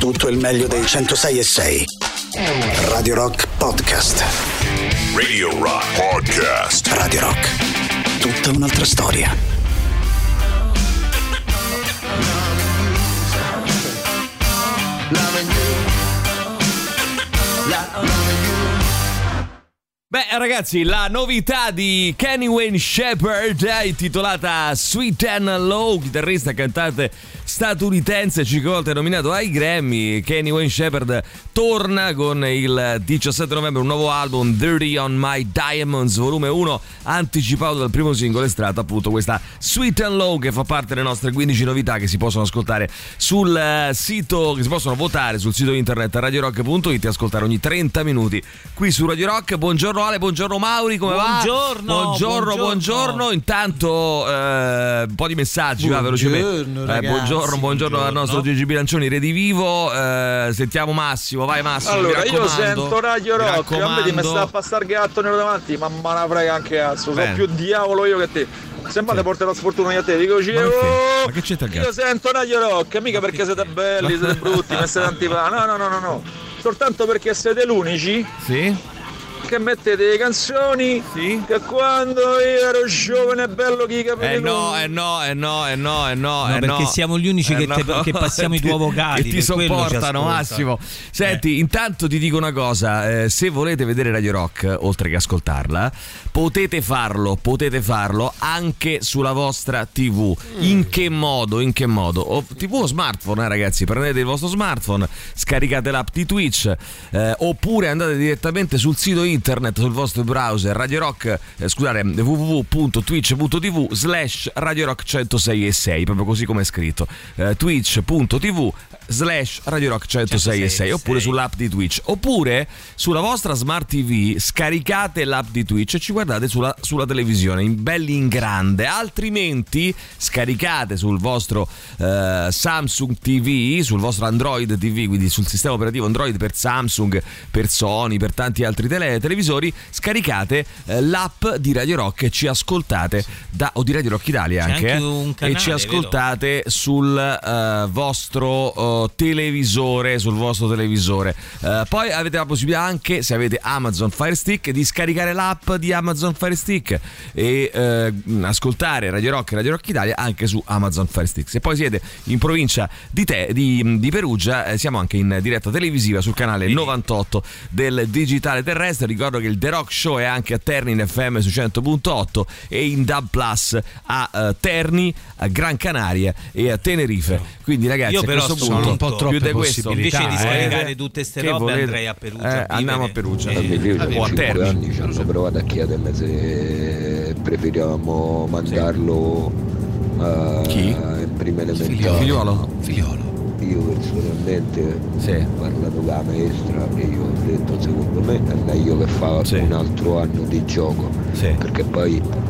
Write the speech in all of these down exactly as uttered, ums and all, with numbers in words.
tutto il meglio dei centosei e sei. Radio Rock Podcast. Radio Rock Podcast. Radio Rock. Tutta un'altra storia. Beh ragazzi, la novità di Kenny Wayne Shepherd è intitolata Sweet and Low, chitarrista e cantante statunitense, cinque volte nominato ai Grammy. Kenny Wayne Shepherd torna con il diciassette novembre un nuovo album, Dirty on My Diamonds, volume uno, anticipato dal primo singolo estratto appunto questa Sweet and Low, che fa parte delle nostre quindici novità che si possono ascoltare sul sito, che si possono votare sul sito internet radio rock punto it e ascoltare ogni trenta minuti qui su Radio Rock. Buongiorno Ale, buongiorno Mauri, come buongiorno, va? Buongiorno, buongiorno, buongiorno. Intanto eh, un po' di messaggi, va velocemente. Eh, buongiorno, buongiorno al nostro Gigi Bilancioni, Redivivo. Eh, sentiamo Massimo, vai Massimo. Allora, io sento Radio Rock, a me mi sta a passare il gatto nero davanti, ma me la frega anche cazzo, sono più diavolo io che te. Sembra ti porterò sfortuna io a te, dico ma, oh, ma che c'è io sento Radio Rock, mica perché siete belli, siete brutti, mi siete antipatici, no no no no no, soltanto perché siete l'unici. Sì. Che mettete le canzoni sì? Che quando io ero giovane e bello chi capelli eh no eh no eh no eh no eh no, no eh perché no. siamo gli unici eh che, no. te, che passiamo i tuoi vocali e ti sopportano Massimo. Senti, eh. intanto ti dico una cosa, eh, se volete vedere Radio Rock oltre che ascoltarla potete farlo potete farlo anche sulla vostra tivù. mm. In che modo? In che modo? O, tivù o smartphone, eh, ragazzi, prendete il vostro smartphone, scaricate l'app di Twitch, eh, oppure andate direttamente sul sito internet, sul vostro browser Radio Rock, eh, scusate, w w w punto twitch punto t v slash Radio Rock centosei e sei, proprio così come è scritto, eh, twitch punto t v slash Radio Rock centosei e sei, oppure sull'app di Twitch, oppure sulla vostra smart tivù scaricate l'app di Twitch e ci guardate sulla, sulla televisione in belli in grande. Altrimenti scaricate sul vostro eh, Samsung T V, sul vostro Android T V, quindi sul sistema operativo Android per Samsung, per Sony, per tanti altri tele, televisori, scaricate eh, l'app di Radio Rock e ci ascoltate da, o di Radio Rock Italia anche, anche un canale, e ci ascoltate vero? sul eh, vostro eh, televisore, sul vostro televisore. Uh, poi avete la possibilità anche, se avete Amazon Fire Stick, di scaricare l'app di Amazon Fire Stick e uh, ascoltare Radio Rock e Radio Rock Italia anche su Amazon Fire Stick. Se poi siete in provincia di, te, di, di Perugia, eh, siamo anche in diretta televisiva sul canale novantotto del digitale terrestre. Ricordo che il The Rock Show è anche a Terni in F M su cento punto otto e in D A B Plus a uh, Terni, a Gran Canaria e a Tenerife. Quindi ragazzi, io a però questo sono punto un po' più di questo, invece di scaricare eh, tutte ste robe volete? andrei a Perugia, eh, andiamo a Perugia, eh, eh, o a Terni. Anni ci hanno provato a chiedermi se preferiamo mandarlo a chi? in prima elementare. Figliolo? Figliolo. Io personalmente sì. parlando con la maestra e io ho detto secondo me è meglio che fa sì. un altro anno di gioco sì. perché poi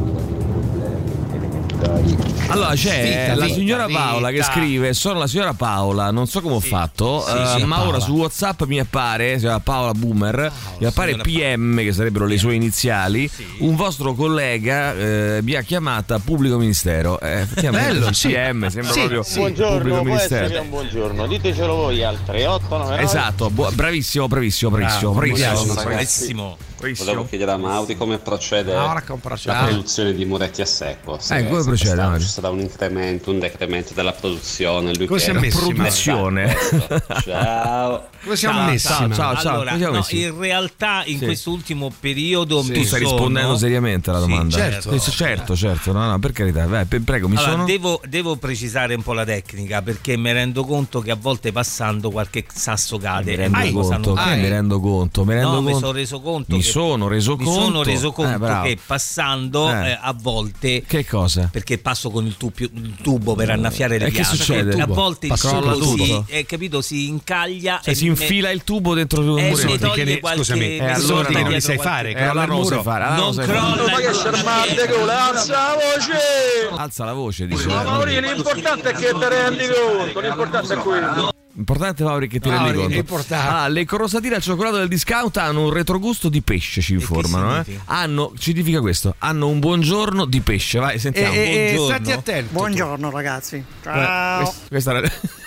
allora c'è vita, la vita, signora vita. Paola che scrive: sono la signora Paola, non so come ho sì. fatto, sì, uh, sì, ma Paola. ora su WhatsApp mi appare, si chiama Paola Boomer, Paola, mi appare P M, che sarebbero le sue iniziali, sì. un vostro collega eh, mi ha chiamata pubblico ministero. Eh, effettivamente bello, sì. P M sembra sì, proprio sì. buongiorno, pubblico ministero. Un buongiorno, ditecelo voi al tre otto nove nove. Esatto, bu- bravissimo, bravissimo, bravissimo, ah, bravissimo, bravissimo. Volevo chiedere a Mauri come procede ah, la produzione di Muretti a secco. Se eh, come procede? C'è stato un incremento, un decremento della produzione. Lui come siamo messi? Produzione. Ciao. Come siamo messi? Ciao, ciao, ciao. Allora, ciao. No, in realtà in sì. questo ultimo periodo sì. mi tu stai sono... rispondendo seriamente alla domanda. Sì, certo, sì, certo, certo. No, no, per carità. Vai, prego, mi allora, sono. Devo, devo precisare un po' la tecnica perché mi rendo conto che a volte passando qualche sasso cade. Mi rendo Ai, conto, ah, mi rendo conto, mi rendo no, conto. mi sono reso conto. Mi che, sono reso mi conto. sono reso conto eh, che passando eh. Eh, a volte. Che cosa? Perché passo con il, tubio, il tubo per annaffiare le e piante. che succede? A volte il tubo si, eh, capito, si incaglia. Cioè e si infila me... il tubo dentro il eh, muro. Mi toglie ne, qualche, scusami, eh, allora non li sai qualche... fare, eh, crolla il non lo muro. sai fare. Allora non non crolla. Ma che scermate con alza la voce! Alza la voce, dice. Ma Mauri, l'importante è che te rendi conto, l'importante è quello. Importante, Mauri, che ti rendi conto. Importante. Ah, le crosatine al cioccolato del discount hanno un retrogusto di pesce, ci informano. Eh? Hanno, significa questo, hanno un buongiorno di pesce. Vai, sentiamo. E, buongiorno. Stati attenti. Buongiorno ragazzi. Ciao. Eh, questa, questa era...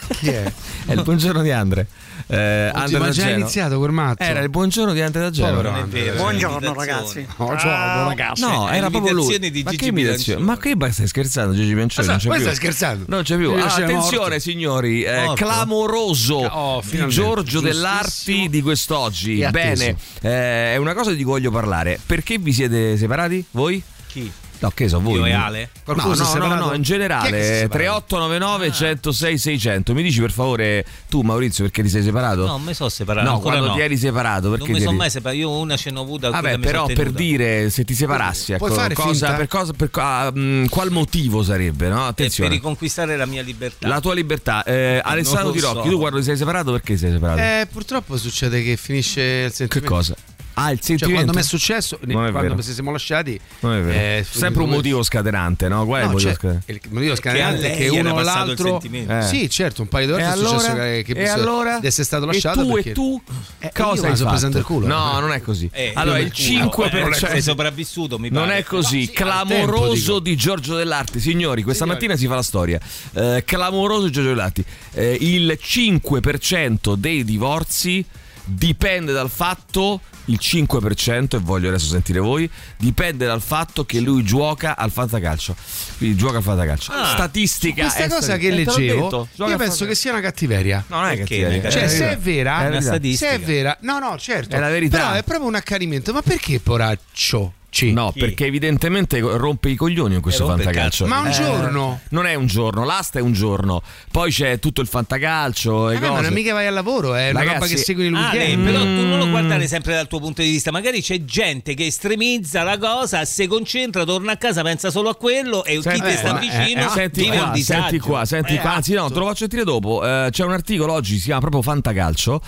Chi è? È il buongiorno di Andre. Eh, Andre ma da già Genova. iniziato quel matto. Era il buongiorno di Andre da Genova. Non è vero. Buongiorno ragazzi. Buongiorno ragazzi. No, era proprio lui. Di Ma Gigi che imitazione? Ma che stai scherzando, Gigi Piancioni? Non c'è Ma più. stai scherzando? Non c'è più. Io Ah, sei attenzione, morto. signori, eh, Morto? clamoroso Oh, di finalmente. Giorgio Dell'Arti Giustissimo. di quest'oggi. E atteso. Bene, eh, è una cosa di cui voglio parlare. Perché vi siete separati? Voi? Chi? No, che so, voi. Io e Ale? No, Qualcuno si è no, no, separato? no, in Chi è che si è generale separato? tre otto nove nove, uno zero sei seicento. Mi dici per favore tu, Maurizio, perché ti sei separato? No, mi sono separato. No, ancora quando no. ti eri separato, perché Non mi ti sono eri- mai separato. Io una ce n'ho avuta. Vabbè, quella mi però sono per tenuta. dire se ti separassi, ecco, Puoi fare cosa, finta? per cosa, per, ah, mh, qual motivo sarebbe, no? Eh, per Attenzione. riconquistare la mia libertà. La tua libertà. Eh, Alessandro lo Di Rocchi, so. tu quando ti sei separato perché ti sei separato? Eh, purtroppo succede che finisce il che sentimento. cosa? Ah, il Cioè, sentimento. quando mi è successo, Non è quando vero. ci siamo lasciati, Non è vero. eh, Sempre un motivo scatenante, no? Qual è il No, motivo cioè, scatenante? il motivo scatenante Che a è lei che era uno o passato il l'altro. sentimento. Eh. Sì, certo, un paio di E volte è allora? successo che, che E allora? di essere stato E lasciato. tu, perché... e tu? Eh, Cosa io hai me la sono fatto? presa nel culo. No, non è così. Eh, allora, io il nel culo. cinque per Eh, cento sei sopravvissuto, mi pare. non è così. No, sì, al tempo, Clamoroso dico. di Giorgio Dell'Arti, signori. Questa Signori. mattina si fa la storia. Eh, clamoroso di Giorgio Dell'Arti. Eh, il cinque per cento dei divorzi dipende dal fatto. Il cinque per cento, e voglio adesso sentire voi, dipende dal fatto che lui gioca al fantacalcio. Quindi gioca al fantacalcio. Ah, Statistica. Questa è cosa stata- che eh, te l'ho leggevo, detto, gioca io al penso fantacalcio. che sia una cattiveria. No, non è Perché? cattiveria. Cioè, È se verità. è vera, È una verità. statistica. se è vera, no, no, certo. È la verità. Però è proprio un accanimento. Ma perché poraccio? C? No, Chi? perché evidentemente rompe i coglioni in questo Eh, rompe il fantacalcio. cazzo. Ma un Eh, giorno? Non è un giorno, l'asta è un giorno. Poi c'è tutto il fantacalcio e Eh, ma cose. non è mica vai al lavoro, è una Ragazzi, roba che segui nel Ale, weekend. però tu non lo Mm. guardare sempre dal tuo punto di vista. Magari c'è gente che estremizza la cosa, si concentra, torna a casa, pensa solo a quello e Senti, chi ti sta eh, vicino eh, senti vive un qua, disagio. senti qua, senti Eh, qua. Anzi, no, te lo faccio sentire dopo. Eh, c'è un articolo oggi, si chiama proprio Fantacalcio,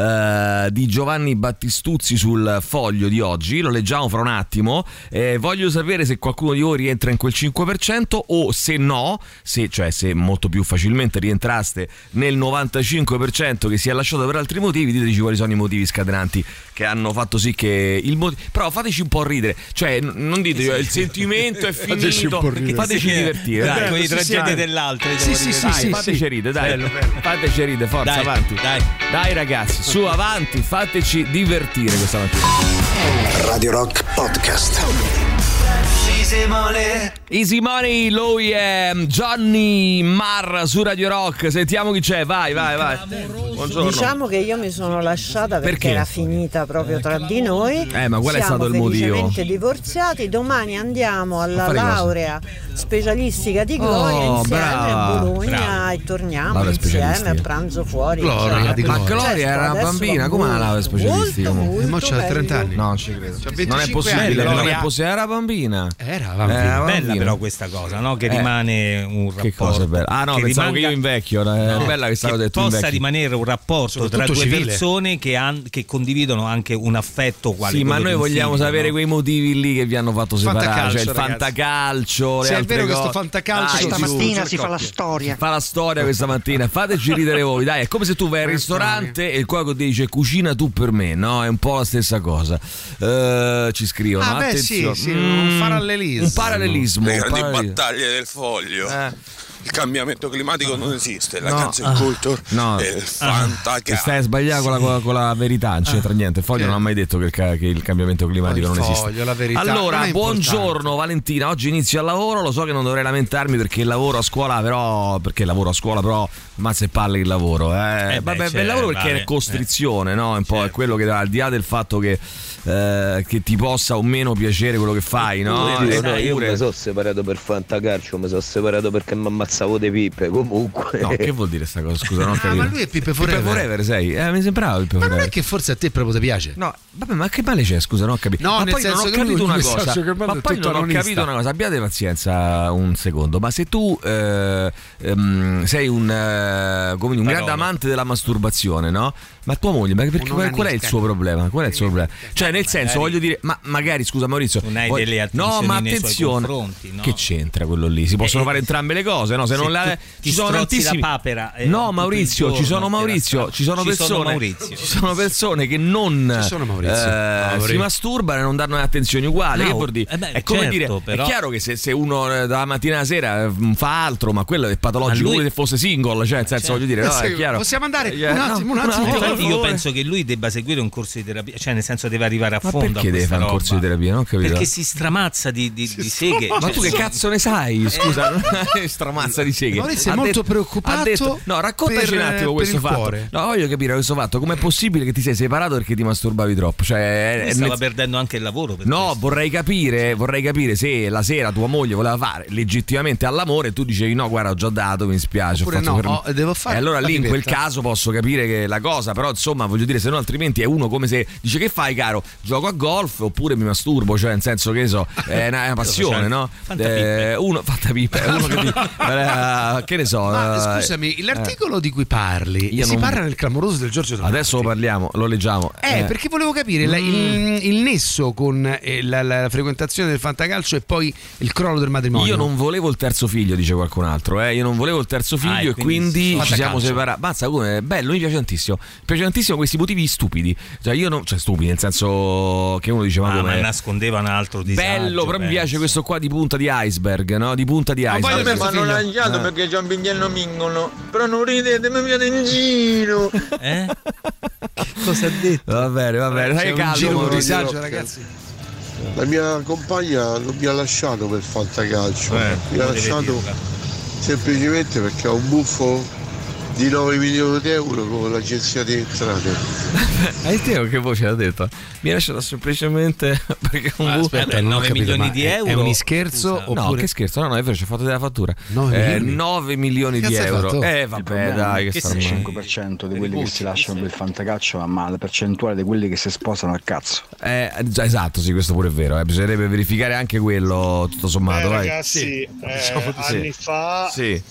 eh, di Giovanni Battistuzzi sul Foglio di oggi. Lo leggiamo fra un attimo. Eh, voglio sapere se qualcuno di voi rientra in quel cinque per cento o se no, se, cioè se molto più facilmente rientraste nel novantacinque per cento che si è lasciato per altri motivi. Diteci quali sono i motivi scatenanti che hanno fatto sì che il motivo. Però fateci un po' ridere, cioè n- non dite il sentimento è Fateci un finito, po' ridere. fateci Sì, divertire. dai, Dai, con le sì, tragedie sì, dell'altro. Sì, sì, sì, dai, sì, fateci sì. ridere, dai. Bello, bello. Fateci ridere, forza, Dai, avanti. dai. Dai ragazzi, su avanti, fateci divertire questa mattina. Radio Rock Podcast. Easy Money, lui è Johnny Marr su Radio Rock. Sentiamo chi c'è, vai, vai, vai. Buongiorno. Diciamo che io mi sono lasciata perché, Perché? era finita proprio tra di noi. Eh, ma qual è Siamo stato il motivo? felicemente divorziati. Domani andiamo alla A fare cosa? laurea specialistica di Gloria Oh, insieme brava, a Bologna brava. e torniamo Laurea insieme specialistica. a pranzo fuori. Gloria eccetera. di Ma Gloria. Gloria Certo, era una adesso bambina, va com'è la laurea molto, specialistica? molto, comunque? E mo molto c'ha trenta meglio. anni. No, non ci credo. C'ha Non è venticinque possibile, anni, non è Gloria. possibile, era bambina. Era Eh, bambina. bambina. Bella però questa cosa, no? Che Eh. rimane un rapporto. Che cosa bella. Ah no, che pensavo rimanga- che io invecchio. È No, bella questa che cosa che tu possa invecchi. rimanere un rapporto tra Soprattutto due civile. persone che, han- che condividono anche un affetto quale Sì, ma quello noi di un vogliamo figlio, sapere no? quei motivi lì che vi hanno fatto separare. Fantacalcio, Cioè il ragazzi. fantacalcio, le Se è altre vero che cose. sto fantacalcio Dai, su, Stamattina su, si fa la coppie. storia. fa la storia questa mattina, fateci ridere voi, dai, è come se tu vai al Eh, ristorante e il cuoco ti dice cucina tu per me, no? È un po' la stessa cosa. Eh, ci scrivono, Ah, beh, sì, attenzione. sì, un Mm, parallelismo. Un parallelismo. Le un grandi parallelismo. battaglie del foglio. Eh. Il cambiamento climatico non esiste, la No. cancel culture No. è il Ti fantacalcio. stai a sbagliare con la, con la- con la verità, non c'entra niente. Il Foglio Sì. non ha mai detto che il, ca- che il cambiamento climatico Il non esiste. Foglio, la verità. Allora, Non è buongiorno importante. Valentina. Oggi inizio al lavoro. Lo so che non dovrei lamentarmi perché il lavoro a scuola, però. Perché lavoro a scuola, però. Mazza e palle il lavoro. Eh. Eh beh, Vabbè, c'è, bel lavoro perché vale. è costrizione, no? Un po' è Certo. quello che al di là del fatto che, eh, che ti possa o meno piacere quello che fai, no? Oddio, Eh, no, io pure- mi sono separato per fantacalcio, mi sono separato perché mi ammazzavo de pippe, comunque. No, che vuol dire sta cosa? Scusa, non ho Ah, capito. ma lui è Pippe Forever. Pippe Forever, sei? Eh, mi sembrava Pippe Ma non Forever. è che forse a te proprio ti piace? No, vabbè, ma che male c'è? Scusa, non ho capito. No, ma nel poi non senso ho che capito lui- una il cosa. messaggio che manda Ma è poi tutto non ho anonista. capito una cosa. Abbiate pazienza un secondo. Ma se tu eh, ehm, sei un, eh, come dire, un grande amante della masturbazione, no? Ma tua moglie, ma perché, qual, qual è il suo problema? Qual è il suo problema? Cioè, nel senso, voglio dire, ma magari, scusa Maurizio, Non hai voglio- delle no, attenzioni ma nei suoi attenzione, confronti, no? che c'entra quello lì? Si possono Eh, fare entrambe le cose, no, se, se non la, ti ci sono strozzi tantissimi. la papera, eh, no, Maurizio, ci sono Maurizio, ci sono ci persone, sono Maurizio. ci sono persone che non Ci sono Maurizio. eh, si masturbano e non danno attenzioni uguali. No, che vuol dire? eh beh, è come certo, dire, però- è chiaro che se, se uno eh, dalla mattina alla sera eh, fa altro, ma quello è patologico, Ma lui- come se fosse single, cioè nel senso certo. voglio dire, no, Eh, è sì, chiaro. possiamo andare Eh, un no, attimo, un no, attimo. no, per Infatti io favore. penso che lui debba seguire un corso di terapia, cioè nel senso deve arrivare a Ma fondo perché a deve questa fare un corso di roba. terapia? Non ho capito. Perché si stramazza di, di, di seghe. Ma cioè, tu che sì. cazzo ne sai? Scusa, non hai stramazza di seghe. Maurizio è Ha molto detto- preoccupato ha detto- no, raccontaci per- un attimo per questo il fatto. cuore. No, voglio capire questo fatto. Com'è possibile che ti sei separato perché ti masturbavi troppo? Cioè, è- Lui è stava nel- perdendo anche il lavoro per No, questo. vorrei capire, vorrei capire se la sera tua moglie voleva fare legittimamente all'amore e tu dicevi no, guarda, ho già dato, mi spiace. ho Oppure fatto no, per- oh, devo fare E allora la lì in quel pipetta. caso posso capire che la cosa, però insomma, voglio dire, se no altrimenti è uno come se dice che fai, caro? Gioco a golf oppure mi masturbo, cioè nel senso che so, è una, è una passione, no? Eh, uno fatta pipa, è uno che, ti- eh, che ne so. Ma eh, scusami, l'articolo di cui parli Io si non- parla nel clamoroso del Giorgio Donati. Adesso lo parliamo, lo leggiamo. Eh, perché volevo capire la- il, il nesso con eh, la, la frequentazione del fantacalcio e poi il crollo del matrimonio. Io non volevo il terzo figlio, dice qualcun altro. Eh. Io non volevo il terzo figlio Ah, e e quindi quindi si- ci siamo Fantacalcio. separati. Mazza, come è bello, mi piace tantissimo. Mi piace tantissimo questi motivi stupidi. Cioè, io non. Cioè, stupidi, nel senso che uno dice, ma Ah, come. ma nascondeva un altro disagio. Bello, però mi penso. piace questo qua di punta di iceberg, no? Di punta di poi iceberg. le Ma non figlio. ha andiato Eh. perché Giampignello mingono. Però non ridete, mi viene in giro. Eh? Che cosa ha detto? Va bene, va bene. C'è Dai, un calmo, giro, un Maurizio. disagio, ragazzi. La mia compagna non mi ha lasciato per fantacalcio, Eh, mi ha come deve lasciato dirla. semplicemente perché ha un buffo di nove milioni di euro con l'agenzia di entrate. Hai te che voce ha detto? Mi ha lasciato semplicemente perché un Ma bu- aspetta, non ho nove capito, milioni ma di è- euro. È un scherzo Scusa. No, oppure che scherzo, no, no, è vero, ci ho fatto della fattura. nove Eh, milioni? nove milioni Che di cazzo hai euro. fatto? Eh, Il vabbè, problema dai, è che che sta il ormai. cinque per cento di quelli che si lasciano per il fantacalcio, ma la percentuale di quelli che si sposano al cazzo. Eh, già, esatto, sì, questo pure è vero. Eh. Bisognerebbe verificare anche quello, tutto sommato. Eh, vai. ragazzi, Sì. eh, Diciamo di sì. anni fa Sì.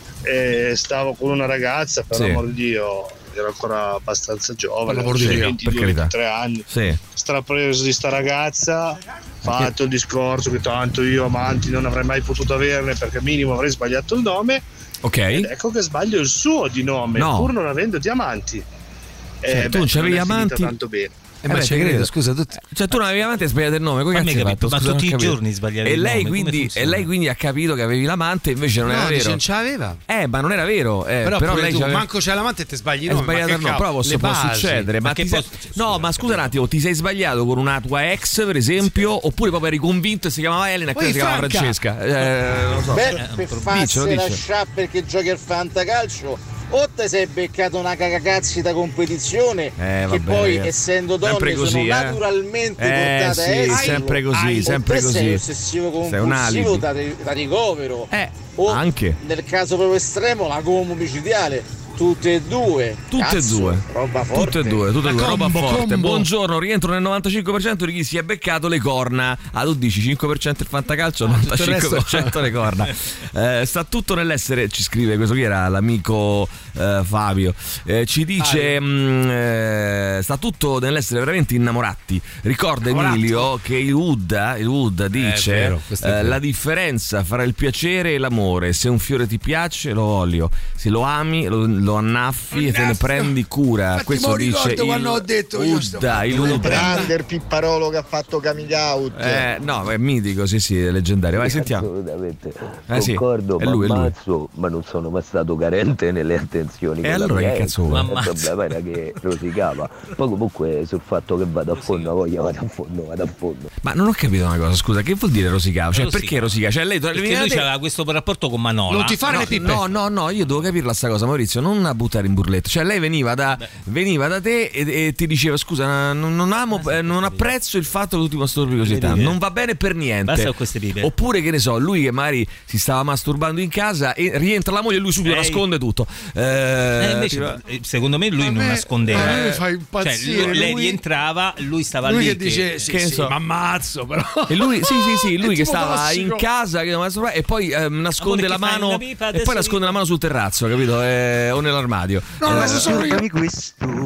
eh, stavo con una ragazza, per Sì. l'amor di Dio, ero ancora abbastanza giovane, Per l'amor di Dio, ventidue per carità. ventitré anni, Sì. strapreso di sta ragazza, fatto il discorso che tanto io amanti non avrei mai potuto averne perché minimo avrei sbagliato il nome, Ok. ed ecco che sbaglio il suo di nome, No. pur non avendo diamanti. Cioè, tu non c'avevi è finita amanti? tanto bene. Eh, ma beh, ci ti credo, credo. scusa, tu Cioè, tu non avevi avanti e hai sbagliato il nome. Come Ma cazzo mi hai hai fatto? capito, ma Scusa, non tutti ho i capito. giorni sbagliare e il lei nome, come quindi, e funziona? lei quindi ha capito che avevi l'amante, invece non no, era dice, vero. non ce l'aveva. Eh, ma non era vero. Eh, Però, però pure lei tu, c'aveva- manco c'è l'amante e ti sbagli il È nome. sbagliato ma il che nome, però cavolo, posso- le può basi. succedere. Ma Ma che ti sei- posso- no, ma scusa un attimo, ti sei sbagliato con una tua ex, per esempio, oppure proprio eri convinto e si chiamava Elena e Poi quella si chiamava Franca. Francesca? Eh, non lo so. Beh, un per problema. farsi Dicelo, dicelo. lasciare perché giochi al fantacalcio o te sei beccato una cagacazzi da competizione Eh, che vabbè, poi ragazzi. essendo Sempre donne così, sono eh. naturalmente Eh, portate sì, a esito. sempre così, Ai, sempre o te sei così. ossessivo Sei un alibi. compulsivo da, da ricovero Eh, o anche. nel caso proprio estremo la combo micidiale. Tutte e due. Tutte Cazzo, e due. Roba forte. Tutte e due, tutte e due, roba combo, forte. combo. Buongiorno, rientro nel novantacinque per cento di chi si è beccato le corna. Ah, tu dici cinque per cento il fantacalcio, novantacinque per cento le corna. Eh, sta tutto nell'essere, ci scrive, questo qui era l'amico eh, Fabio. Eh, ci dice, mh, eh, sta tutto nell'essere veramente innamorati. Ricorda Innamorato. Emilio che il Wood, il Wood dice vero, questo è eh, vero. la differenza fra il piacere e l'amore. Se un fiore ti piace, lo voglio. Se lo ami, lo lo annaffi e te ne prendi cura. Infatti, Questo mo dice ricordo il quando ho detto io sto- Udda, il Lo Udda. Grande il Pipparolo che ha fatto coming out. Eh, no, è mitico, sì, sì, è leggendario. Vai, sentiamo. Assolutamente. Eh, sì, Concordo, è lui, è ma lui. ammazzo, ma non sono mai stato carente nelle attenzioni. E con la allora mia che ex. cazzo vuoi? Il problema era che rosicava. Poi comunque sul fatto che vado a fondo, voglia vado a fondo, vado a fondo. Ma non ho capito una cosa, scusa, che vuol dire rosicava? Cioè, Rosica. perché rosica? Cioè, lei Perché lui aveva questo rapporto con Manola. Non ti fare no, le pippe. no, no, no, io devo capirla sta cosa, Maurizio, non a buttare in burletto. Cioè, lei veniva da, veniva da te e, e ti diceva: scusa, non, non amo, eh, non apprezzo il fatto che tu ti masturbi così tanto, non va bene per niente. Basta con queste pipe. Oppure, che ne so, lui che magari si stava masturbando in casa e rientra la moglie e lui subito Ehi. nasconde tutto. Eh, Eh, invece, tipo- eh, secondo me lui A non me- nascondeva. a me fai impazzire, Cioè, lui- lei lui- rientrava, lui stava Lui lì. che dice sì, che ne sì, so. ma ammazzo però. E lui, sì, sì, sì, È lui che tipo stava tossico. in casa che masturba- e poi ehm, nasconde Amore, la che fai? mano Una pipa, e adesso poi nasconde vi- la mano sul terrazzo, capito? Eh, o nell'armadio. No, Eh, adesso sono io. questo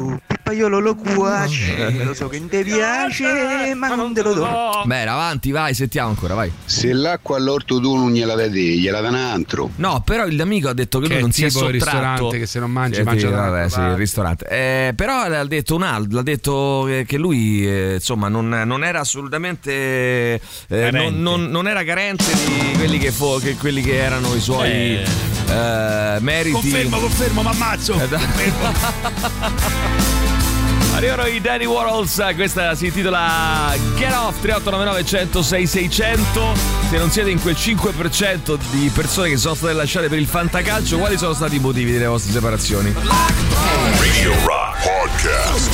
l'acquaiolo lo cuoce, lo so che ti piace, ma non te lo do. Bene, avanti, vai, sentiamo ancora, vai. Se l'acqua all'orto tu non gliela dai te, gliela dà un altro. No, però il amico ha detto che, che lui non si è tipo il sottratto. ristorante che se non mangi sì, mangia sì, l'acqua, vabbè, sì, il ristorante. Eh, però l'ha detto un altro, l'ha detto che, che lui eh, insomma non, non era assolutamente eh, non, non, non era carente di quelli che, fo, che quelli che erano i suoi eh. Eh, meriti. Confermo, confermo, ma ammazzo. Eh, Arrivano i Danny Warhols, questa si intitola Get Off. Tre otto nove nove uno zero sei sei zero zero. Se non siete in quel cinque per cento di persone che sono state lasciate per il fantacalcio, quali sono stati i motivi delle vostre separazioni? Radio Rock Podcast.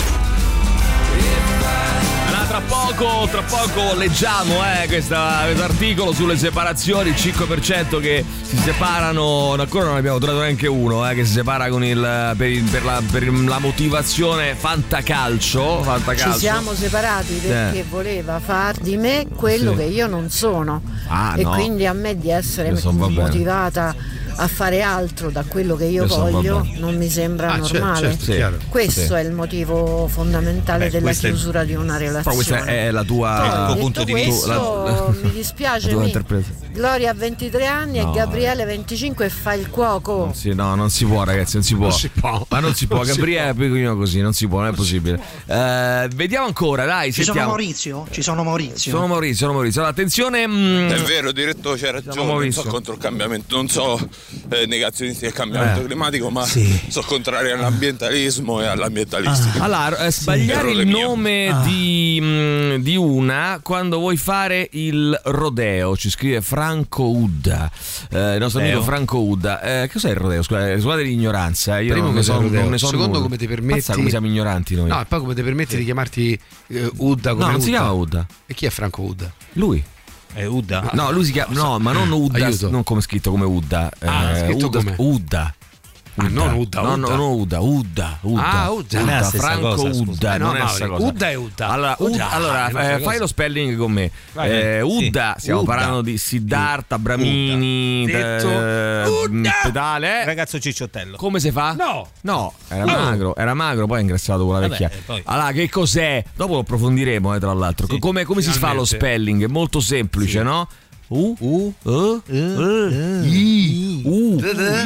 Tra poco, tra poco leggiamo eh, questo articolo sulle separazioni, il cinque per cento che si separano, ancora non abbiamo trovato neanche uno eh, che si separa con il, per, il, per, la, per la motivazione fantacalcio, fantacalcio. Ci siamo separati perché eh. voleva far di me quello sì. che io non sono ah, e no. quindi a me di essere motivata a fare altro da quello che io, io voglio so, non mi sembra ah, normale. Certo, certo, sì, questo sì. è il motivo fondamentale Beh, della chiusura è... di una relazione. Però questa è la tua Poi, punto di vista. La... mi dispiace mi. Gloria ha ventitré anni no, e Gabriele eh. venticinque e fa il cuoco. Non si, no, non si può, ragazzi, non si può. Non si può. Ma non si può, non Gabriele è piccolino così, non si può, non è possibile. Uh, vediamo ancora, dai, Ci sentiamo. sono Maurizio? Ci sono Maurizio. Sono Maurizio, sono Maurizio. Allora, attenzione. Mh... È vero, direttore, c'è ragione. Non so contro il cambiamento, non so eh, negazionisti del cambiamento eh. climatico, ma sì. sono contrari all'ambientalismo e all'ambientalistica. Ah. Allora, eh, sbagliare sì. il nome ah. di, mh, di una quando vuoi fare il rodeo, ci scrive Franco Udda. Eh, il nostro Leo. amico Franco Udda. Eh, cos'è il rodeo? Scusate, scusate l'ignoranza. Io Primo non ne so, non ne so Secondo nulla. come ti permetti. Mazza, come siamo ignoranti noi. No, e poi come ti permetti sì. di chiamarti uh, Udda come No, non Udda. si chiama Udda. E chi è Franco Udda? Lui. È Udda? No, lui si chiama. No, ma non Udda. Aiuto. Non come scritto come Udda. Ah, eh, scritto Udda, come? Udda. Ah, non Udda, no, Udda. no, no, Udda, Udda, Udda. Ah, Udda. Udda, Udda Franco cosa, Udda, eh, no, non è no, questa cosa. Udda è Udda. Allora, Udda, Udda, allora eh, fai lo spelling con me. Vai, eh, Udda, sì. stiamo Udda. parlando di Siddhartha, Bramini, Detto eh, pedale. Ragazzo cicciottello. Come si fa? No. No, era magro, era magro, poi è ingrassato con la vecchia. Vabbè, poi. Allora, che cos'è? Dopo lo approfondiremo, eh, tra l'altro. Sì, come come si fa lo spelling? È molto semplice, sì. no? U U U I U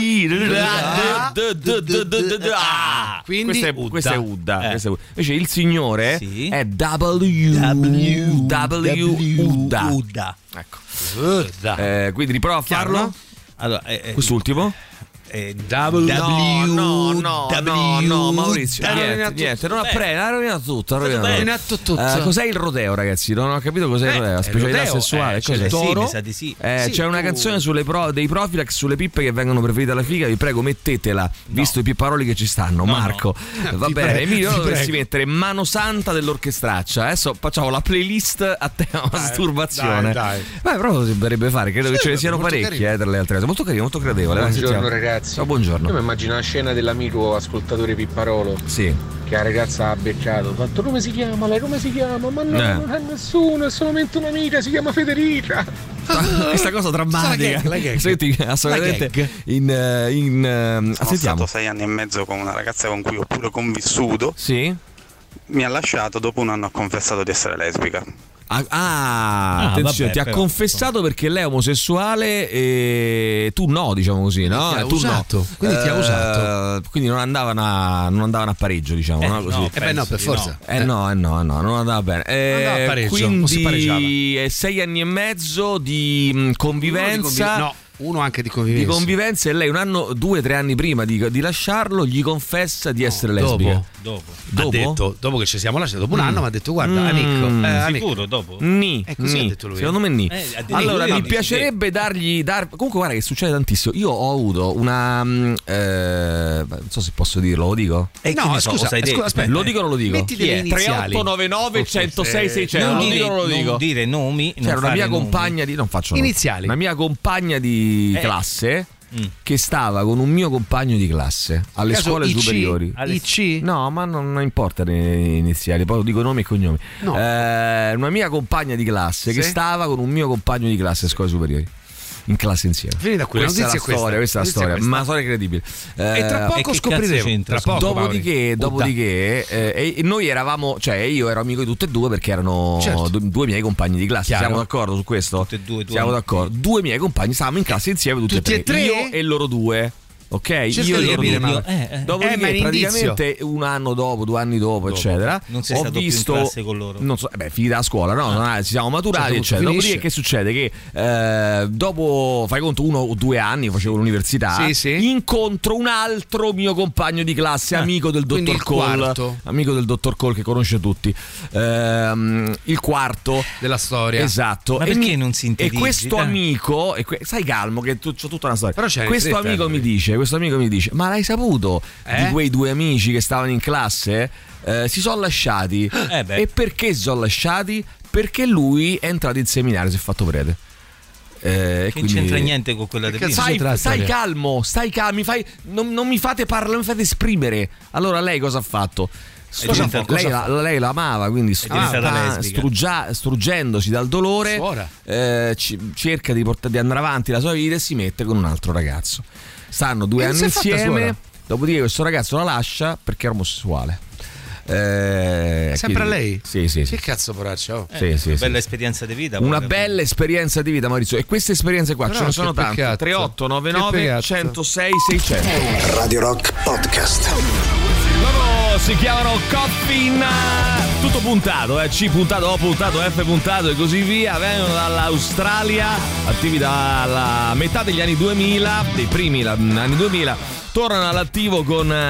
quindi questa è Udda. Invece il signore è W W Udda. Ecco. Quindi riprova a farlo. Allora, quest'ultimo. W no, no, no, no, no, Maurizio, niente, niente, non ha preso, ha rovinato tutto, ha rovinato tutto. Uh, cos'è il rodeo, ragazzi? Non ho capito cos'è il rodeo, la specialità sessuale, eh, cos'è? Il toro? Sì, di sì. Eh, sì, c'è una tu... canzone sulle pro, dei Profilax sulle pippe che vengono preferite alla figa, vi prego mettetela, no. visto i pipparoli che ci stanno, no, Marco. No. Va bene, pre- Emilio, dovresti mettere Mano Santa dell'orchestraccia. Adesso facciamo la playlist a tema masturbazione. Dai, dai. Beh, però si dovrebbe fare, credo sì, che ce ne siano parecchie eh, tra le altre cose. Molto carino, molto gradevole. Buongiorno ragazzi. Oh, buongiorno. Io mi immagino la scena dell'amico ascoltatore Pipparolo. Sì. Che la ragazza ha beccato. Tanto come si chiama? Lei come si chiama? Ma no, eh. non è nessuno, è solamente un'amica, si chiama Federica. Questa cosa drammatica. La gag, la gag. Assolutamente in, in, uh, sono stato sei anni e mezzo con una ragazza con cui ho pure convissuto. Sì. Mi ha lasciato, dopo un anno ha confessato di essere lesbica. Ah, ah, attenzione, vabbè, ti ha però, confessato no. perché lei è omosessuale e tu no, diciamo così, no? Ti ha tu usato, no. Quindi eh, ti ha usato. Quindi non andavano a, non andavano a pareggio, diciamo, eh, no? Così. No, eh beh no, per forza. No. Eh, eh no, eh no, no, non andava bene. Eh, andava a pareggio, quindi sei anni e mezzo di convivenza. No. Uno anche di convivenza. Di convivenza e lei un anno, due, tre anni prima di, di lasciarlo gli confessa di no, essere lesbica. Dopo. Dopo. Ha detto, dopo che ci siamo lasciati, dopo un mm. anno mi ha detto guarda, mm. amico, eh, amico. Sicuro, dopo? Ni. E così ni. ha detto lui. Secondo me ni. Eh, allora lui, mi no, piacerebbe sì. dargli dar... Comunque guarda che succede tantissimo. Io ho avuto una eh, non so se posso dirlo, lo dico? Eh, no, so, scusa, scusa aspetta. Lo dico o non lo dico? Metti delle iniziali. tre otto nove nove uno zero sei sei zero. Non, lo dico o non lo dico? Non dire nomi. C'era una mia nomi. compagna di non faccio nomi. Iniziali. Una mia compagna di eh. classe Mm. che stava con un mio compagno di classe alle Caso scuole I C? superiori. I C? No, ma non, non importa le iniziali, poi dico nomi e cognomi. No. Eh, una mia compagna di classe sì? che stava con un mio compagno di classe alle scuole superiori. in classe insieme. Finita qui, questa, è la questa. storia, questa è la storia, questa. ma una storia incredibile. Eh, e tra poco scopriremo. Tra poco, dopodiché, dopodiché eh, e noi eravamo, cioè io ero amico di tutte e due perché erano certo. due, due miei compagni di classe. Chiaro. Siamo d'accordo su questo? Tutte e due, Siamo d'accordo. Due miei compagni stavamo in classe insieme tutti, tutti e tre. tre. Io e loro due. Ok, cerca io di loro capire, due. ma... eh, eh. Dopodiché eh, praticamente un anno dopo, due anni dopo, dopo. eccetera, non sei ho stato visto, più in classe con loro. Non so, beh, finita la scuola, no? Ah. Non ci siamo maturati, certo, eccetera. Dopodiché che succede? Che eh, dopo, fai conto, uno o due anni, facevo l'università, sì, sì. incontro un altro mio compagno di classe, ah, amico del dottor Cole, amico del dottor Cole che conosce tutti, ehm, il quarto della storia. Esatto. Ma e perché mi, non si E questo dai. amico, e que, stai calmo che tu, c'ho tutta una storia. Però c'è questo amico mi dice, questo amico mi dice, ma l'hai saputo eh? di quei due amici che stavano in classe? Eh, si sono lasciati. Eh beh. E perché si sono lasciati? Perché lui è entrato in seminario, si è fatto prete. Eh, che quindi... non c'entra niente con quella del Stai, stai calmo, stai calmo, mi fai, non, non mi fate parlare, non mi fate esprimere. Allora lei cosa ha fatto? Cosa fa? Lei, la, lei l'amava, quindi sta struggia, struggendosi dal dolore, eh, c- cerca di, portare, di andare avanti la sua vita e si mette con un altro ragazzo. Stanno due e anni insieme, dopodiché questo ragazzo la lascia perché è omosessuale. Eh, sempre quindi, a lei? Sì, sì, sì. Che cazzo, poraccia? Oh. Eh, sì, sì, una bella sì. esperienza di vita. Una bella esperienza di vita, Maurizio. E queste esperienze qua però ce ne sono tante. tre otto nove nove uno zero sei sei zero zero Radio Rock Podcast. Loro si chiamano Coffin. Tutto puntato, eh? C puntato, O puntato, F puntato e così via. Vengono dall'Australia, attivi dalla metà degli anni duemila, dei primi anni duemila. Tornano all'attivo con uh,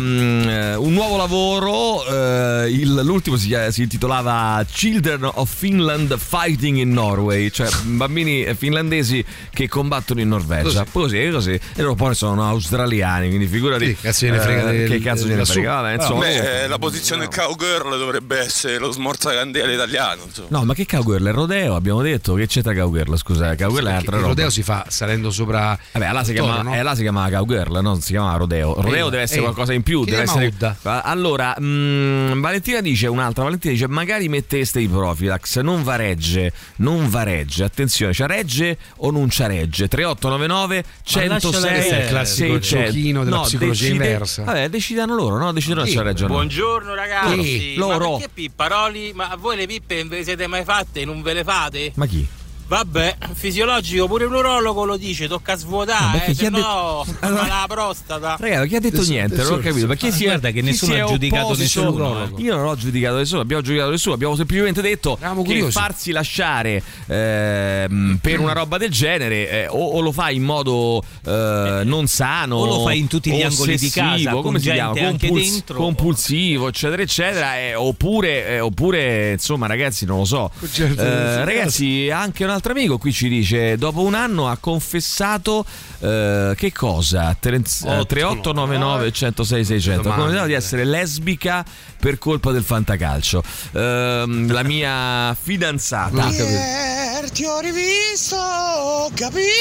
un nuovo lavoro, uh, il, l'ultimo si, si intitolava Children of Finland Fighting in Norway, cioè bambini finlandesi che combattono in Norvegia. Così, così. E loro poi sono australiani, quindi figurati. Sì, cazzo ne frega uh, del, che cazzo ne frega? Vabbè, insomma, beh, la posizione no. cowgirl dovrebbe essere lo smorzacandela italiano. Insomma. No, ma che cowgirl? È rodeo, abbiamo detto. Che c'è tra cowgirl? Scusa, cowgirl sì, è altra il roba. Il rodeo si fa salendo sopra. Vabbè, allora si, toro, chiama, no? eh, là si chiama cowgirl, no? Si chiama rodeo. Rodeo ehi, deve essere ehi, qualcosa in più. Deve essere... Allora, mh, Valentina dice un'altra. Valentina dice: magari metteste i Profilax. Non va regge, non va regge. Attenzione, c'ha regge o non c'ha regge? tre otto nove nove uno zero sei il classico giochino della no, psicologia decide, inversa. Vabbè, decidano loro, no? Decidono se c'ha regge o no. Buongiorno ragazzi. Loro. Ma perché pipparoli? Ma voi le pippe ve le siete mai fatte? Non ve le fate? Ma chi? Vabbè, fisiologico, pure un urologo lo dice, tocca svuotare, eh, se no detto... allora... la prostata. Ragazzi, chi ha detto adesso, niente? adesso, non ho capito. Ma chi si guarda che nessuno ha giudicato nessuno. Eh. Io non ho giudicato nessuno, abbiamo giudicato nessuno, abbiamo semplicemente detto Eravamo che curiosi. farsi lasciare eh, per una roba del genere eh, o, o lo fai in modo eh, non sano o lo fai in tutti gli angoli di casa, come con si chiama? Anche Compuls- dentro. compulsivo, eccetera, eccetera. Eh, oppure, eh, oppure, insomma, ragazzi, non lo so. Eh, ragazzi, anche un altro amico qui ci dice: Dice, dopo un anno ha confessato eh, che cosa? tre otto nove nove uno zero sei sei zero zero ha confessato di essere lesbica per colpa del fantacalcio. Eh, la mia fidanzata. Ieri ti ho rivisto, ho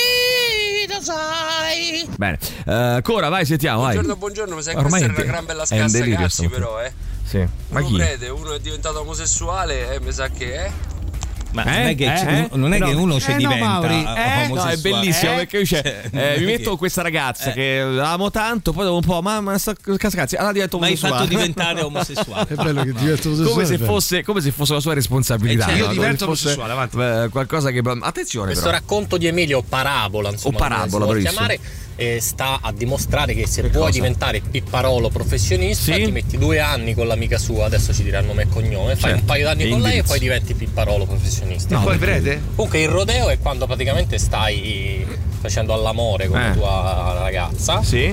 capito, sai. Bene, eh, ancora vai, sentiamo. Buongiorno, vai. buongiorno, mi sa che questa è una gran bella scassa cazzi, però, eh. Sì. Ma uno chi? crede, uno è diventato omosessuale e eh, mi sa che è. Ma eh? non è che, eh? non è no. che uno ci eh, diventa no, Mauri, eh? No, è bellissimo eh? perché io cioè, eh, mi metto con questa ragazza eh. che amo tanto, poi dopo un po' ma, ma sta cascazzi, allora divento omosessuale. Ma hai fatto diventare omosessuale. È bello che divento omosessuale. Come se fosse, come se fosse la sua responsabilità. Eh, cioè, no? Io divento omosessuale, avanti. Eh, qualcosa che attenzione questo però. racconto di Emilio parabola, insomma, o parabola, come si può chiamare, eh, sta a dimostrare che se che vuoi cosa? diventare pipparolo professionista sì? ti metti due anni con l'amica sua, adesso ci dirà nome e cognome, fai certo. un paio d'anni e con indirizzo. lei e poi diventi pipparolo professionista. No, poi prete? Comunque il rodeo è quando praticamente stai facendo all'amore con eh. la tua ragazza sì?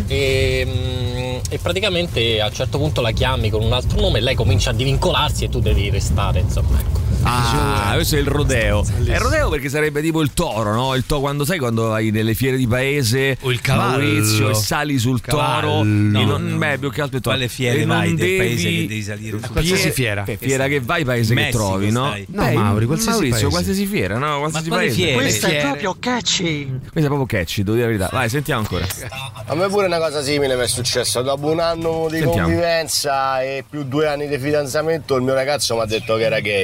e, e praticamente a un certo punto la chiami con un altro nome e lei comincia a divincolarsi e tu devi restare, insomma, ecco. Ah, questo è il rodeo. È il rodeo perché sarebbe tipo il toro, no? Il to- quando sai quando vai nelle fiere di paese o il cavallo Maurizio e sali sul cavallo. toro no, e non, no. beh, più che altro il toro. Quale fiere e vai non del devi... paese che devi salire su qualsiasi fiera. Che fiera che vai, paese Messico, che trovi, no? Stai. No, beh, Mauri, qualsiasi Maurizio, paese. qualsiasi fiera, no? Qualsiasi Ma paese. fiere? Questa fiere. è proprio catchy. Questa è proprio catchy, devo dire la verità. Vai, sentiamo ancora. A me pure una cosa simile mi è successa. Dopo un anno di sentiamo. convivenza e più due anni di fidanzamento, il mio ragazzo mi ha detto che era gay.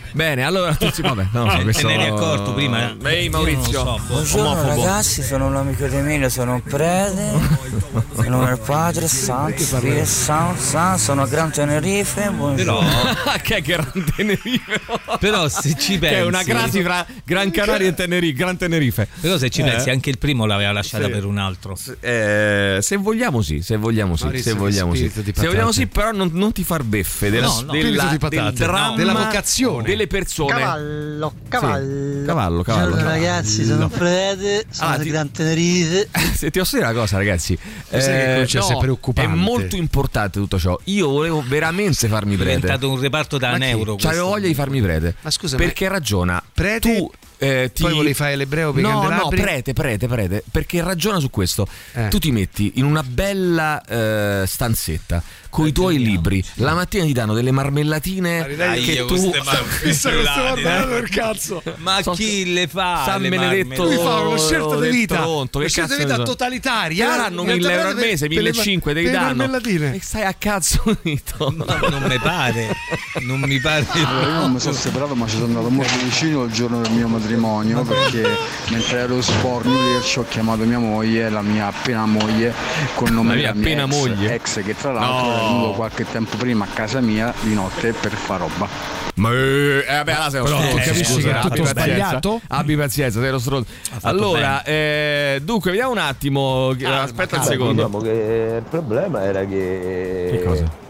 Bene, allora tutti, vabbè, no, Eh, questo... te ne eri accorto prima? Ehi Maurizio, Io non lo so. Buongiorno omofobo. ragazzi, sono un amico di Emilio, sono un prete, in nome del Padre, Santo, Spirito Santo, Santo, sono a Gran Tenerife, buongiorno. Però che è Gran Tenerife? Però se ci pensi, che è una crasi fra Gran Canaria e Tenerife, Gran Tenerife. Però se ci Eh. pensi, anche il primo l'aveva lasciata Sì. per un altro. Eh, se vogliamo sì, se vogliamo sì, Maurizio, se vogliamo sì. spirito di Se patate. vogliamo sì, però non, non ti far beffe della, No, no. della- Spirito di del patate, dramma della vocazione. delle persone. Cavallo, cavallo. Cavallo, cavallo. Buongiorno cavallo. ragazzi, sono un prete, sono Allora, da ti- Gran Tenerife. Se ti posso dire una cosa, ragazzi, Lo sai che concetto è preoccupante. è molto importante tutto ciò. Io volevo veramente farmi È prete. diventato un reparto da Ma chi? neuro. Cioè, avevo voglia di farmi prete. Ma scusa, perché ragiona. prete? Tu eh, ti... Poi volevi fare l'ebreo per i No, no, candelabri? prete, prete, prete. Perché ragiona su questo. Eh. Tu ti metti in una bella eh, stanzetta con i tuoi libri. La mattina ti danno delle marmellatine Dai, che io tu. queste marmellate, per cazzo. Ma So- chi le fa? San le Benedetto Lui marmellate? fa una scelta di del vita, Tronto, una che scelta di cazzo vita ne so. totalitaria. Ti daranno Diventa mille euro al prete mese, per le- millecinquecento te li per le danno. marmellatine. E stai a cazzo unito. No, non mi pare. Non mi pare. Allora, io non mi sono separato, ma ci sono andato molto vicino il giorno del mio matrimonio, perché mentre ero sporno ho chiamato mia moglie, la mia appena moglie, col nome La mia della mia appena ex, moglie? ex che tra l'altro No. era venuto qualche tempo prima a casa mia di notte per far roba. Ma eh, vabbè, là sei uno Però tu stronzo, capisci scusa, che è abbi tutto pazienza. sbagliato? Abbi pazienza, sei uno stronzo. Allora, eh, dunque, vediamo un attimo. Aspetta un Beh, secondo. diciamo che il problema era che, Che cosa?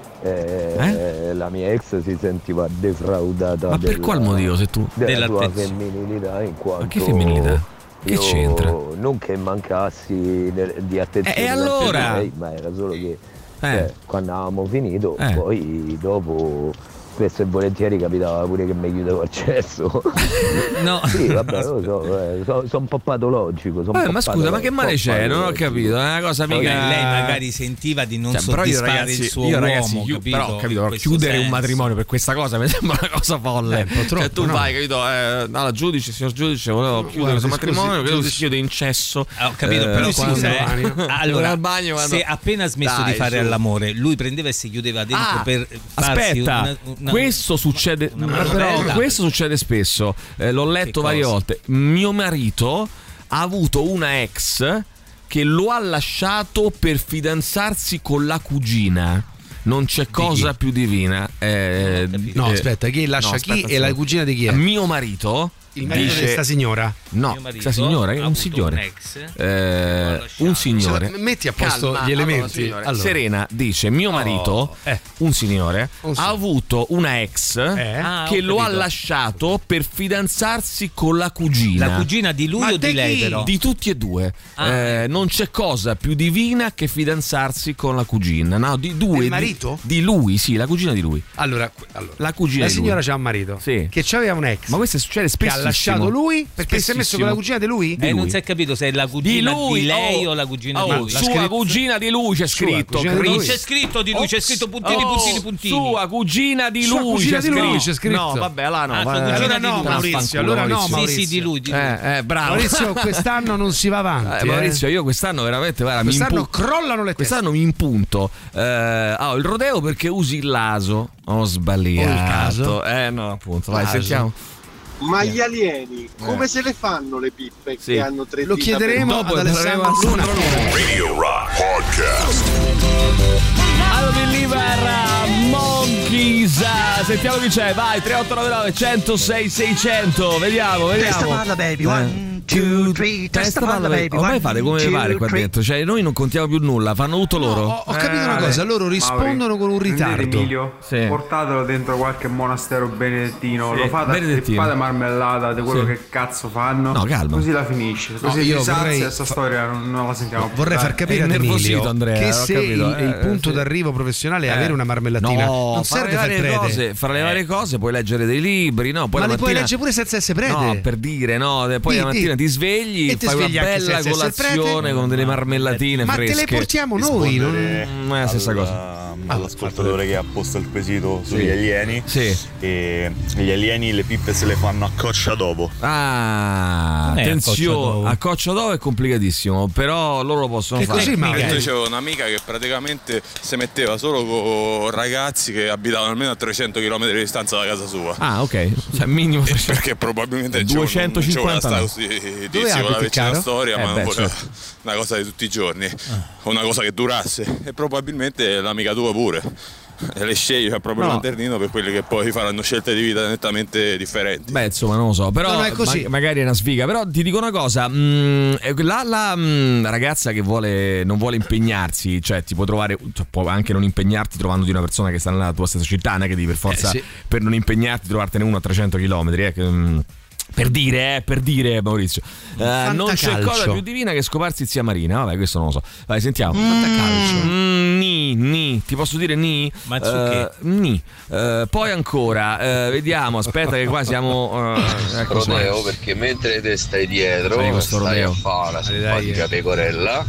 eh, la mia ex si sentiva defraudata Ma per della, qual motivo, se tu- della sua Dell'attenzione. femminilità, in quanto che femminilità? Che io c'entra? non che mancassi nel- di attenzione Eh, e verso allora? lei, ma era solo che cioè, quando avevamo finito Eh. poi dopo spesso e volentieri capitava pure che mi chiudevo accesso. No. Sì, vabbè, lo so, eh, sono un po' patologico. son un Eh, po' ma scusa, ma che male patologico, c'è? Non ho patologico. capito, è una cosa Poi mica. lei magari sentiva di non Cioè, però io, soddisfare ragazzi, il suo io, uomo, ragazzi, chiu- capito? però, capito, In questo chiudere un senso. matrimonio per questa cosa mi sembra una cosa folle. Eh, un po' troppo, cioè, tu no? vai, capito? Eh, no, giudice, signor giudice, volevo chiudere questo scusi, matrimonio, credo giudice. si chiude in cesso. Ah, ho capito, Eh, però quando- scusa, eh. Quando allora, al bagno, quando- se appena smesso Dai, di fare su. all'amore, lui prendeva e si chiudeva dentro Ah, per farsi aspetta, una, una- questo succede, una però manovella. questo succede spesso. Eh, l'ho letto Che varie cosa? volte. Mio marito ha avuto una ex che lo ha lasciato per fidanzarsi con la cugina. Non c'è cosa più divina. Eh, No, eh, aspetta, chi lascia no, chi aspetta, e la aspetta. cugina di chi è? Mio marito. Il marito dice- di sta signora? No, Mio marito sta signora, è ha un avuto signore. un ex, Eh, un signore. Scusa, metti a posto Calma, gli allora, elementi. signore. Allora. Serena dice: mio marito, Oh, eh. un signore, Un ha signore. avuto una ex Ah, che ho lo ha capito. lasciato per fidanzarsi con la cugina. La cugina di lui Ma o di di lei chi? però? Di tutti e due. Ah. Eh, non c'è cosa più divina che fidanzarsi con la cugina. No, di due. Del di- marito? Di, lui, sì, la cugina di lui. Allora, qu- allora, La cugina la di lui. signora c'ha un marito Sì. che aveva un ex Ma questo succede che spesso. ha lasciato lui perché si è messo con la cugina di lui? Eh, non lui. si è capito se è la Di cugina di, lui, lei oh, o la cugina oh, di lui. sua scritto- cugina di lui c'è Sua scritto. cugina di Chris. Non c'è scritto di lui, c'è scritto puntini, Oh, puntini, puntini. Sua cugina di Sua lui cugina c'è di lui scritto. c'è scritto. No, vabbè, allora no. Ah, va- sua cugina Allora di no, lui. Maurizio, Vaffanculo, allora no, Maurizio. Maurizio. Sì, sì, di lui, di lui. Eh, eh, bravo. Maurizio, quest'anno non si va avanti. Eh, Maurizio, eh. io quest'anno veramente guarda, mi Quest'anno impu- crollano le teste. Quest'anno mi impunto. Eh, ah, il rodeo perché usi il laso. Ho sbagliato. O il caso. Eh no, appunto. Vai, Caso. sentiamo. Ma gli alieni, come se le fanno le pippe Sì. che hanno tre Lo dita chiederemo Dopo ad parleremo Alessandro a Luna. Radio Rock Podcast. I don't believer Monkeys. Sentiamo chi c'è. Vai, tre otto nove nove uno zero sei seicento. Vediamo, vediamo. Testa palla baby, Eh. one, two, three, testa palla baby, Ormai one, fate come two, pare qua three. dentro. Cioè, noi non contiamo più nulla, fanno tutto loro. Ho, ho capito una cosa, loro rispondono con un ritardo. Emilio, Sì. portatelo dentro qualche monastero benedettino, Sì, lo fate benedettino. a fate marmellata di quello Sì. che cazzo fanno. No, calma. Così la finisce. No, Così io di sazia vorrei questa fa- storia non, non la sentiamo più. Vorrei Dai. far capire È ad innervosito, Emilio Andrea, che ho se capito, il, il eh, punto sì. d'arrivo professionale è Eh. avere una marmellatina, No, non fra serve le far varie prete. cose, fra le varie cose puoi leggere dei libri, no? Poi Ma la li puoi mattina- leggere pure senza essere prete. No, per dire, no, poi Di- la mattina di- ti svegli, e ti fai svegli una anche bella senza essere colazione prete. con delle marmellatine Ma fresche. te le portiamo noi, non non è la stessa al, cosa. All'ascoltatore che ha posto il quesito sugli Sì. alieni. Sì. E gli alieni le pippe se le fanno a coccia dopo. Ah, Non è a attenzione, a coccia d'uovo è complicatissimo, però loro lo possono fare. Io c'avevo un'amica che praticamente si metteva solo con ragazzi che abitavano almeno a trecento chilometri di distanza da casa sua. Ah, ok, cioè minimo perché probabilmente duecentocinquanta non no. così Dove tizi con la abiti, vicina caro? storia, Eh, ma beh, non voleva certo. una cosa di tutti i giorni, una cosa che durasse, e probabilmente l'amica tua pure. E le scegli, c'è proprio No. il lanternino per quelli che poi faranno scelte di vita nettamente differenti. Beh, insomma, non lo so, però No, no, è così. ma- magari è una sfiga. Però ti dico una cosa: mh, la, la, mh, ragazza che vuole non vuole impegnarsi, cioè ti può trovare, cioè, può anche non impegnarti trovandoti una persona che sta nella tua stessa città, non è che devi per forza, Eh, sì. per non impegnarti, trovartene uno a trecento chilometri. Eh, che, mh, per dire, eh, per dire, Maurizio, Eh, non c'è Fantacalcio. cosa più divina che scoparsi zia Marina. Vabbè, questo non lo so. Vai, sentiamo. Fantacalcio. Mm, ni, ni, ti posso dire ni? Mazzucchi. Eh, ni. Eh, poi ancora, eh, vediamo, aspetta che qua siamo. eh, ecco, Rodeo, perché mentre te stai dietro, Vedi questo stai rodeo. a fare la Dai, dai, simpatica pecorella,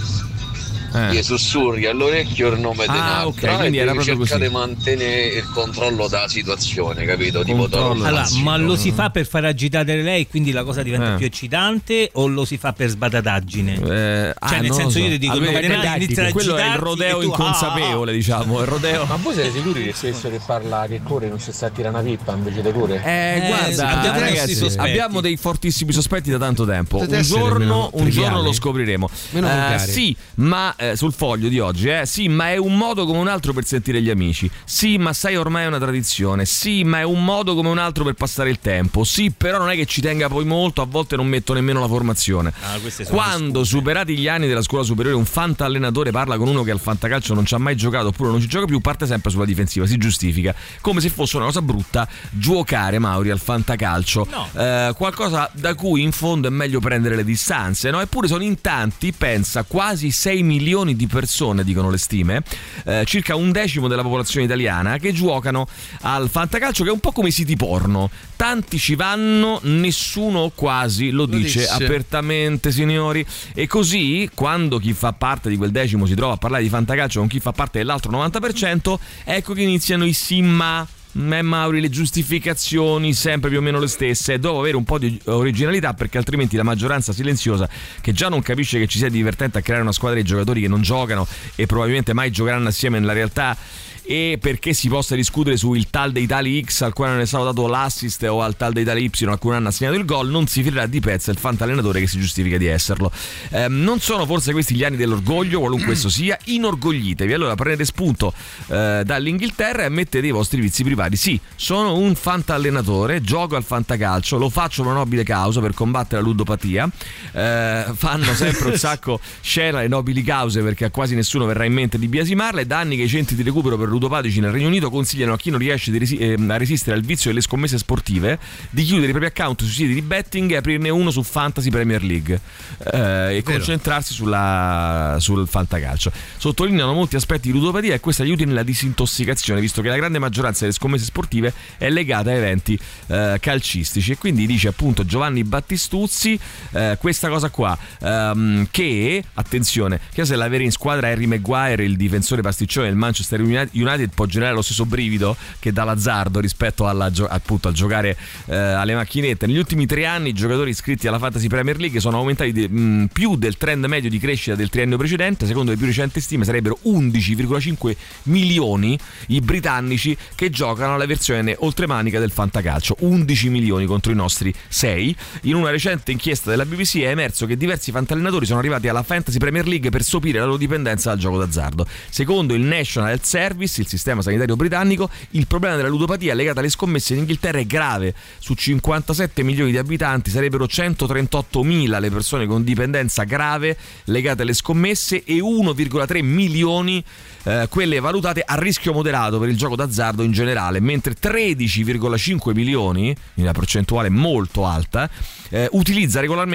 Eh. gli sussurri all'orecchio il nome di Ah, un'altra ok, quindi e era devi proprio cercare così. di mantenere il controllo della situazione, capito? Tipo Controllo. Allora, ma lo si fa per far agitare lei, quindi la cosa diventa Eh. più eccitante, o lo si fa per sbadataggine? Eh, ah, cioè, nel non senso, lo so. io ti dico, Allora, il nome quello- denaro inizia a quello è il agitarti rodeo e tu, inconsapevole, diciamo. Il rodeo. Ma voi siete sicuri che questo che parla che corre non si sta a tirare una pippa invece di corre? Eh, guarda, abbiamo ragazzi, grossi sospetti. abbiamo dei fortissimi sospetti da tanto tempo. Potete Un essere giorno, meno un giorno triviali. lo scopriremo. Meno Eh, volgari. sì, ma eh, sul foglio di oggi, eh, sì, ma è un modo come un altro per sentire gli amici. Sì, ma sai, ormai è una tradizione. Sì, ma è un modo come un altro per passare il tempo. Sì, però non è che ci tenga poi molto. A volte non metto nemmeno la formazione. Ah, queste sono Quando, superati gli anni della scuola superiore, un fantallenatore parla con uno che al fantacalcio non ci ha mai giocato oppure non ci gioca più, parte sempre sulla difensiva, si giustifica come se fosse una cosa brutta giocare, Mauri, al fantacalcio. No. Eh, qualcosa da cui in fondo è meglio prendere le distanze, no? Eppure sono in tanti, pensa, quasi sei milioni di persone, dicono le stime, eh, circa un decimo della popolazione italiana, che giocano al fantacalcio, che è un po' come i siti porno. Tanti ci vanno, nessuno o quasi lo, Lo dice, dice. apertamente, signori. E così, quando chi fa parte di quel decimo si trova a parlare di fantacalcio con chi fa parte dell'altro novanta per cento, ecco che iniziano i sì ma. Eh, Mauri, le giustificazioni sempre più o meno le stesse. Devo avere un po' di originalità, perché altrimenti la maggioranza silenziosa, che già non capisce che ci sia divertente a creare una squadra di giocatori che non giocano e probabilmente mai giocheranno assieme nella realtà, e perché si possa discutere su il tal dei tali X al quale non è stato dato l'assist o al tal dei tali Y al quale non hanno assegnato il gol, non si fiderà di pezza il fantallenatore che si giustifica di esserlo. Eh, non sono forse questi gli anni dell'orgoglio, qualunque esso sia? Inorgoglitevi. Allora prendete spunto eh, dall'Inghilterra e mettete i vostri vizi privati. Sì, sono un fantallenatore, gioco al fantacalcio, lo faccio per una nobile causa, per combattere la ludopatia. Eh, fanno sempre un sacco scena le nobili cause, perché a quasi nessuno verrà in mente di biasimarle. Da anni che i centri di recupero per ludopatici nel Regno Unito consigliano a chi non riesce di resi- eh, a resistere al vizio delle scommesse sportive di chiudere i propri account sui siti di betting e aprirne uno su Fantasy Premier League, eh, e concentrarsi sulla, sul fantacalcio. Sottolineano molti aspetti di ludopatia e questo aiuta nella disintossicazione, visto che la grande maggioranza delle scommesse sportive è legata a eventi eh, calcistici. E quindi dice appunto Giovanni Battistuzzi eh, questa cosa qua, ehm, che, attenzione, che se l'avere in squadra Harry Maguire, il difensore pasticcione del Manchester United, United può generare lo stesso brivido che dà l'azzardo rispetto alla, appunto, al giocare eh, alle macchinette. Negli ultimi tre anni i giocatori iscritti alla Fantasy Premier League sono aumentati di, mh, più del trend medio di crescita del triennio precedente. Secondo le più recenti stime sarebbero undici virgola cinque milioni i britannici che giocano alla versione oltremanica del fantacalcio, undici milioni contro i nostri sei. In una recente inchiesta della B B C è emerso che diversi fantallenatori sono arrivati alla Fantasy Premier League per sopire la loro dipendenza dal gioco d'azzardo. Secondo il National Health Service, il sistema sanitario britannico, il problema della ludopatia legata alle scommesse in Inghilterra è grave. Su cinquantasette milioni di abitanti sarebbero centotrentottomila le persone con dipendenza grave legate alle scommesse e uno virgola tre milioni eh, quelle valutate a rischio moderato per il gioco d'azzardo in generale, mentre tredici virgola cinque milioni, una percentuale molto alta, eh, utilizza regolarmente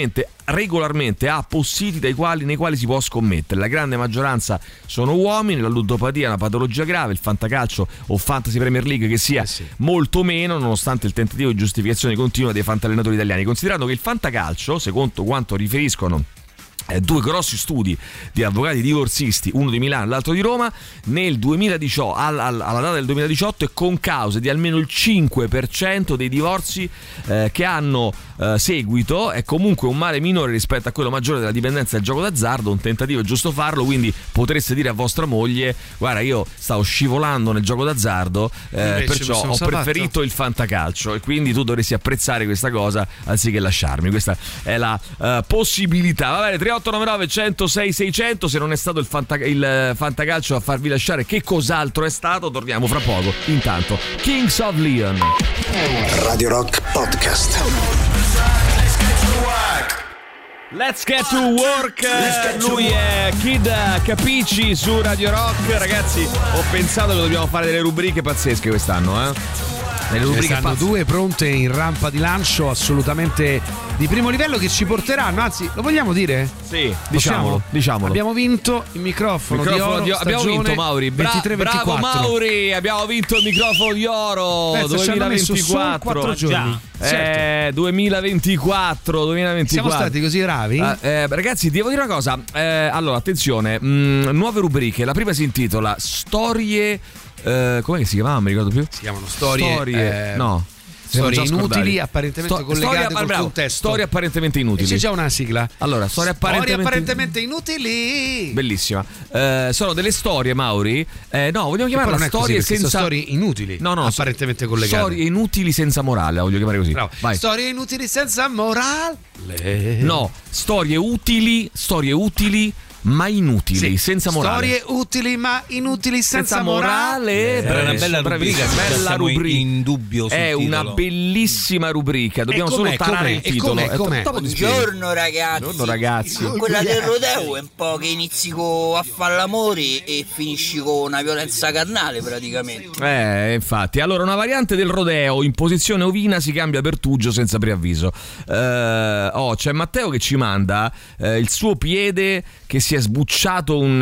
regolarmente appo o siti dai quali, nei quali si può scommettere. La grande maggioranza sono uomini, la ludopatia è una patologia grave, il fantacalcio o fantasy Premier League che sia eh sì. molto meno, nonostante il tentativo di giustificazione continua dei fantallenatori italiani, considerando che il fantacalcio, secondo quanto riferiscono Eh, due grossi studi di avvocati divorzisti, uno di Milano e l'altro di Roma, nel duemiladiciotto, all, all, alla data del duemiladiciotto è concause di almeno il cinque per cento dei divorzi eh, che hanno eh, seguito. È comunque un male minore rispetto a quello maggiore della dipendenza del gioco d'azzardo. Un tentativo è giusto farlo, quindi potreste dire a vostra moglie: guarda, io stavo scivolando nel gioco d'azzardo, eh, perciò ho preferito fatto. il fantacalcio, e quindi tu dovresti apprezzare questa cosa anziché lasciarmi. Questa è la uh, possibilità. Va bene, tre otto nove nove uno zero sei seicento. Se non è stato il, fanta- il fantacalcio a farvi lasciare, che cos'altro è stato? Torniamo fra poco. Intanto Kings of Leon, Radio Rock Podcast. Let's get to work. Get to Lui work. È Kid Capici su Radio Rock. Ragazzi, ho pensato che dobbiamo fare delle rubriche pazzesche quest'anno, eh? Nelle rubriche stanno due pronte in rampa di lancio, assolutamente di primo livello, che ci porteranno, anzi, lo vogliamo dire? Sì, diciamolo, diciamolo. Abbiamo vinto il microfono, microfono di oro, di... abbiamo vinto, Mauri. Bra- ventitré ventiquattro. Bravo Mauri, abbiamo vinto il microfono di oro. Penso, duemilaventiquattro. quattro giorni. Eh, certo. duemilaventiquattro, duemilaventiquattro. Siamo stati così bravi? Eh, eh, ragazzi, devo dire una cosa. Eh, allora, attenzione, mh, nuove rubriche. La prima si intitola Storie. Uh, com'è che si chiamava? Non mi ricordo più. Si chiamano storie, storie eh, no. Storie inutili, apparentemente Sto- collegate storia, col bravo, contesto. Storie apparentemente inutili. E c'è già una sigla. Allora, storie apparentemente, storie apparentemente inutili. Bellissima. Uh, sono delle storie, Mauri. Eh, no, vogliamo chiamarle storie così, senza storie inutili. No, no, apparentemente collegate. Storie inutili senza morale, la voglio chiamare così. Vai. Storie inutili senza morale. No, storie utili, storie utili ma inutili, sì. senza morale. Storie utili ma inutili senza, senza morale. È una bella rubrica, bella rubrica. In dubbio sul è titolo. Una bellissima rubrica. Dobbiamo solo tarare il titolo. Com'è, com'è? Buongiorno ragazzi. Buongiorno ragazzi. Quella del rodeo è un po' che inizi a fare l'amore e finisci con una violenza carnale praticamente. Eh, infatti. Allora, una variante del rodeo in posizione ovina si cambia per Tuggio senza preavviso. Eh, oh, c'è Matteo che ci manda eh, il suo piede che si è sbucciato un,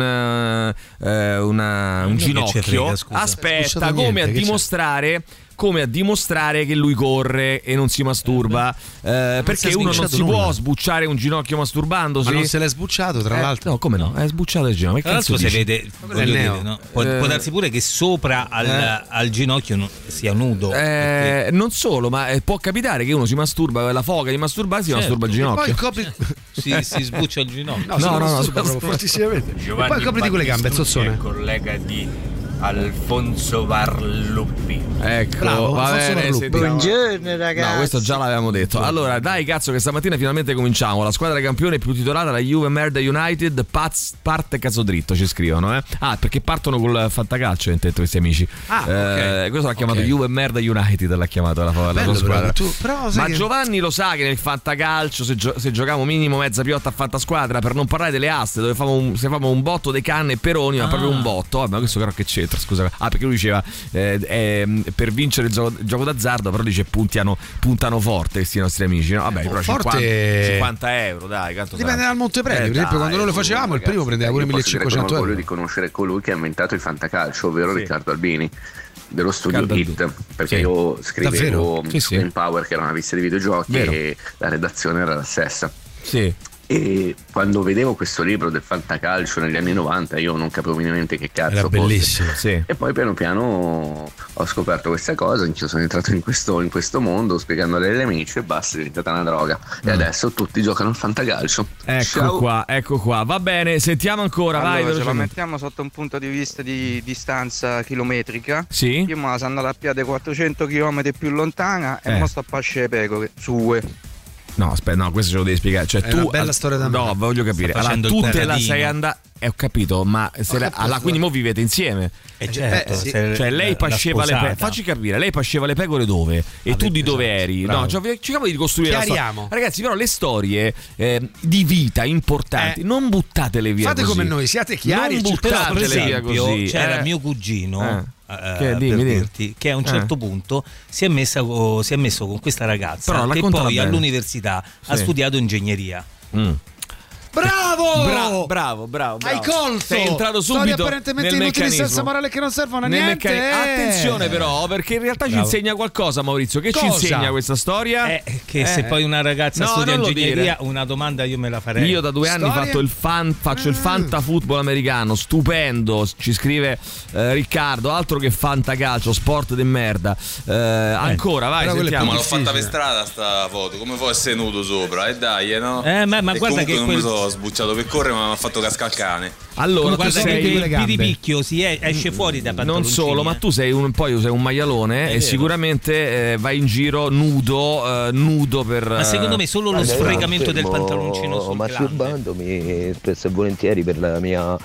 uh, una, un ginocchio. Frega, Aspetta, come niente, a dimostrare come a dimostrare che lui corre e non si masturba, eh, perché uno non si nulla. può sbucciare un ginocchio masturbandosi. Ma non se l'è sbucciato, tra eh, l'altro? No, come no? È sbucciato il ginocchio. Tra l'altro si vede, dire, no? può, eh, può darsi pure che sopra al, eh, al ginocchio non, sia nudo. Eh, perché... Non solo, ma può capitare che uno si masturba, la foga di masturbarsi, certo. masturba il ginocchio. E poi copri... si, si sbuccia il ginocchio. No, no, no, no, no fortissimamente. E poi copriti con le gambe, zozzone. Collega di Alfonso Varluppi. Ecco, bravo, va bene, buongiorno ragazzi. No, questo già l'avevamo detto. Allora, dai cazzo che stamattina finalmente cominciamo. La squadra campione più titolata, la Juve Merda United, paz, parte cazzo dritto, ci scrivono, eh. Ah, perché partono col fantacalcio, ho detto questi amici. Ah, eh, questo l'ha chiamato okay. Juve Merda United, l'ha chiamato la, la, la sua squadra. Tu, però, Ma che... Giovanni lo sa che nel fantacalcio se, gio- se giochiamo minimo mezza piotta a fantasquadra, per non parlare delle aste, dove famo un, se famo un botto dei canne e peroni, ma ah. proprio un botto. Vabbè, questo però che c'entra, scusa. Ah, perché lui diceva eh, eh, per vincere il gioco, il gioco d'azzardo, però dice puntiano, puntano forte questi nostri amici, no? Vabbè, però forte... cinquanta euro, dai, canto dipende dal montepremi. Eh, per esempio, quando noi lo facevamo, il primo prendeva pure millecinquecento euro. Voglio di conoscere colui che ha inventato il fantacalcio, ovvero sì. Riccardo Albini dello studio Caldo Hit, perché sì. io scrivevo sì, su sì. Power, che era una rivista di videogiochi, Vero. e la redazione era la stessa. Sì. E quando vedevo questo libro del fantacalcio negli anni novanta io non capivo minimamente che cazzo era bellissimo, sì. E poi piano piano ho scoperto questa cosa, io sono entrato in questo, in questo mondo spiegandole agli amici e basta, è diventata una droga. mm. E adesso tutti giocano al fantacalcio. Ecco Ciao. qua, ecco qua, va bene, sentiamo ancora. Allora, vai, ce la mettiamo sotto un punto di vista di distanza chilometrica. Sì. Io me sono andato a piede quattrocento chilometri più lontana e eh. mo sto a pasce le pecore sue. No, aspetta, no, questo ce lo devi spiegare. Cioè, è tu, una bella storia da me. No, voglio capire. Allora, tu te la sei andata. Eh, ho capito, ma se la... allora, quindi mo vivete insieme. Eh, certo, eh, sì. Cioè, lei pasceva le pecore. Facci capire, lei pasceva le pecore dove? E ah, tu di dove eri? Bravo. No, cioè, cerchiamo di ricostruire Chiariamo. la storia. Ragazzi, però le storie eh, di vita importanti, eh. non buttatele via. Fate così. come noi, siate chiari. Non buttatele via così. C'era eh. mio cugino. Eh. Uh, che, dimmi, per dimmi. dirti che a un certo eh. punto si è, messa co- si è messo con questa ragazza Però, e poi bene. all'università sì. ha studiato ingegneria. Mm. Bravo! Bra- bravo, bravo, bravo. Hai colto! Sei entrato subito. Storie apparentemente nel inutili meccanismo. senza morale che non servono a Nel niente. meccani- eh. Attenzione però, perché in realtà Bravo. ci insegna qualcosa, Maurizio. Che Cosa? ci insegna questa storia? Eh, che Eh. se poi una ragazza No, studia non lo ingegneria, dire. una domanda io me la farei. Io da due anni Storie? fatto il fan, faccio il fanta football americano, stupendo, ci scrive eh, Riccardo, altro che fantacalcio, sport de merda. Eh, ancora, vai, però quello è sentiamo. Ma l'ho fatta per strada sta foto, come può essere nudo sopra? E dai, eh, no? Eh, ma- ma e guarda comunque che non quel- mi sono sbucciato per correre, ma mi ha fatto cascare il cane. Allora, Guarda tu che sei il piripicchio si è- esce fuori da non pantaloncini. solo, ma tu sei un, poi sei un maialone e vero. sicuramente eh, vai in giro nudo, eh, nudo per. Ma secondo me solo lo Allora, sfregamento del fermo pantaloncino sul glande. masturbandomi spesso e volentieri per la mia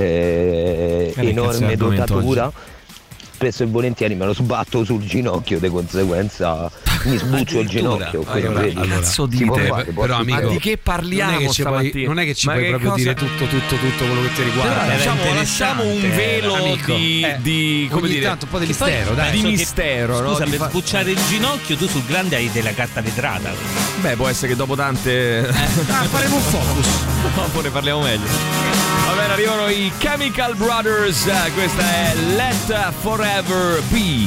eh, Che cazzo è enorme l'argomento dotatura. Spesso e volentieri me lo sbatto sul ginocchio, di conseguenza mi sbuccio il ginocchio. Allora, quindi allora, cazzo si può dite? fare, può Però, succedere. Ma di che parliamo non è che ci puoi, stamattina? non è che ci Ma puoi che proprio cosa- dire tutto, tutto, tutto quello che ti riguarda. Però, Era lasciamo, lasciamo un interessante, velo amico. di, Eh, di come ogni dire, tanto un po' di Che poi mistero, dai. di penso che- mistero, no? Scusa, Di per fa- sbucciare il ginocchio tu sul glande hai della carta vetrata. Beh, può essere che dopo tante Ah, faremo un focus. dopo ne parliamo meglio. Va bene, arrivano i Chemical Brothers. eh, Questa è Let Forever Be.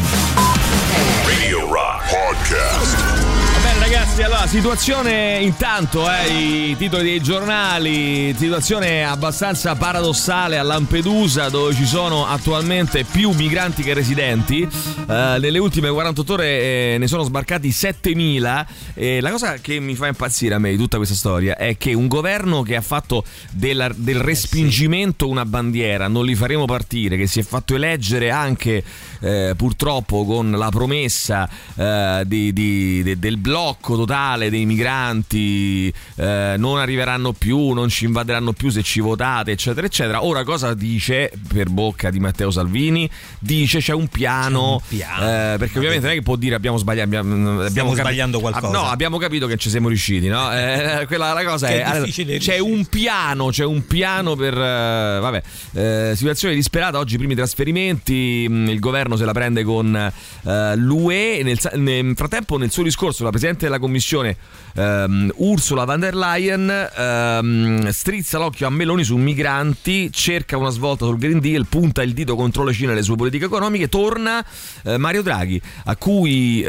Radio Rock Podcast. Va bene ragazzi, allora situazione intanto, eh, i titoli dei giornali, situazione abbastanza paradossale a Lampedusa dove ci sono attualmente più migranti che residenti. Eh, nelle ultime quarantotto ore eh, ne sono sbarcati settemila e la cosa che mi fa impazzire a me di tutta questa storia è che un governo che ha fatto della- del respingimento una bandiera, non li faremo partire, che si è fatto eleggere anche eh, purtroppo con la promessa eh, di, di- de- del blocco totale dei migranti, eh, non arriveranno più, non ci invaderanno più se ci votate, eccetera eccetera. Ora cosa dice per bocca di Matteo Salvini? Dice c'è un piano, C'è un piano. eh, perché ovviamente non è che può dire abbiamo sbagliato, abbiamo, abbiamo capi- sbagliando qualcosa. Ah, no, abbiamo capito che ci siamo riusciti, no? Eh, quella la cosa Che è, è difficile c'è riuscire. un piano, c'è un piano per eh, vabbè, eh, situazione disperata, oggi i primi trasferimenti, mh, il governo se la prende con eh, l'U E e nel, nel frattempo nel suo discorso la Presidente della Commissione ehm, Ursula von der Leyen ehm, strizza l'occhio a Meloni su migranti, cerca una svolta sul Green Deal, punta il dito contro la Cina e le sue politiche economiche, torna eh, Mario Draghi a cui eh,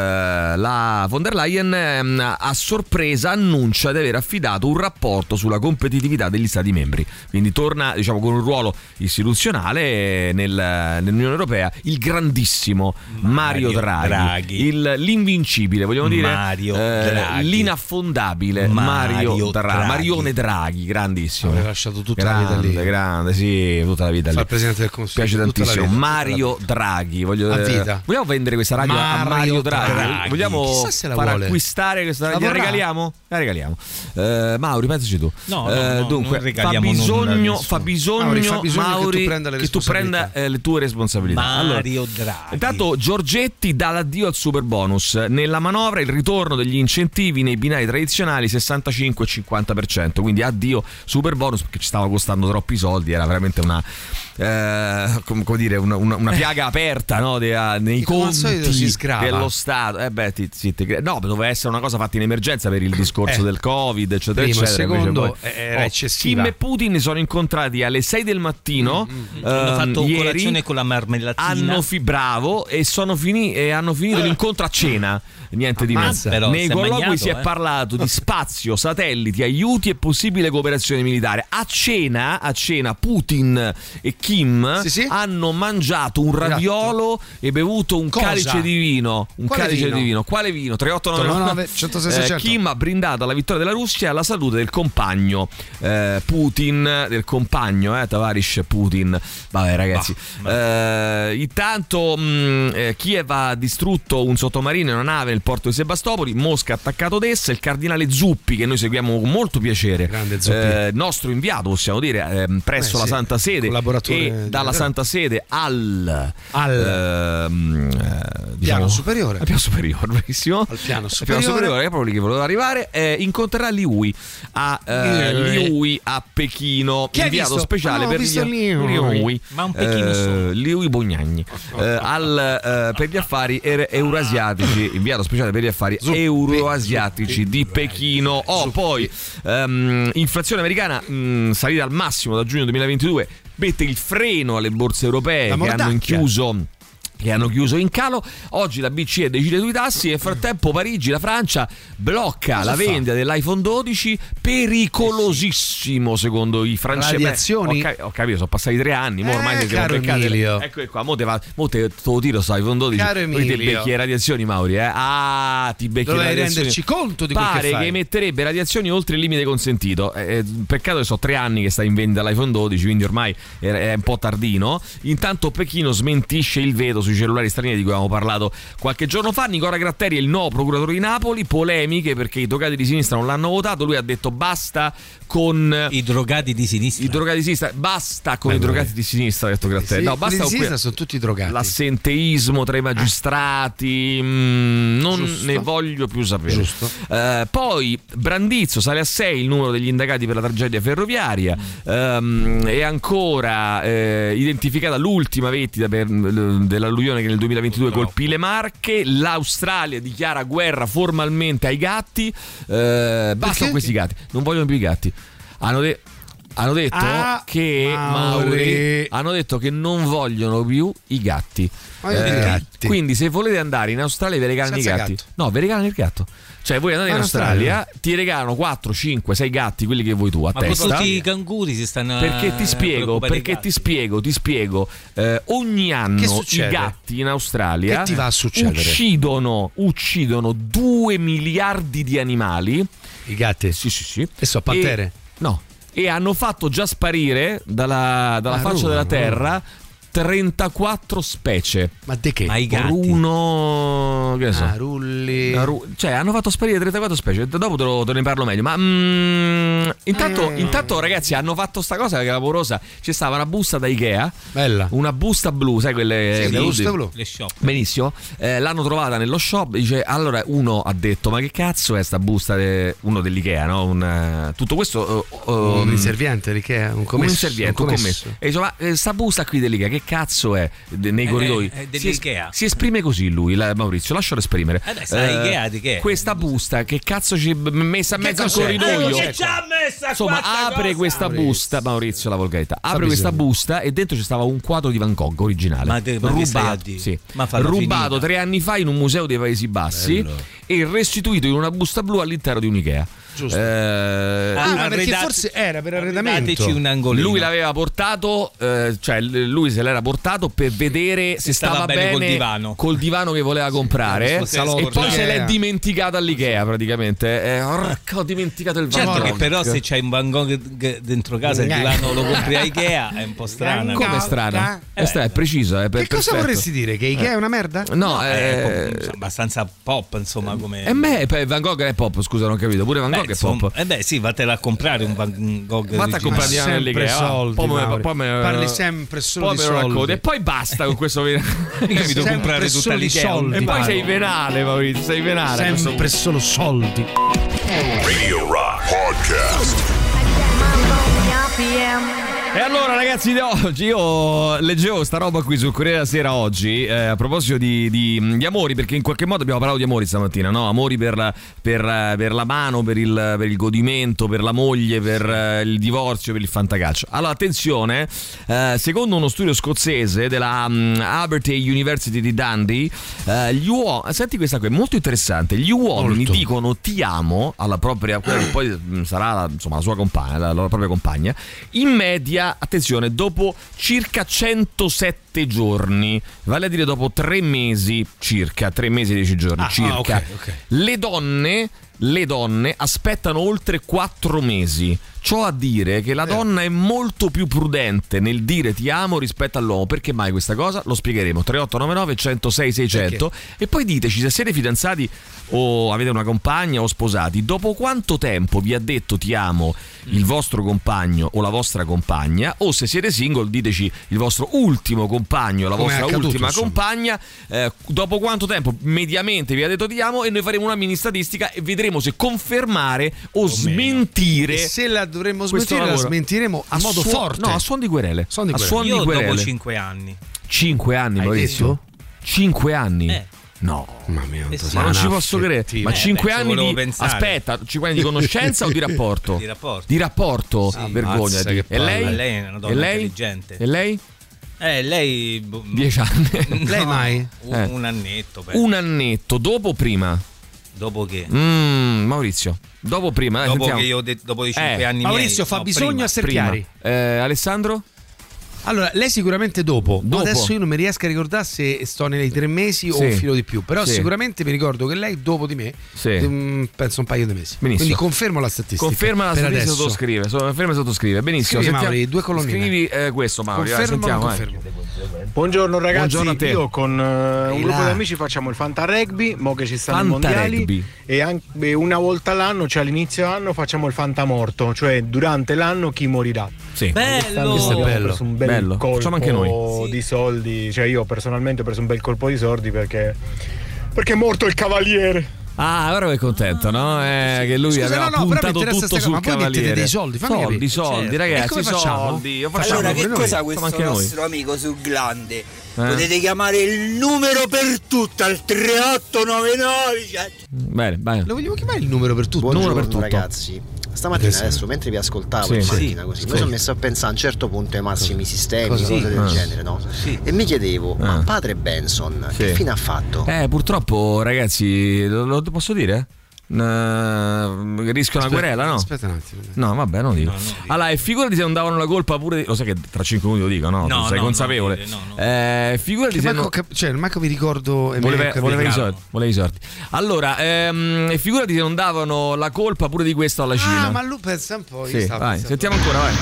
la von der Leyen ehm, a sorpresa annuncia di aver affidato un rapporto sulla competitività degli Stati membri, quindi torna diciamo con un ruolo istituzionale nel, nell'Unione Europea il grandissimo Mario, Mario Draghi, Draghi. Il, l'invincibile, vogliamo dire Mario eh, Draghi. l'inaffondabile Mario Mario Dra- Draghi. Marione Draghi, grandissimo. Avrei lasciato tutta grande, la vita lì. grande, sì, tutta la vita Fa lì. il Presidente del Consiglio. Piace tutta la tantissimo. vita, tutta la Mario vita. Draghi, voglio A eh, vita. vogliamo vendere questa radio a Mario Mario Draghi? Draghi. Vogliamo Chissà se la far vuole. acquistare questa radio? La La vorrà? regaliamo? La regaliamo. Eh, Mauri, pensaci tu. No, no, Eh, no, dunque, non regaliamo fa bisogno, nulla a nessuno. fa bisogno, Mauri, fa bisogno che tu Mauri, prenda le che tu prenda responsabilità. eh, le tue responsabilità. Mario Allora, Draghi. intanto Giorgetti dà l'addio al super bonus. Nella manovra il ritorno degli incentivi nei binari tradizionali sessantacinque e cinquanta per cento, quindi addio super bonus perché ci stava costando troppi soldi, era veramente una eh, come, come dire una, una, una piaga aperta, no, de, a, nei Che come al conti solito si sgrava. dello Stato. Eh beh, ti, ti, ti, no, doveva essere una cosa fatta in emergenza per il discorso Eh. del Covid, eccetera, Primo e eccetera. Invece secondo poi- era Oh, eccessiva. Kim e Putin sono incontrati alle sei del mattino. Mm, Hanno ehm, fatto ieri, colazione con la marmellatina. hanno fi- bravo e sono fini- e hanno finito l'incontro a cena, niente di meno. Ammazza. Però Nei si è colloqui magnato, si è eh. parlato di spazio, satelliti, aiuti e possibile cooperazione militare. A cena, a cena Putin e Kim Sì, sì. hanno mangiato un raviolo e bevuto un Cosa? calice di vino. Un Quale calice vino? di vino. Quale vino? tre otto nove nove, centosei, seicento. Kim ha brindato alla vittoria della Russia e alla salute del compagno eh, Putin, del compagno eh, Tavarish Putin. Vabbè ragazzi, eh, intanto mh, eh, Kiev ha distrutto un sottomarino e una nave nel porto di Sebastopoli, Mosca ha attaccato Odessa, il cardinale Zuppi, che noi seguiamo con molto piacere, Grande Zuppi. eh, nostro inviato possiamo dire eh, presso Eh, la sì, Santa Sede collaboratore e di- dalla Santa Sede al, Al. ehm, eh, diciamo, piano superiore. Al piano superiore, benissimo. Al piano superiore. Al piano superiore, è proprio lì che volevo arrivare. Eh, incontrerà Liu a eh, Liu a Pechino, Chi inviato speciale oh, per visto gli Liu. Ma un Pechino eh, solo. Liu Bognagni eh, al, eh, per gli affari er- eurasiatici, inviato speciale per gli affari euroasiatici di Pechino. Oh, poi ehm, inflazione americana mh, salita al massimo da giugno duemilaventidue, mette il freno alle borse europee che hanno chiuso che hanno chiuso in calo. Oggi la B C E decide sui tassi e nel frattempo Parigi, la Francia, blocca Cosa la fa? vendita dell'iPhone dodici, pericolosissimo secondo i francesi. Radiazioni? Ho, cap- ho capito, sono passati tre anni, mo ormai Eh, si siamo caro beccati. Emilio. Ecco qua, mo te, va, mo te, te lo tiro sto iPhone dodici. Caro Poi ti Emilio. becchi le radiazioni, Mauri, eh? Ah, ti becchi le Dovevi radiazioni. renderci conto di quel Pare che che, fai. emetterebbe radiazioni oltre il limite consentito. Eh, peccato che so tre anni che sta in vendita l'iPhone dodici, quindi ormai è, è un po' tardino. Intanto Pechino smentisce il veto sui cellulari stranieri di cui avevamo parlato qualche giorno fa. Nicola Gratteri è il nuovo procuratore di Napoli. Polemiche perché i drogati di sinistra non l'hanno votato. Lui ha detto basta con i drogati di sinistra. I drogati di sinistra, basta con Beh, i vabbè. drogati di sinistra, ha detto Gratteri. Sì, No, basta quelli di con sinistra que- sono tutti drogati. l'assenteismo tra i magistrati, mm, non Giusto. ne voglio più sapere. Giusto. Eh, poi Brandizzo sale a sei il numero degli indagati per la tragedia ferroviaria. Ehm, è ancora eh, identificata l'ultima vittima per, dell'alluvione che nel duemilaventidue colpì le Marche. L'Australia dichiara guerra formalmente ai gatti. Eh, basta con questi gatti, non vogliono più i gatti. Hanno detto Hanno detto Ah, che Mauri. Mauri, hanno detto che non vogliono più i gatti. Ma io di gatti. Quindi se volete andare in Australia vi regalano Senza i gatti. gatto. No, vi regalano il gatto. Cioè voi andate Ma in in Australia, Australia? ti regalano quattro, cinque, sei gatti, quelli che vuoi tu a Ma con testa. tutti i canguri si stanno Perché ti a spiego, preoccupare perché i ti gatti. spiego, ti spiego. Eh, ogni Che anno i succede? gatti in Australia Che ti va a succedere? uccidono, uccidono due miliardi di animali. I gatti? Sì, sì, sì. E so pantere? E, no. E hanno fatto già sparire dalla, dalla Ah, faccia ruba, della ruba. terra trentaquattro specie. Ma di che? Ma i gatti. Bruno, che ne so. Ah, Rulli. Ah, ru- cioè hanno fatto sparire trentaquattro specie. Dopo te, lo, te ne parlo meglio. Ma mm, intanto, Mm. intanto ragazzi hanno fatto sta cosa che era paurosa. C'è stava una busta da Ikea. Bella. Una busta blu, sai quelle Sì, le la buste busta blu. Le shop. Benissimo. Eh, l'hanno trovata nello shop. Dice allora uno ha detto ma che cazzo è sta busta de- uno dell'Ikea, no? Un, eh, tutto questo eh, eh, Un inserviente, Ricchea, un commesso. un inserviente, un commesso. E dice ma eh, sta busta qui dell'Ikea che cazzo è de- nei Eh, corridoi? è si, es- dell'Ikea. si esprime così lui, la- Maurizio, lascialo esprimere. Eh beh, sa Ikea di che? Questa busta che cazzo ci b- messa a mezzo al cos'è? corridoio? Eh, che ci ha messa Insomma, questa apre cosa? questa busta, Maurizio, la volgarità. Apre bisogno. questa busta e dentro ci stava un quadro di Van Gogh originale. Ma te- ma che stai a rubato, dire? sì. Ma falla rubato finita. tre anni fa in un museo dei Paesi Bassi Bello. e restituito in una busta blu all'interno di un Ikea. Giusto. Eh, Ah, Ah, ma perché arredati- forse era per arredamento. Dateci un angolino. lui l'aveva portato, eh, cioè l- lui se l'era portato per vedere se, Se stava bene col divano. col divano che voleva comprare questo e salotto. poi se l'è Ikea. dimenticato all'Ikea praticamente. Eh, orca, ho dimenticato il Van Certo Gogh. che però se c'hai un Van Gogh g- dentro casa e il divano lo compri a Ikea è un po' strano. Come è strano? È, stra- è preciso, è per- Che cosa perfetto. vorresti dire? Che Ikea è una merda? No, È eh, abbastanza pop, insomma, come e me beh, Van Gogh è pop, scusa, non ho capito. Pure Van Beh, Gogh è insomma, pop. Eh beh, sì, vattela a comprare un Van Gogh. Vatti a originale. comprare di Sempre all'Ikea, va. soldi, Poi me- Mauri. poi me- Parli sempre solo poi di me lo racconti. soldi. E poi basta con questo. Mica mi devo Sempre comprare tutta solo di l'Ikea. soldi. E poi Mauro. sei venale, Maurizio, sei venale. a questo Sempre solo soldi. Radio Rock Podcast. E allora ragazzi di oggi io leggevo sta roba qui sul Corriere della Sera oggi eh, a proposito di, di, di amori, perché in qualche modo abbiamo parlato di amori stamattina, no? Amori per la, per, per la mano, per il, per il godimento, per la moglie, per eh, il divorzio, per il fantacalcio. Allora attenzione, eh, secondo uno studio scozzese della um, Abertay University di Dundee, eh, gli uomini, senti questa qui, è molto interessante, gli uomini Molto. dicono ti amo alla propria, quella che poi mh, sarà la, insomma, la sua compagna, la, la propria compagna, in media, attenzione, dopo circa centosette giorni, vale a dire dopo tre mesi circa, tre mesi e dieci giorni Ah, circa. ah, ok, ok. Le donne le donne aspettano oltre quattro mesi. Ciò a dire che la donna è molto più prudente nel dire ti amo rispetto all'uomo. Perché mai questa cosa? Lo spiegheremo. tre otto nove nove uno zero sei sei zero zero. E poi diteci se siete fidanzati o avete una compagna o sposati, dopo quanto tempo vi ha detto ti amo il vostro compagno o la vostra compagna, o se siete single diteci il vostro ultimo compagno o la Come vostra accaduto, ultima insomma. compagna, eh, dopo quanto tempo mediamente vi ha detto ti amo, e noi faremo una mini statistica e vedremo se confermare o, o smentire. E se la dovremmo questo smentire, la lavoro. smentiremo a In modo suo- forte. No, a suon di querele. Suon di A querele. suon di Io querele. dopo cinque anni. cinque anni, Hai Maurizio? detto? cinque anni? Eh. No, mamma mia, Eh sì. ma non ci una posso credere. affettiva. Ma Eh, cinque beh, ci anni volevo di pensare. aspetta, cinque anni di conoscenza o di rapporto? Di rapporto. Di rapporto, Sì. vergognati. Ammazza, che E palle. lei? Ma lei è una donna e lei? intelligente. E lei? Eh, lei. boh, Dieci anni. Lei mai? Un, Eh. un annetto. penso. Un annetto, dopo o prima? Dopo che? Mm, Maurizio, dopo o prima? Dai, Dopo sentiamo. che io ho detto dopo i cinque Eh, anni Maurizio miei. fa No, bisogno prima. essere Prima. chiari. Eh, Alessandro? Allora, lei sicuramente dopo. Dopo. Adesso io non mi riesco a ricordare se sto nei tre mesi o Sì. un filo di più. Però Sì. sicuramente mi ricordo che lei dopo di me, Sì. mm, penso un paio di mesi. Benissimo. Quindi confermo la statistica. Conferma la per statistica, adesso. sottoscrive. so- Conferma e sottoscrive. Benissimo. Scrivi, sentiamo- Mauri, due colonnine. Scrivi eh, questo, Mauri. vai, Confermo o non sentiamo. vai. confermo? Buongiorno ragazzi, Buongiorno a te. io con eh, un Ehi gruppo là. di amici facciamo il Fanta Rugby, mo che ci stanno i Fanta mondiali, Rugby. e anche una volta all'anno, cioè all'inizio anno, facciamo il Fanta Morto, cioè durante l'anno chi morirà. Sì. Bello. Questo è Abbiamo bello. preso un bel Bello. colpo Facciamo anche noi. di soldi, cioè io personalmente ho preso un bel colpo di soldi perché perché è morto il cavaliere. Ah, ora è contento, no? Eh, che lui Scusa, aveva no, no, però mi puntato interessa tutto sta cosa, sul ma voi mettete cavaliere. dei soldi, fammi soldi, capire. soldi, Certo. ragazzi, E come facciamo? soldi. Io facciamo Allora, che pure cos'ha noi. questo Facciamo anche noi. nostro amico sul glande? Potete chiamare il numero per tutto al tre otto nove nove. Cioè... Bene, vai. Lo vogliamo chiamare il numero per tutto? Numero Buongiorno per tutto. ragazzi. Stamattina Adesso. adesso mentre vi ascoltavo Sì, in sì. macchina così, mi sono messo a pensare a un certo punto ai massimi sistemi, Cosa? cose del Ah. genere, no? Sì. E mi chiedevo, Ah. ma padre Benson Sì. che fine ha fatto? Eh, purtroppo, ragazzi, lo, lo posso dire? Uh, rischio una querela, no? Aspetta un attimo. No, vabbè, non dico. No, non dico. Allora, e figurati se non davano la colpa pure di... Lo sai che tra cinque minuti lo dico, no? No, Tu sei no, consapevole. no, no, no. Eh, figurati Che se manco, non... cap- cioè, manco vi ricordo. e mi Voleva, capite. voleva i bravo. soldi, voleva i soldi. Allora, ehm, e figurati se non davano la colpa pure di questo alla Cina. Ah, ma lui pensa un po'. io Sì, stavo vai, pensando. sentiamo ancora, vai.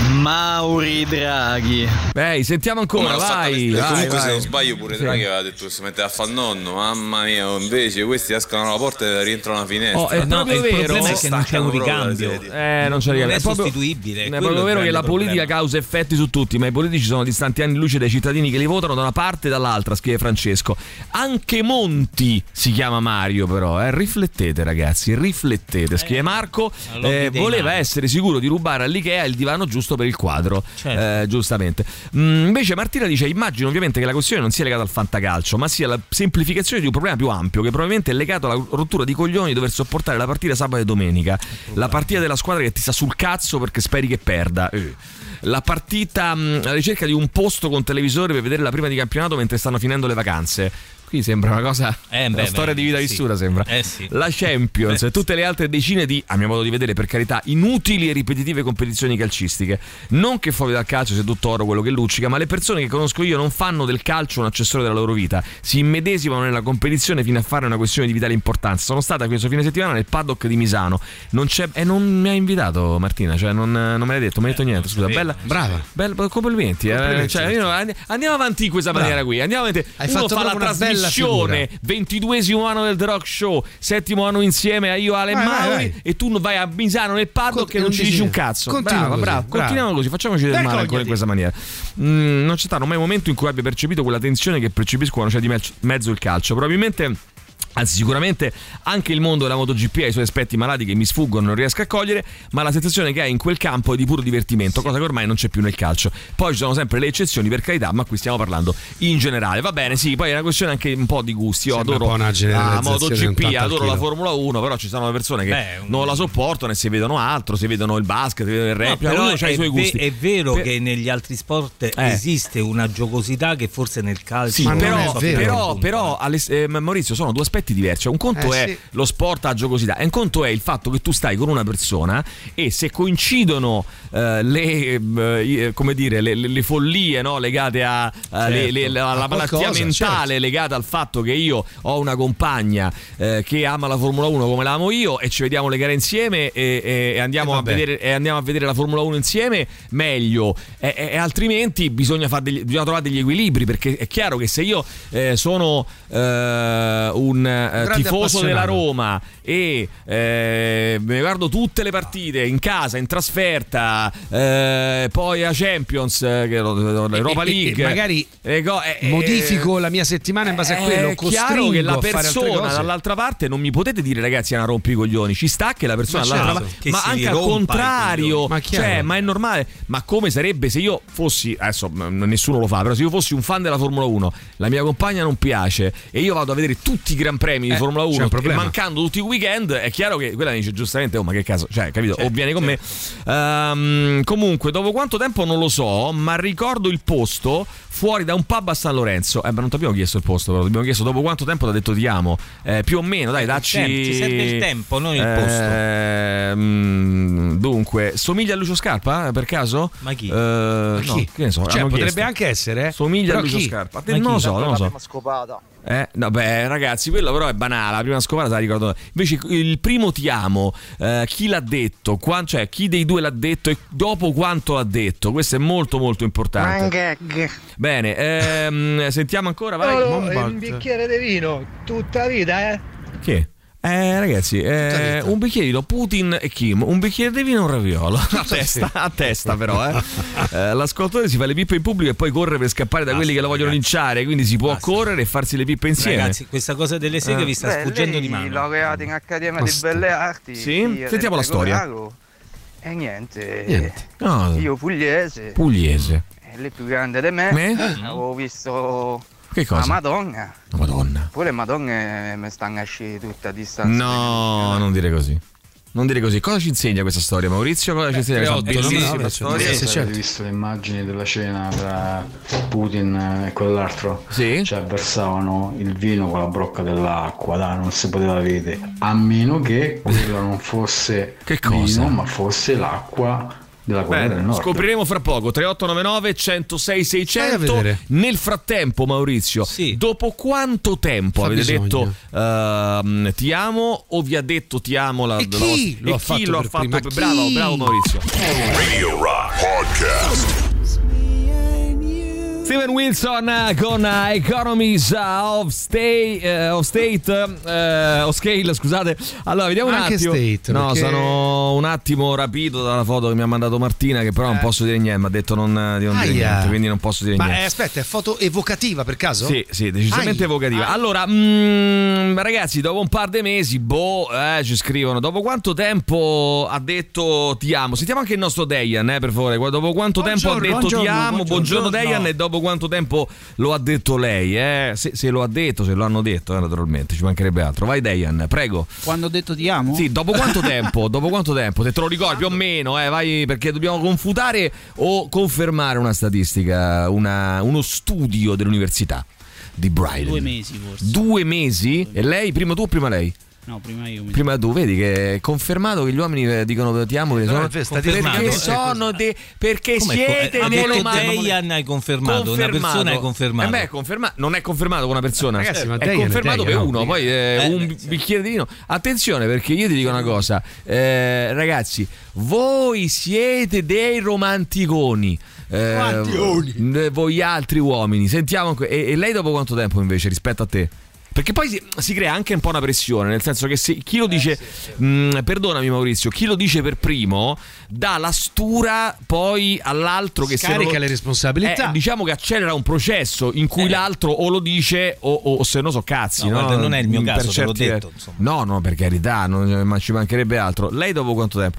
Mauri Draghi. Vai, sentiamo ancora, vai. vai, Comunque, se vai. non sbaglio, pure Sì. Draghi aveva detto che si metteva a fare il nonno. Mamma mia, invece questi escono dalla porta e rientrano alla finestra. Oh, è No, proprio il vero. problema è che non c'è un Staccano proprio ricambio. dalle sedie. Eh, non c'è ricambio. Non è proprio- sostituibile, È quello proprio è il vero che la grande politica problema. causa effetti su tutti, ma i politici sono distanti anni luce dai cittadini che li votano da una parte e dall'altra, scrive Francesco. Anche Monti si chiama Mario, però. Eh. Riflettete, ragazzi, riflettete. Scrive Marco. la lobby eh, dei voleva nani. essere sicuro di rubare all'Ikea il divano giusto per il quadro. Certo. Eh, giustamente. Mm, invece Martina dice: immagino ovviamente che la questione non sia legata al fantacalcio, ma sia la semplificazione di un problema più ampio, che probabilmente è legato alla rottura di coglioni di dover sopportare la partita sabato e domenica. La partita della squadra che ti sta sul cazzo perché speri che perda. Eh. La partita mh, alla ricerca di un posto con televisore per vedere la prima di campionato mentre stanno finendo le vacanze. Qui sembra una cosa, Eh, una beh, storia beh, di vita sì. vissuta, sembra. Eh, sì. La Champions Eh, e tutte le altre decine di, a mio modo di vedere, per carità, inutili e ripetitive competizioni calcistiche. Non che fuori dal calcio sia tutto oro quello che luccica, ma le persone che conosco io non fanno del calcio un accessorio della loro vita, si immedesimano nella competizione fino a fare una questione di vitale importanza. Sono stata questo fine settimana nel paddock di Misano, non c'è, e non mi ha invitato Martina, cioè non, non me l'hai detto, non mi hai detto niente, scusa, bella, Brava. bella, complimenti, eh. Complimenti, Cioè, io- andiamo avanti in questa Brava. maniera qui, andiamo avanti. Hai Uno fatto fa la proprio una bella trasmissione, figura. ventiduesimo anno del The Rock Show, settimo anno insieme a io, Ale e Vai, Mauri, vai, vai. e tu vai a Misano nel paddock Con- e non non ci dici dici un niente. cazzo. Continua Bravo, così, bravo, bravo. continuiamo così, facciamoci del male ancora in Vergognati. questa maniera. Mm, non c'è stato mai un momento in cui abbia percepito quella tensione che percepisco quando c'è di me- mezzo il calcio. Probabilmente, anzi sicuramente, anche il mondo della MotoGP ha i suoi aspetti malati che mi sfuggono, non riesco a cogliere, ma la sensazione che hai in quel campo è di puro divertimento, cosa che ormai non c'è più nel calcio. Poi ci sono sempre le eccezioni, per carità, ma qui stiamo parlando in generale. Va bene, sì, poi è una questione anche un po' di gusti. Io Sembra adoro un po' una la generalizzazione un MotoGP, tanto al adoro la chilo. Formula uno, però ci sono persone che Beh, un- non la sopportano e si vedono altro, si vedono il basket, si vedono il No, rap, però ognuno ha è, i suoi ve- gusti. è vero Per- che negli altri sport Eh. esiste una giocosità che forse nel calcio Sì, Ma non però, è vero. però, appunto. però Aless- eh, Maurizio, sono due aspetti aspetti diversi. Un conto Eh, è sì. lo sport a giocosità, e un conto è il fatto che tu stai con una persona e se coincidono eh, le eh, come dire le, le, le follie, no, legate a, a le, le, la, A la malattia qualcosa, mentale, certo. legata al fatto che io ho una compagna eh, che ama la Formula uno come la amo io e ci vediamo le gare insieme e, e, e andiamo Eh, a vabbè. vedere e andiamo a vedere la Formula uno insieme, meglio. E, e, e altrimenti bisogna fare degli, bisogna trovare degli equilibri, perché è chiaro che se io eh, sono eh, un eh, grande tifoso della appassionato. Roma e eh, mi guardo tutte le partite in casa, in trasferta, eh, poi a Champions, eh, che- l'Europa E- e- e League, magari e go- eh, eh, modifico la mia settimana in base a quello, è chiaro costringo che la a fare altre persona cose. dall'altra parte non mi potete dire ragazzi è una rompicoglioni, ci sta che la persona Ma dall'altra certo. parte, Che ma si anche al rompa i contrario, coglioni. Ma chiaro. cioè, ma è normale, ma come sarebbe se io fossi, adesso m- nessuno lo fa, però se io fossi un fan della Formula uno, la mia compagna non piace e io vado a vedere tutti i gran premi di Eh, Formula c'è un uno e problema. mancando tutti i weekend, è chiaro che quella mi dice giustamente oh ma che caso, cioè capito, o vieni con me. Ehm, comunque dopo quanto tempo non lo so, ma ricordo il posto fuori da un pub a San Lorenzo. Eh, ma non ti abbiamo chiesto il posto, però ti abbiamo chiesto dopo quanto tempo ti ha detto ti amo. Eh, più o meno, dai, dacci. tempo, ci serve il tempo, non il posto. Ehm, dunque, somiglia a Lucio Scarpa, eh, per caso? Ma chi? Eh, Ma no, chi? che ne so, Cioè, hanno potrebbe chiesto. anche essere, eh? Somiglia Però a Lucio chi? Scarpa. Ma non lo chi? so, non lo so. scopata. Eh, no, beh, ragazzi, quello però è banale. La prima scopata te la ricordo. Invece, il primo ti amo, eh, chi l'ha detto? Qua- cioè, chi dei due l'ha detto e dopo quanto l'ha detto? Questo è molto, molto importante. Bene, ehm, sentiamo ancora. Vai. un bicchiere di vino, tutta vita, eh? Che? Eh, ragazzi, eh, un bicchiere di vino, Putin e Kim, un bicchiere di vino e un raviolo. A testa, a testa però, eh. eh. L'ascoltatore si fa le pippe in pubblico e poi corre per scappare da Basta, quelli che lo vogliono ragazzi. linciare, quindi si può Basta. correre e farsi le pippe insieme. Ragazzi, questa cosa delle seghe Eh. vi sta Beh, sfuggendo lei, di mano. laureata in Accademia di Basta. Belle Arti. Sì? figlia Sentiamo del la storia. Gregorago. E niente, Niente. No. io pugliese, Pugliese. e lei più grande di me, Me? avevo visto Che cosa? la Madonna. La Madonna. Poi le Madonne mi stanno a uscire tutte a distanza. No, non dire così. Non dire così. Cosa ci insegna questa storia, Maurizio? Cosa ci insegna questa bellissima storia? Avete visto le immagini della cena tra Putin e quell'altro? Sì. Cioè versavano il vino con la brocca dell'acqua, dai, non si poteva vedere. A meno che quello non fosse Che cosa? vino, ma fosse l'acqua della Corea del Bene, Nord. scopriremo fra poco. Tre otto nove nove uno zero sei sei Stai a zero zero. vedere. Nel frattempo, Maurizio, Sì. dopo quanto tempo Fa avete bisogno. detto ehm, ti amo o vi ha detto ti amo la, E la chi vostra- lo e ha chi fatto lo ha per fatto prima? per- bravo, Chi? bravo Maurizio. Radio Rock Podcast. Steven Wilson eh, con eh, Economies of, stay, eh, of State eh, of Scale, scusate. Allora, vediamo un Anche attimo. State, no, perché- sono un attimo rapito dalla foto che mi ha mandato Martina, che però non Eh. posso dire niente, mi ha detto non, di non dire Aia. niente, quindi non posso dire Ma niente. eh, aspetta, è foto evocativa per caso? Sì, sì, decisamente Ai. evocativa. Ai. Allora, mm, ragazzi, dopo un par di mesi, boh, eh, ci scrivono. Dopo quanto tempo ha detto ti amo? Sentiamo anche il nostro Dejan, eh, per favore. Dopo quanto tempo ha Buongiorno, detto ti buongiorno, amo? Buongiorno, buongiorno. Dejan. E dopo quanto tempo lo ha detto lei? Eh? Se, se lo ha detto, se lo hanno detto, eh, naturalmente, ci mancherebbe altro. Vai, Dejan, prego. Quando ho detto ti amo? Sì, dopo quanto tempo? Dopo quanto tempo? Se te lo ricordi più o meno, eh, vai, perché dobbiamo confutare o confermare una statistica, una- uno studio dell'università di Brighton. Due mesi forse. Due mesi? E lei, prima tu o prima lei? No, prima io mi Prima tu, vedi che è confermato che gli uomini eh, dicono ti amo, Però sono, è vero, sta perché dicendo- sono de- perché Come siete ha delle detto umane. Dejan hai confermato, una persona hai confermato. Eh beh, è confermato, non è confermato con una persona. Ragazzi, ma è Dejan è confermato Dejan, per no? uno, poi eh, Eh, un bicchiere di vino. Attenzione, perché io ti dico una cosa, eh, ragazzi, voi siete dei romanticoni. Eh, Romanticoni. voi altri uomini, sentiamo e, e lei dopo quanto tempo invece rispetto a te? Perché poi si, si crea anche un po' una pressione, nel senso che se chi lo dice, mh, perdonami Maurizio, chi lo dice per primo dà la stura poi all'altro che Scarica se non- le responsabilità. Eh, diciamo che accelera un processo in cui l'altro o lo dice o, o- o se no so cazzi. No, No, guarda, non è il mio Per caso, te l'ho certi- detto, insomma. No, no, per carità, non, ma ci mancherebbe altro. Lei dopo quanto tempo?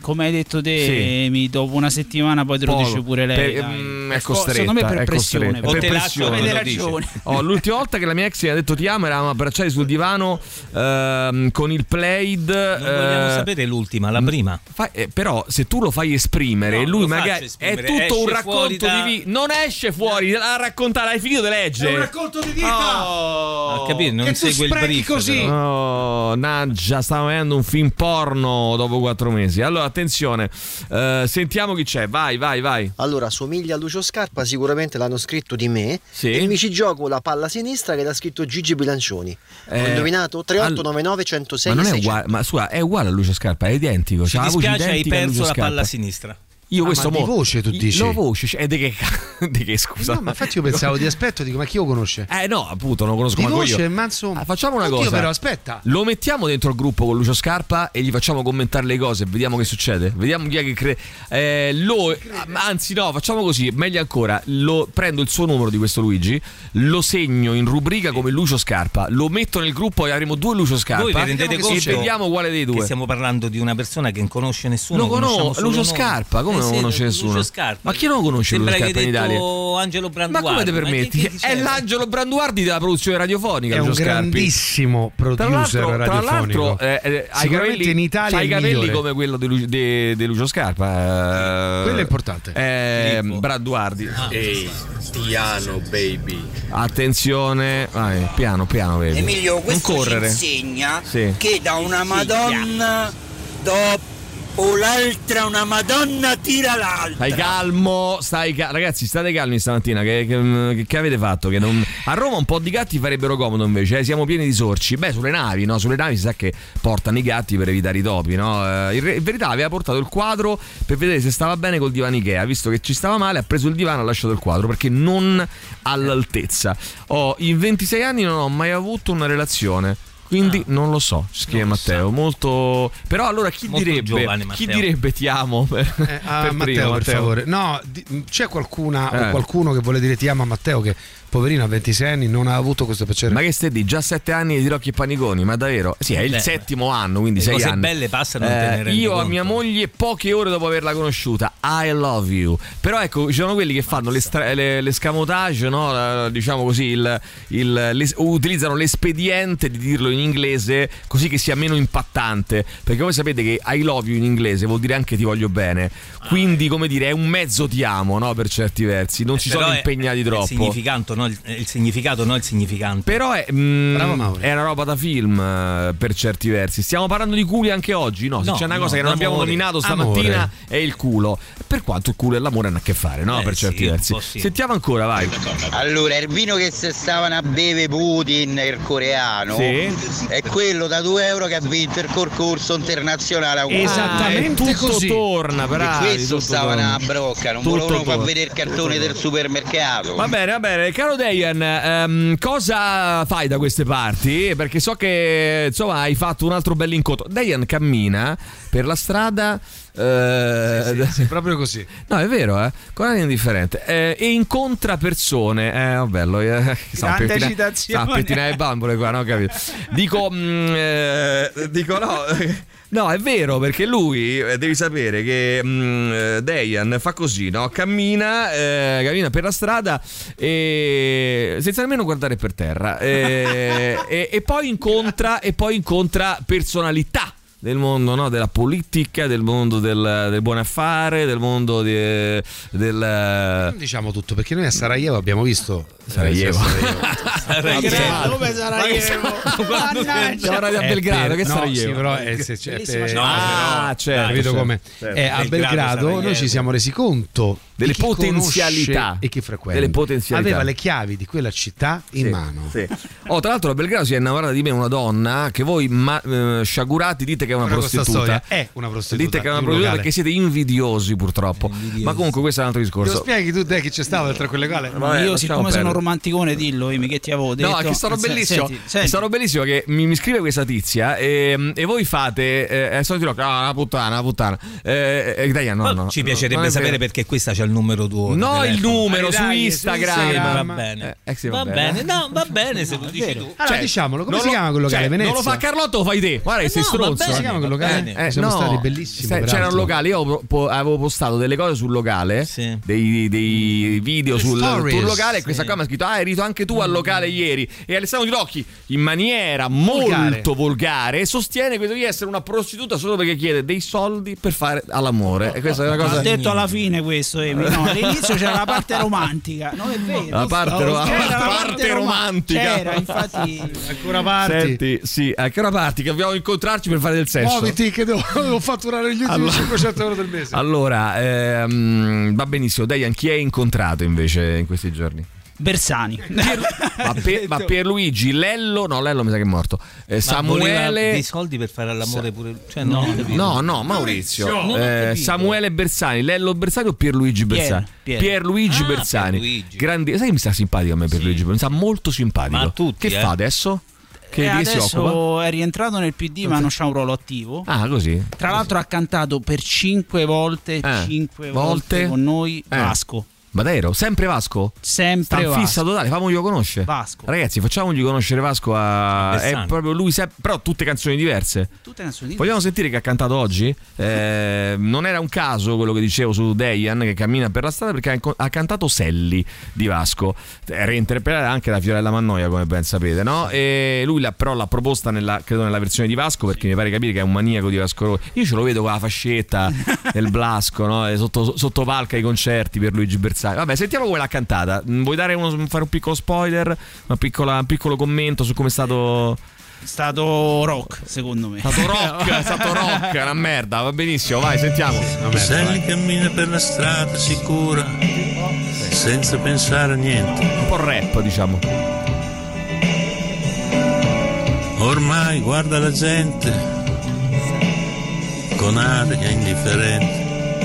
come hai detto te, Sì. mi, dopo una settimana poi te lo Polo, dice pure lei. per- dai. mm, è Eh, costretta, secondo me per è pressione. costretta. O Per te lascio, pressione. me lo Avete dice. ragione. Oh, l'ultima volta che la mia ex mi ha detto ti amo eravamo abbracciati sul divano ehm, con il plaid. Non vogliamo eh, sapere l'ultima, la prima. fa- eh, però se tu lo fai esprimere, No, lui lo magari faccio esprimere, è tutto un esce racconto fuori da- di vita. Non esce fuori, a raccontare, hai finito di leggere. È un racconto di vita. Oh, Ha capito? Non che tu segue il sprechi brief. così. però. Oh, Naggia, stavo vedendo un film porno dopo quattro mesi. Allora, attenzione, eh, sentiamo chi c'è. Vai, vai, vai. Allora, somiglia a Lucio Scarpa, sicuramente l'hanno scritto di me. Sì. E mi ci gioco la palla sinistra che l'ha scritto Gigi Bilancioni. Ho Eh, indovinato? tre otto nove nove uno zero sei Ma non è seicento. uguale, ma scusa, è uguale a Lucio Scarpa, è identico. Ci c'ha la voce dispiace, hai identica a perso Lucio la Scarpa. palla a sinistra. Io Ah, questo ma di mo- voce tu i- dici? No, voce, cioè, di che, di che scusa? No, ma infatti io pensavo di aspetto, dico ma chi lo conosce? Eh no, appunto, non lo conosco Di manco voce, io. ma insomma. Ah, facciamo una Oddio, cosa. però aspetta. Lo mettiamo dentro il gruppo con Lucio Scarpa e gli facciamo commentare le cose, vediamo che succede. Vediamo chi è che crede. Eh, lo, anzi, no, facciamo così, meglio ancora. Lo, prendo il suo numero di questo Luigi, lo segno in rubrica come Lucio Scarpa, lo metto nel gruppo e avremo due Lucio Scarpa. Voi vi rendete e conto vediamo quale dei che due. stiamo parlando di una persona che non conosce nessuno? Lo conosco, conosciamo solo Lucio noi. Scarpa, come Eh non sì, conosce Lucio nessuno? Scarpa. Ma chi non conosce Lucio Sembra che Scarpa hai in Italia? detto Angelo Ma Branduardi. come te Ma permetti? chi- chi- chi È c'è? l'Angelo Branduardi della produzione radiofonica. È un Lucio Scarpi. grandissimo Tra producer l'altro, tra radiofonico. l'altro eh, eh, hai Sicuramente capelli, in Italia c'ha è i il capelli migliore. come quello di Lucio, de- de Lucio Scarpa. eh, Quello è importante. eh, Branduardi. Ehi, piano baby. Attenzione, vai, piano, piano, vedi. Emilio, non questo ci correre. insegna Sì. che da una Madonna dopo l'altra una Madonna tira l'altra. Stai calmo, stai ca- ragazzi, state calmi stamattina. Che, che, che avete fatto? Che non... A Roma un po' di gatti farebbero comodo invece, eh? Siamo pieni di sorci. Beh, sulle navi, no? Sulle navi si sa che portano i gatti per evitare i topi, no? Eh, in, re- in verità aveva portato il quadro per vedere se stava bene col divano Ikea. Visto che ci stava male, ha preso il divano e ha lasciato il quadro perché non all'altezza. Oh, in ventisei anni non ho mai avuto una relazione. Quindi non lo so, scrive Matteo, molto. Però allora chi Molto direbbe giovane, chi Matteo. direbbe ti amo per, Eh, ah, per Matteo, primo, per Matteo. favore. No, di- c'è qualcuna Eh. o qualcuno che vuole dire ti amo a Matteo che poverino a ventisei anni non ha avuto questo piacere. Ma che stai di? Già sette anni di Rocchi e Paniconi, ma davvero? Sì, è il Beh, settimo anno, quindi le sei cose anni. belle passano, non te ne rendi io a conto. mia moglie poche ore dopo averla conosciuta, I love you. Però ecco, ci sono quelli che fanno le, stra- le, l'escamotage, no? La- diciamo così, il, il, l'es- utilizzano l'espediente di dirlo in inglese così che sia meno impattante. Perché voi sapete che I love you in inglese vuol dire anche ti voglio bene. Quindi, come dire, è un mezzo ti amo, no? Per certi versi. Non si Però sono è- impegnati è troppo. Il significato, no? il, il significato, no il significante. Però è, mm, Bravo, Mauro. è una roba da film eh, per certi versi. Stiamo parlando di culi anche oggi? No, se No, c'è una no, cosa che non abbiamo d'amore. nominato stamattina Amore. è il culo. Per quanto il culo e l'amore hanno a che fare, no? Eh, per certi sì, un versi. po' sì. Sentiamo ancora, vai. Allora, il vino che si stavano a bere Putin, il coreano, Sì. è quello da due euro che ha vinto il concorso internazionale a Esattamente Ah, tutto così. torna, E bravi. questo tutto stavano torna. a brocca, non Tutto volevano far torna. vedere il cartone del supermercato. Va bene, va bene. Caro Dejan, ehm, cosa fai da queste parti? Perché so che insomma hai fatto un altro bell'incontro. Dejan cammina per la strada. eh, Sì, sì, proprio così. No, è vero, eh? Con aria indifferente. Eh, e incontra persone. Eh, oh, bello. Eh, stavo Grande per pettina- citazione. stavo a pettinare le bambole qua, no? Capito? Dico, mm, eh, dico no. No, è vero, perché lui, eh, devi sapere che mm, eh, Dejan fa così, no? Cammina, eh, cammina per la strada e senza nemmeno guardare per terra. eh, e, e poi incontra e poi incontra personalità del mondo, no? Della politica, del mondo del, del buon affare, del mondo di- del Non diciamo tutto perché noi a Sarajevo abbiamo visto Sarajevo. Sarajevo. Dove Sarajevo? Mannaggia. Siamo andati a Eh, Belgrado, per- che no, Sarajevo? sì, però eh, se- cioè, Bellissima eh, città. Ah, però, certo, capito certo, come? certo. Eh, a Belgrado, Belgrado noi Sarajevo. ci siamo resi conto di Delle chi potenzialità. conosce e chi frequenta. Delle potenzialità. Aveva le chiavi di quella città in Sì, mano. sì. Oh, tra l'altro a Belgrado si è innamorata di me una donna che voi ma- eh, sciagurati dite che è una Ora questa prostituta. storia è una prostituta. Dite che è una di un prostituta locale. perché siete invidiosi purtroppo. Ma comunque questo è un altro Te discorso. lo spieghi tu te chi c'è stato tra quelle quale? Vabbè, Io lasciamo siccome sono perdere. romanticone dillo Amy, che ti avevo detto. No, è che sono Se- bellissimo. senti, È senti. stato bellissimo che mi, mi scrive questa tizia e, e voi fate. Eh, è solito dire, ah, una puttana, una puttana. Eh, eh, dai, no, Ma no, ci no, piacerebbe non è sapere vero. perché questa c'ha il numero tuo. No, il numero su dai, Instagram. Instagram. Va bene. Eh, eh sì, va, va bene. bene. No, va bene se lo dici tu. Allora Cioè, diciamolo, come non si lo- chiama quel locale? cioè, Venezia? non lo fa Carlotto, lo fai te. Guarda che Eh sei no, va stronzo. bene, Come si chiama quel locale? bene. Eh, Siamo no, stati bellissimi. sai, c'era peraltro. un locale, io po- po- avevo postato delle cose sul locale, Sì. dei, dei video Le sul stories. tour locale, e Sì. questa qua mi ha scritto: ah, eri rito anche tu al locale ieri. E Alessandro Di Rocchi, in maniera Volgare. molto volgare, sostiene questo di essere una prostituta solo perché chiede dei soldi per fare all'amore. E questa è una cosa. Ha detto alla fine questo, Emi. No, all'inizio c'era la parte romantica. Non è vero. La parte, ro- C'era la la parte romantica. C'era, infatti. Ancora parti. Senti, sì, ancora parti che dobbiamo incontrarci per fare del sesso. Muoviti che devo, devo fatturare gli ultimi Allora- cinquecento euro del mese. Allora, ehm, va benissimo. Dejan, chi hai incontrato invece in questi giorni? Bersani. Ma, per, ma Pierluigi, Lello, no, Lello mi sa che è morto. Eh, Ma voleva Samuele. dei soldi per fare all'amore pure. Cioè, no, No, no, Maurizio. Non ho Eh, capito. Samuele Bersani, Lello Bersani o Pierluigi Pier, Bersani? Pier. Pierluigi Ah, Bersani. Pierluigi. Grandi... Sai che mi sta simpatico a me Pierluigi? Mi sta molto simpatico. Ma a tutti, che eh. fa adesso? Che E di che si occupa? adesso è rientrato nel P D, ma non c'ha un ruolo attivo. Ah, così. Tra l'altro ha cantato per cinque volte, Eh, cinque volte? volte con noi Eh. Vasco. Ma davvero? Sempre Vasco? Sempre Sta in Vasco. fissa totale, famoglielo conoscere. Vasco. Ragazzi, facciamogli conoscere Vasco a... È Bersani. proprio lui, se- però tutte canzoni diverse. Tutte canzoni di Vogliamo sentire che ha cantato oggi? Eh, non era un caso quello che dicevo su Dejan che cammina per la strada, perché ha, inco- ha cantato Selli di Vasco, eh, reinterpretata anche da Fiorella Mannoia, come ben sapete, no? E lui l'ha, però l'ha proposta nella, credo nella versione di Vasco, perché mi pare capire che è un maniaco di Vasco Rossi. Io ce lo vedo con la fascetta del Blasco, no? E sotto, sotto palca ai concerti per Luigi Bersani. Vabbè, sentiamo come l'ha cantata. Vuoi dare uno, fare un piccolo spoiler, una piccola, un piccolo commento su come è stato... È stato rock, secondo me. È stato rock, è stato rock, è una merda, va benissimo, vai, sentiamo. Selli cammina per la strada sicura, senza pensare a niente. Un po' rap, diciamo. Ormai guarda la gente con aria indifferente.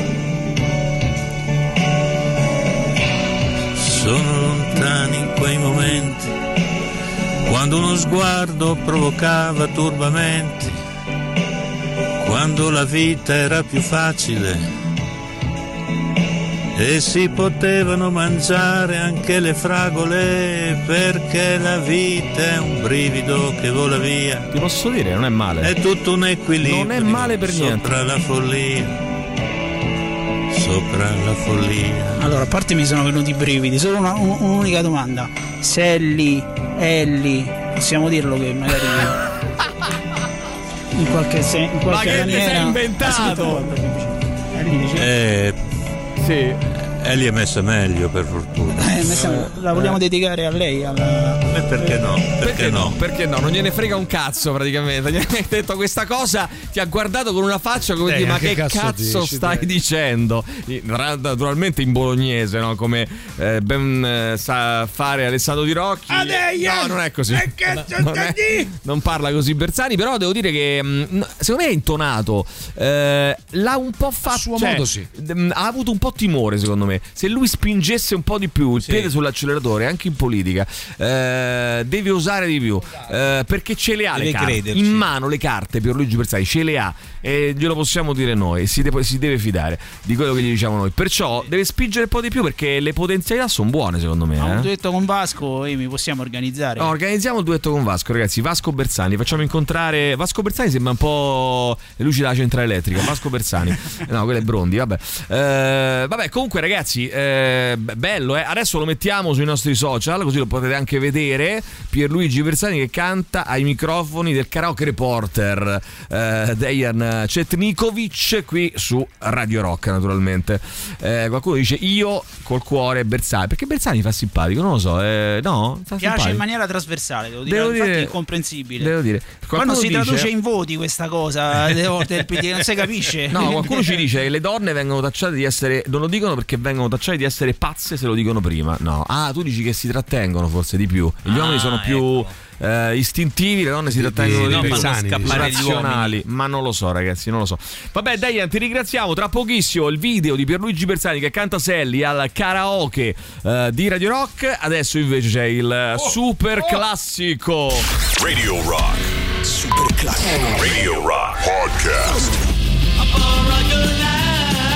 Sono lontani quei momenti quando uno sguardo provocava turbamenti, quando la vita era più facile e si potevano mangiare anche le fragole, perché la vita è un brivido che vola via. Ti posso dire, non è male. È tutto un equilibrio. Non è male per niente. Sopra la follia. Sopra la follia. Allora, a parte mi sono venuti i brividi, solo una, un- un'unica domanda. Selli, Elli, possiamo dirlo che magari in qualche, se, in qualche Ma che ti maniera... sei inventato? Elli dice... Eh, sì. Ellie è messa meglio, per fortuna. Eh, ma stiamo- la vogliamo dedicare a lei? Alla... E perché no? Perché, Perché no? no? Perché no? Non gliene frega un cazzo praticamente. Gli hai detto questa cosa, ti ha guardato con una faccia come Eh, dire: ma che che cazzo cazzo, dici, stai dai?" dicendo? Naturalmente in bolognese, no? Come eh, ben eh, sa fare Alessandro Di Rocchi. No, non è così. Non, è- non parla così Bersani, però devo dire che mh, secondo me è intonato. Eh, l'ha un po' fatto. A suo cioè, modo sì. mh, ha avuto un po' timore, secondo me. Se lui spingesse un po' di più il piede sull'acceleratore, anche in politica, eh, deve osare di più, eh, perché ce le ha Deve le carte crederci. in mano, le carte per Luigi Bersani ce le ha, e glielo possiamo dire noi. Si, de- si deve fidare di quello che gli diciamo noi, perciò deve spingere un po' di più, perché le potenzialità sono buone, secondo me. Ma un eh. duetto con Vasco, e mi possiamo organizzare? No, organizziamo il duetto con Vasco, ragazzi. Vasco Bersani, facciamo incontrare. Vasco Bersani sembra un po' le luci della centrale elettrica. Vasco Bersani, no, quello è Brondi. Vabbè, Eh, vabbè comunque, ragazzi, eh, bello, eh. Adesso lo mettiamo sui nostri social, così lo potete anche vedere. Pierluigi Bersani che canta ai microfoni del Karaoke Reporter, eh, Dejan Cetnikovic, qui su Radio Rock, naturalmente. Eh, qualcuno dice io col cuore Bersani, perché Bersani fa simpatico, non lo so, eh, no? Fa Piace simpatico. in maniera trasversale, devo dire, Devo infatti dire- è incomprensibile. Devo dire, Poi non qualcuno si dice- traduce in voti questa cosa delle volte del P D, non si capisce. No, qualcuno ci dice che le donne vengono tacciate di essere. Non lo dicono perché vengono tacciate di essere pazze se lo dicono prima. No. Ah, tu dici che si trattengono forse di più. Gli Ah, uomini sono più eh, istintivi, le donne si trattengono di, no, più. fanno scappare gli razionali. Ma non lo so, ragazzi, non lo so. Vabbè, Dejan, ti ringraziamo. Tra pochissimo il video di Pierluigi Bersani che canta Selli al karaoke eh, di Radio Rock. Adesso invece c'è il super classico Radio Rock. Super classico. Radio Rock Podcast.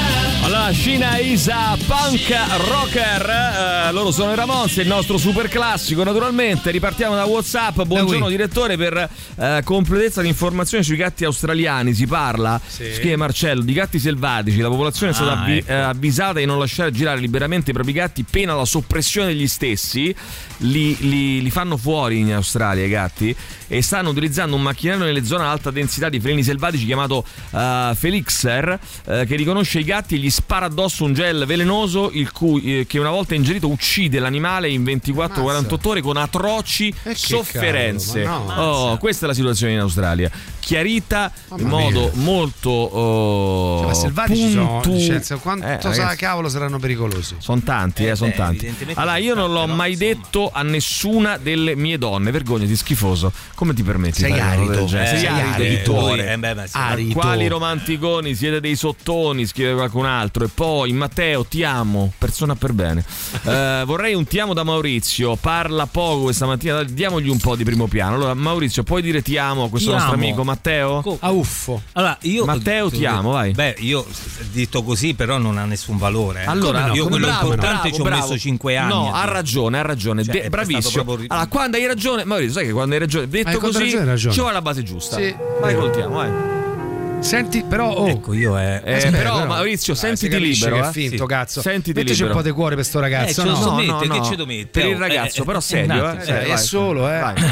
Allora, Sheena Isa, punk rocker, uh, loro sono i Ramones, il nostro super classico. Naturalmente ripartiamo da WhatsApp. Buongiorno direttore, per uh, completezza di informazioni sui gatti australiani si parla, sì. Scrive Marcello, di gatti selvatici. La popolazione è stata Ah, avvi- ecco. eh, avvisata di non lasciare girare liberamente i propri gatti, pena la soppressione degli stessi. Li, li, li fanno fuori in Australia i gatti, e stanno utilizzando un macchinario nelle zone ad alta densità di felini selvatici chiamato uh, Felixer, uh, che riconosce i gatti e gli spara addosso un gel velenoso il cui, eh, che una volta ingerito uccide l'animale in ventiquattro quarantotto ore con atroci che sofferenze. cavolo, ma no. Oh, questa è la situazione in Australia, chiarita in Mamma modo mia. molto oh, Cioè, ma selvatici sono, puntu- nel senso, quanto Eh, sa ragazzi, cavolo saranno pericolosi. sono tanti, eh, sono beh, tanti. evidentemente Allora, io non l'ho però, mai insomma. detto a nessuna delle mie donne. Vergognati, schifoso. Come ti permetti? Sei di fare una cosa arido. del genere? Eh, sei sei arido, arido. editore. Eh, beh, beh, sì. Ma Arido. quali romanticoni, siete dei sottoni, scrive qualcun altro. E poi Matteo, ti amo, persona per bene. Eh, vorrei un ti amo da Maurizio, parla poco questa mattina, diamogli un po' di primo piano. Allora Maurizio, puoi dire ti amo a questo Ti nostro amo. amico Matteo? Co- A uffo. Allora, io Matteo, ti amo, vai. Beh, io detto così, però non ha nessun valore. eh. Allora, Come no? io come quello bravo, importante bravo, ci ho bravo. messo cinque anni. No, a ha dire. ragione, ha ragione. Cioè, De- è bravissimo. stato proprio- Allora, quando hai ragione, Maurizio, sai che quando hai ragione, detto Hai quando così, ragione, hai ragione. ci vuole la base giusta. Sì. Vai, coltiamo, vai. Senti, però, oh, Ecco, io è. Eh, aspetta, però, però. Maurizio, Ah, si sentiti capisce libero. che è eh. finto, Sì. cazzo. Sentiti Metteci libero. un po' di cuore per sto ragazzo. Eh, ce lo no? so No, mette, no, che no. ce lo mette? Per il Oh, ragazzo, eh, però eh, serio, un eh. attimo, Eh, Vai, è vai. solo, eh. Vai.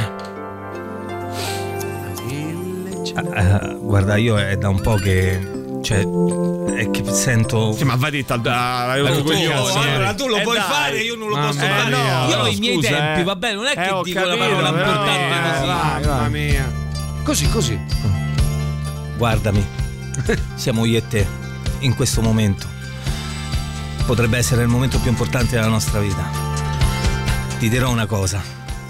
Eh, guarda, io è da un po' che. Cioè, è che sento. Sì, ma vai detta dai, Eh, tu, tu, coglione. allora tu lo Eh, puoi dai. fare, io non lo Mamma posso mia. fare. Eh, no, io ho però i miei scusa, tempi, eh. va bene, non è che Eh, ho dico capito, una parola però, importante eh, così. vai. Mamma mia. Così, così. Guardami, siamo io e te in questo momento. Potrebbe essere il momento più importante della nostra vita. Ti dirò una cosa,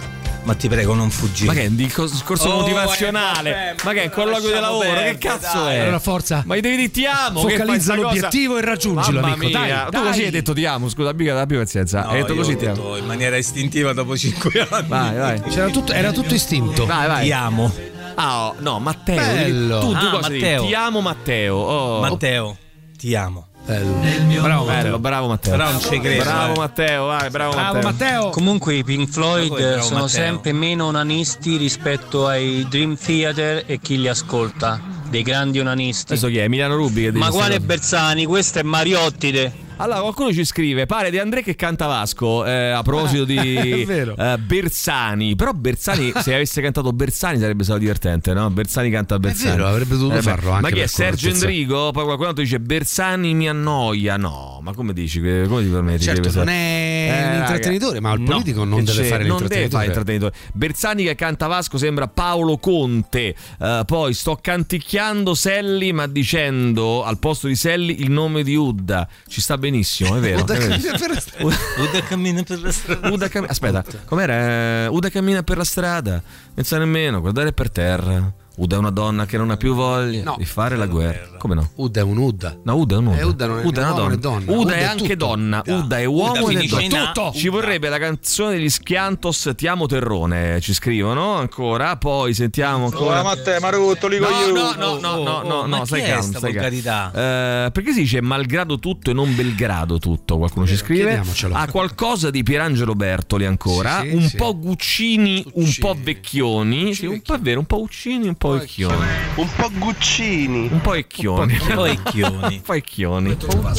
ma ti prego non fuggire. Ma che è un discorso Oh, motivazionale? eh, vabbè, ma che è un colloquio di lasciamo lavoro? perdere, che cazzo dai. è? Allora, forza. Ma gli devi dire ti amo. che fai Focalizza sta cosa? l'obiettivo e raggiungilo, Mamma amico. mia. Dai, Tu dai. così hai detto ti amo, scusa, abbi abbi pazienza. No, hai detto io così ho ti amo. detto in maniera istintiva dopo cinque anni. Vai, vai. C'era tutto, era tutto istinto. Vai, vai. Ti amo. Ah, oh, no, Matteo. Bello. devi- Tu, tu Ah, cosa dici? Matteo. Ti amo, Matteo. Oh. Matteo, ti amo. Bello. Bravo, Bello, Matteo. bravo Matteo. Però non ci credo. Bravo eh. Matteo, vai, bravo, Bravo, Matteo. Matteo. Comunque i Pink Ma Floyd come bravo sono Matteo? sempre meno onanisti rispetto ai Dream Theater e chi li ascolta, dei grandi onanisti. Adesso chi è? Emiliano Rubi che dice Ma questa quale cosa? Bersani? Questo è Mariottide. Allora, qualcuno ci scrive: pare De André che canta Vasco. Eh, a proposito di È vero. eh, Bersani. Però Bersani, se avesse cantato Bersani sarebbe stato divertente, no? Bersani canta Bersani. vero, avrebbe dovuto beh, farlo anche Ma chi è per Sergio correttezza. Endrigo? Poi qualcun altro dice Bersani mi annoia. No, ma come dici? Come ti permetti? Certo, Che- non è un intrattenitore, ma il No, politico non che deve c'è? fare Non deve l'intrattenitore. fare l'intrattenitore. Bersani che canta Vasco sembra Paolo Conte. Eh, poi sto canticchiando Selli, ma dicendo al posto di Selli il nome di Udda. Ci sta benissimo, è vero. Udda è vero. cammina per la strada. Uda cammina per la strada. Uda cam- Aspetta, com'era? Eh, Uda cammina per la strada, non sa nemmeno guardare per terra. Uda è una donna che non ha più voglia No. di fare la guerra. Come no? Udda è un Udda. No, Uda è un uomo. Eh, Udda non è- Uda è una uomo, donna. è donna. Uda Udda è è anche tutto. donna. Udda. Uda è uomo Udda ed è finisce in donna. A. Tutto. Ci vorrebbe la canzone degli Schiantos Ti amo Terrone. Ci scrivono ancora. Poi sentiamo ancora. Matteo, ma rotto li No, no, no, no, no, no, ma no, stai chi è calmo, sta stai calmo. volgarità? Eh, perché si dice malgrado tutto e non Belgrado tutto? Qualcuno ci scrive. chiediamocelo. Ha qualcosa di Pierangelo Bertoli ancora. Sì, sì, un sì. po' Guccini, un Guccini. po' Vecchioni. Sì, un po' è vero, un po' Guccini, un po' Vecchioni. Un po' Guccini. Un po' Vecchioni. Un po' Ecchioni. Un po' Vecchioni.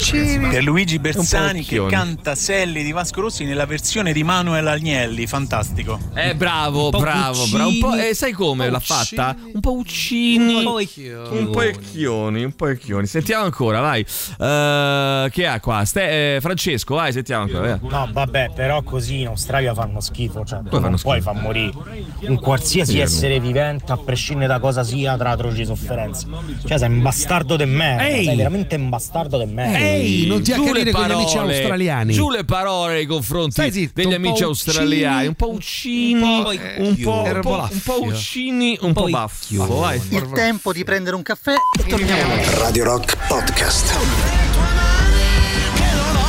Per Luigi Un po' Bersani che Vecchioni. canta Selli di Vasco Rossi nella versione di Manuel Agnelli, fantastico. Eh, bravo, po' bravo, Guccini. bravo. Un po', eh, sai come l'ha fatta? Un po' Uccini. Un po' Vecchioni. Un po' Vecchioni, un po' Vecchioni. Sentiamo ancora, vai. Eh, che ha qua? Ste- eh, Francesco, vai, sentiamo ancora. Vai. No, vabbè, però così in Australia fanno schifo, cioè tu fanno non schifo? puoi far morire un qualsiasi Sì, essere vivente a prescindere da cosa sia tra atroci sofferenze. Cioè sei un bastardo de merda, Ehi! sei veramente un bastardo de merda. Ehi, non ti Giù le accanire con gli amici parole, australiani. Giù le parole nei confronti Stai zitto, degli un po' amici Uccini, australiani. Un po' Uccini, un po' un Vecchioni. po', un po', Erbolaffio. un po' Uccini, un po' baffo. Vai. Il tempo di prendere un caffè e torniamo. Radio Rock Podcast.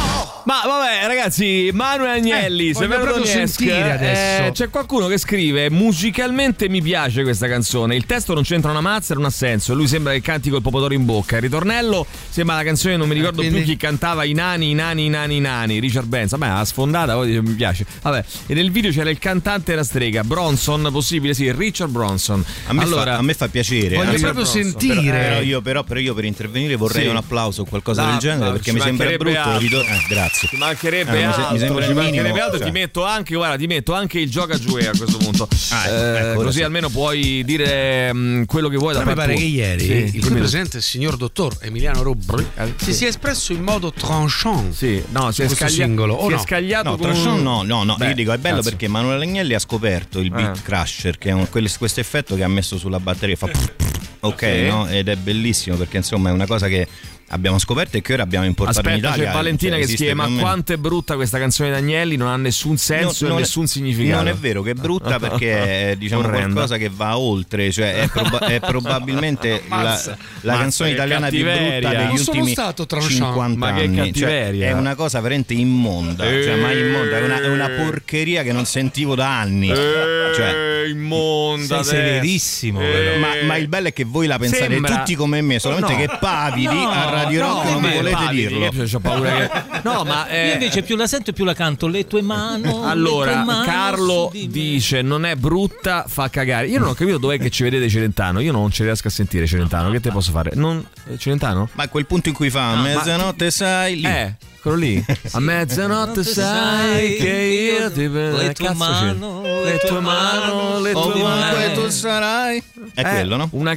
Ma vabbè, ragazzi, Manuel Agnelli, eh, Severo proprio Donetsk, sentire adesso. Eh, c'è qualcuno che scrive: musicalmente mi piace questa canzone, il testo non c'entra una mazza, non ha senso. Lui sembra che canti col pomodoro in bocca. Il ritornello sembra la canzone, non mi ricordo Quindi... più chi cantava, i nani, i nani, i nani, i nani. Richard Benson. Vabbè, la sfondata, poi dice, mi piace. Vabbè, e nel video c'era il cantante e la strega. Bronson, possibile? Sì, Richard Bronson. A me, allora, fa, a me fa piacere. Voglio Richard proprio Bronson. sentire. Però, però, io, però, però io per intervenire vorrei sì. un applauso o qualcosa no, del genere, no, perché mi sembra brutto. Ritor- eh, grazie. Ci mancherebbe eh, altro, mi sembra ci mancherebbe minimo, altro. cioè. Ti metto anche, guarda, ti metto anche il gioca giù a questo punto. Ah, ecco, eh, ecco, così sì. almeno puoi dire mh, quello che vuoi da mi parte pare tua. che ieri sì, il qui presente il signor dottor Emiliano Rubri si sì. sia espresso in modo tranchant. Sì, no, si è, questo scaglia- singolo, o si no? è scagliato No, con tranchant un... no, no, no. Beh, io dico è bello cazzo. perché Manuel Agnelli ha scoperto il beat Eh. crusher, che è un, quel- questo effetto che ha messo sulla batteria, fa ok, Sì. no? Ed è bellissimo perché insomma è una cosa che abbiamo scoperto e che ora abbiamo importato Aspetta, in Italia. c'è Valentina cioè, che esiste scrive: ma più o meno. quanto è brutta questa canzone di Agnelli, non ha nessun senso No, e non nessun è, significato. Non è vero che è brutta perché è diciamo Orrenda. qualcosa che va oltre, cioè è, proba- è probabilmente la, Mazza. la Mazza, canzone che italiana più cattiveria. brutta degli Non sono ultimi stato tranchant. cinquanta Ma che anni. cattiveria. Cioè, è una cosa veramente immonda, cioè, ma immonda, è una, è una porcheria che non sentivo da anni. Eh, Cioè, immonda, sei adesso. severissimo, Eh, però. ma, ma il bello è che voi la pensate Sembra- tutti come me, solamente No. che pavidi No, a Radio Rock no, non me volete pavidi, dirlo. io c'ho paura che... No, ma eh, Io invece più la sento e più la canto. Le tue mani. allora Carlo dice: non è brutta, fa cagare. Io non ho capito dov'è che ci vedete Celentano. Io non ci riesco a sentire Celentano. Che te posso fare? Non eh, Celentano? Ma a quel punto in cui fa Ah, mezzanotte sai lì. Eh, quello lì. A mezzanotte sai che io ti le tue cazzo mani, c'è? Le tue mani, le tue Ovunque mani. tu sarai. È Eh, quello, no? Una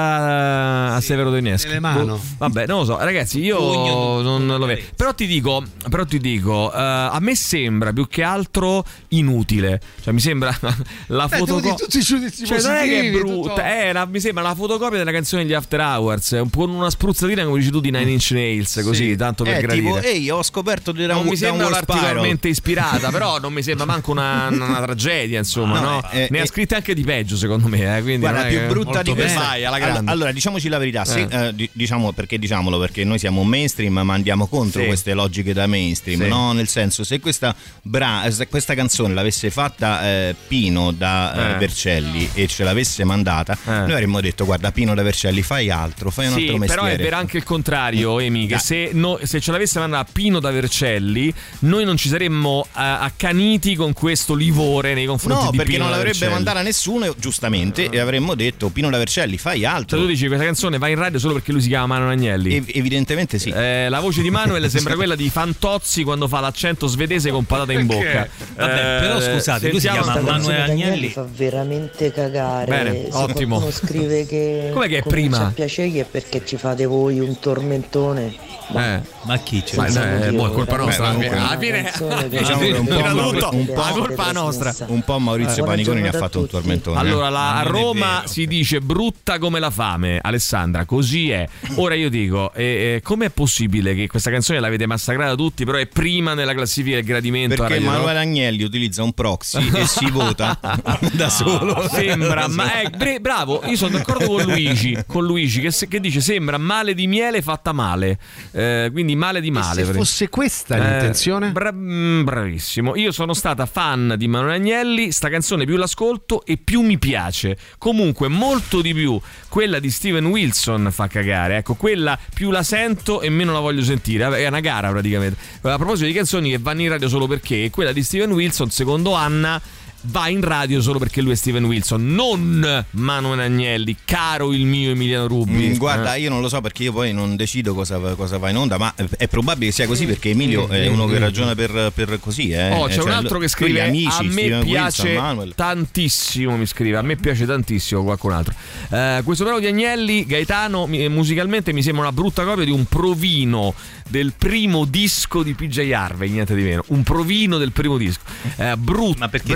carezza a Severo Donetsk. nelle mano. Vabbè, non lo so, ragazzi, io Pugno, non lo vedo. Però ti dico, però ti dico, eh, a me sembra più che altro inutile. Cioè, mi sembra la Beh, devo dire fotocopia. tutti i giudizi Cioè, non è che è positivi, brutta, tutto. eh, la- mi sembra la fotocopia della canzone degli After Hours, un po' una spruzzatina come dici tu di Nine Inch Nails, così, tanto per Eh, gradire. tipo, ehi, ho scoperto di Non mi da un sembra War Spiral. particolarmente ispirata, però non mi sembra manco una, una tragedia, insomma, No, no? eh, Ne ha eh, scritte anche di peggio, secondo me, eh, quindi Guarda, non è più che- brutta molto di bene. questa. Vai, alla Allora, grande. allora, diciamoci la verità, se, Eh. eh, di- diciamo perché diciamolo perché noi siamo mainstream, ma andiamo contro Sì. queste logiche da mainstream, Sì. no? Nel senso, se questa, bra- se questa canzone l'avesse fatta eh, Pino da eh, Eh. Vercelli e ce l'avesse mandata, noi avremmo detto: guarda, Pino da Vercelli, fai altro, fai un Sì, altro mestiere. però è vero anche il contrario, Emi, che Dai. se, no- se ce l'avesse mandata Pino da Vercelli, noi non ci saremmo eh, accaniti con questo livore nei confronti No, di perché Pino non da l'avrebbe Vercelli. mandata nessuno, giustamente, e avremmo detto: Pino da Vercelli, fai altro. Cioè tu dici questa canzone va in radio solo perché lui si chiama Manuel Agnelli? Ev- evidentemente sì. Eh, la voce di Manuel sembra quella di Fantozzi quando fa l'accento svedese con patata in bocca. Vabbè, però scusate, lui si sentiamo- chiama Manuel Agnelli. Fa veramente cagare. Bene, Se ottimo. qualcuno scrive che Com'è che è comincia prima? a piacergli è perché ci fate voi un tormentone. Eh. Ma chi c'è? Ma Senza eh, motivo, boh, è colpa Beh, nostra. comunque alla una fine, canzone che- Diciamo che un po' era Mauri- tutto un po'- la colpa nostra. Un po' Maurizio Buona Paniconi ne ha giornata a fatto un tutti. tormentone. Allora, la- a Non è Roma vero. si dice brutta come la fame, Alessandra, così è. Ora io dico, eh, eh, com'è possibile che questa canzone l'avete massacrata tutti, però è prima nella classifica del gradimento? a Perché Radio Rock? Manuel Agnelli utilizza un proxy e si vota da solo. Sembra, ma eh, bre- bravo, io sono d'accordo con Luigi, con Luigi che, se- che dice sembra male di miele fatta male, eh, quindi male di male. Se per- fosse questa Eh, l'intenzione? bra- mm, bravissimo. Io sono stata fan di Manuel Agnelli. Sta canzone più l'ascolto e più mi piace. Comunque, molto di più quella di Steven Wilson fa cagare. Ecco, quella più la sento e meno la voglio sentire. Vabbè, è una gara praticamente. A proposito di canzoni che vanno in radio solo perché, quella di Steven Wilson, secondo Anna, va in radio solo perché lui è Steven Wilson, non Manuel Agnelli, caro il mio Emiliano Rubbi. Mm, guarda, Eh. io non lo so perché io poi non decido cosa, cosa va in onda, ma è probabile che sia così perché Emilio è uno che ragiona per, per così. Eh. Oh, c'è Cioè, un altro che scrive: gli amici, a me Steven piace Wilson, Manuel. tantissimo, mi scrive, a me piace tantissimo qualcun altro. Eh, questo brano di Agnelli, Gaetano, mi- musicalmente mi sembra una brutta copia di un provino del primo disco di P J Harvey, niente di meno, un provino del primo disco. Eh, brutto Ma perché tu brano, c'eri?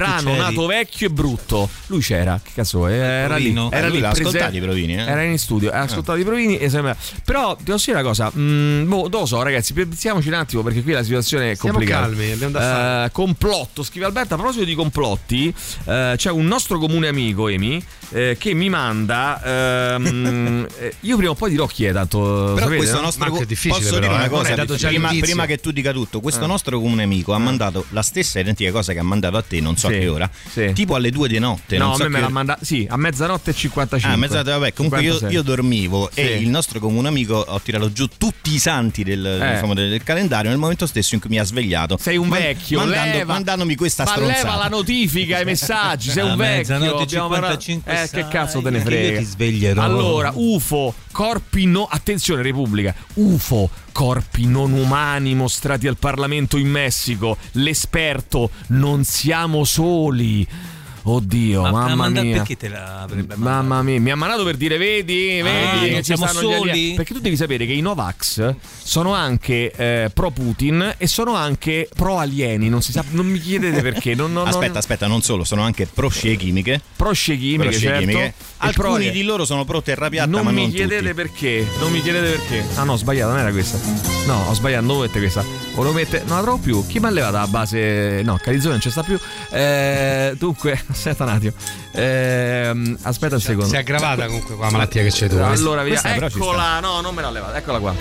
suonato vecchio e brutto. Lui c'era, che cazzo è? Era lì, era lui lì l'ha prese- ascoltato i Provini, eh? Era in studio, ha ascoltato i Provini e sembra... Però devo dire una cosa, mh, boh, non lo so ragazzi, pensiamoci un attimo perché qui la situazione è Stiamo complicata. calmi, abbiamo da fare. Eh, complotto, scrive Alberto. A proposito di complotti, eh, c'è un nostro comune amico, Emi, eh, che mi manda ehm, eh, io prima o poi dirò chi è, tanto Però sapete, questo no? nostro Ma che è difficile, posso però, dire una eh, cosa, non è dato già prima, l'indizio. prima che tu dica tutto, questo Eh. nostro comune amico ha mandato la stessa identica cosa che ha mandato a te, non so Sì, a che ora, sì. tipo alle due di notte. No, non a so me me che l'ha ora. mandato, sì, a mezzanotte e cinquantacinque. Ah, mezzanotte, vabbè, comunque io, cinquantasei. io dormivo Sì. e il nostro comune amico ho tirato giù tutti i santi del, Eh. insomma, del, del calendario nel momento stesso in cui mi ha svegliato. Sei un Man- vecchio, mandando- leva, mandandomi questa ma stronzata. leva la notifica ai messaggi, sei un Ah, vecchio. mezzanotte abbiamo parlato- cinquantacinque, Eh, che sai, cazzo te ne che frega? io ti sveglierò. Allora, U F O, corpi no, attenzione Repubblica, U F O, corpi non umani mostrati al Parlamento in Messico. L'esperto, non siamo soli. Oddio, Ma te l'ha mamma mandato mia. perché te l'avrebbe mandato? Mamma mia, mi ha mandato per dire vedi, vedi, non che ci siamo stanno gli soli? alieni. Perché tu devi sapere che i Novax sono anche eh, pro Putin e sono anche pro alieni, non si sa, non mi chiedete perché. Non, non, Aspetta, non... aspetta, non solo, sono anche pro scie chimiche. Pro scie chimiche, Pro scie certo. chimiche. E pro Alcuni alieni. di loro sono pro terra piatta, Non ma mi non chiedete tutti. perché, non mi chiedete perché. Ah no, ho sbagliato, non era questa. No, ho sbagliato, non lo mette questa. O lo mette, non la trovo più. Chi mi ha levato la base? No, Calizzone non ci sta più. Eh, dunque, aspetta un attimo. Eh, aspetta un secondo. Si è aggravata comunque qua la malattia che c'è tu. Allora, via. Questa però ci Eccola, no, non me l'ha levata, eccola qua.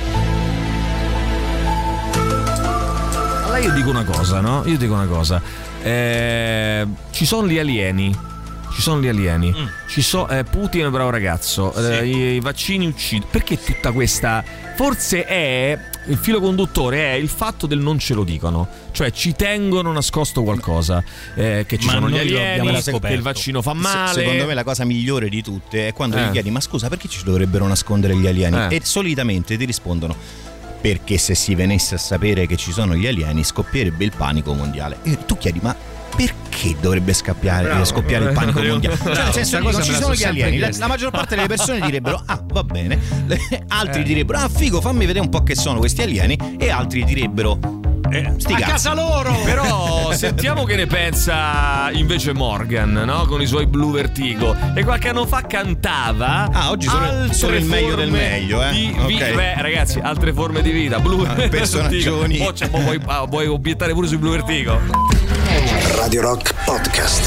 Allora io dico una cosa, no? Io dico una cosa. Eh, ci sono gli alieni. Ci sono gli alieni. Mm. Ci so, eh, Putin è un bravo ragazzo. Eh, i, i vaccini uccidono. Perché tutta questa. Forse è. Il filo conduttore è il fatto del non ce lo dicono. Cioè ci tengono nascosto qualcosa. Eh, che ci Ma sono gli noi lo alieni, abbiamo che scoperto. il vaccino fa Se- male. Secondo me la cosa migliore di tutte è quando Eh. gli chiedi ma scusa perché ci dovrebbero nascondere gli alieni Eh. e solitamente ti rispondono perché se si venisse a sapere che ci sono gli alieni scoppierebbe il panico mondiale. E tu chiedi ma perché dovrebbe scoppiare, Bravo. scoppiare il panico Bravo. mondiale? Cioè, nel senso, Questa dicono, cosa ci me la sono sono gli sempre alieni. La, chiesta. la maggior parte delle persone direbbero ah va bene, Le- altri Eh. direbbero ah figo fammi vedere un po' che sono questi alieni e altri direbbero eh, sti A cazzi. casa loro! Però sentiamo che ne pensa invece Morgan, no? Con i suoi Blue Vertigo. E qualche anno fa cantava. Ah, oggi solo- altre solo il meglio del forme meglio, eh? di Ok. vi- Beh, ragazzi, altre forme di vita. Blue Ah, personaggioni. Vertigo. Oh, cioè, mo vuoi, ah, vuoi obiettare pure sui Blue Vertigo? Radio Rock Podcast.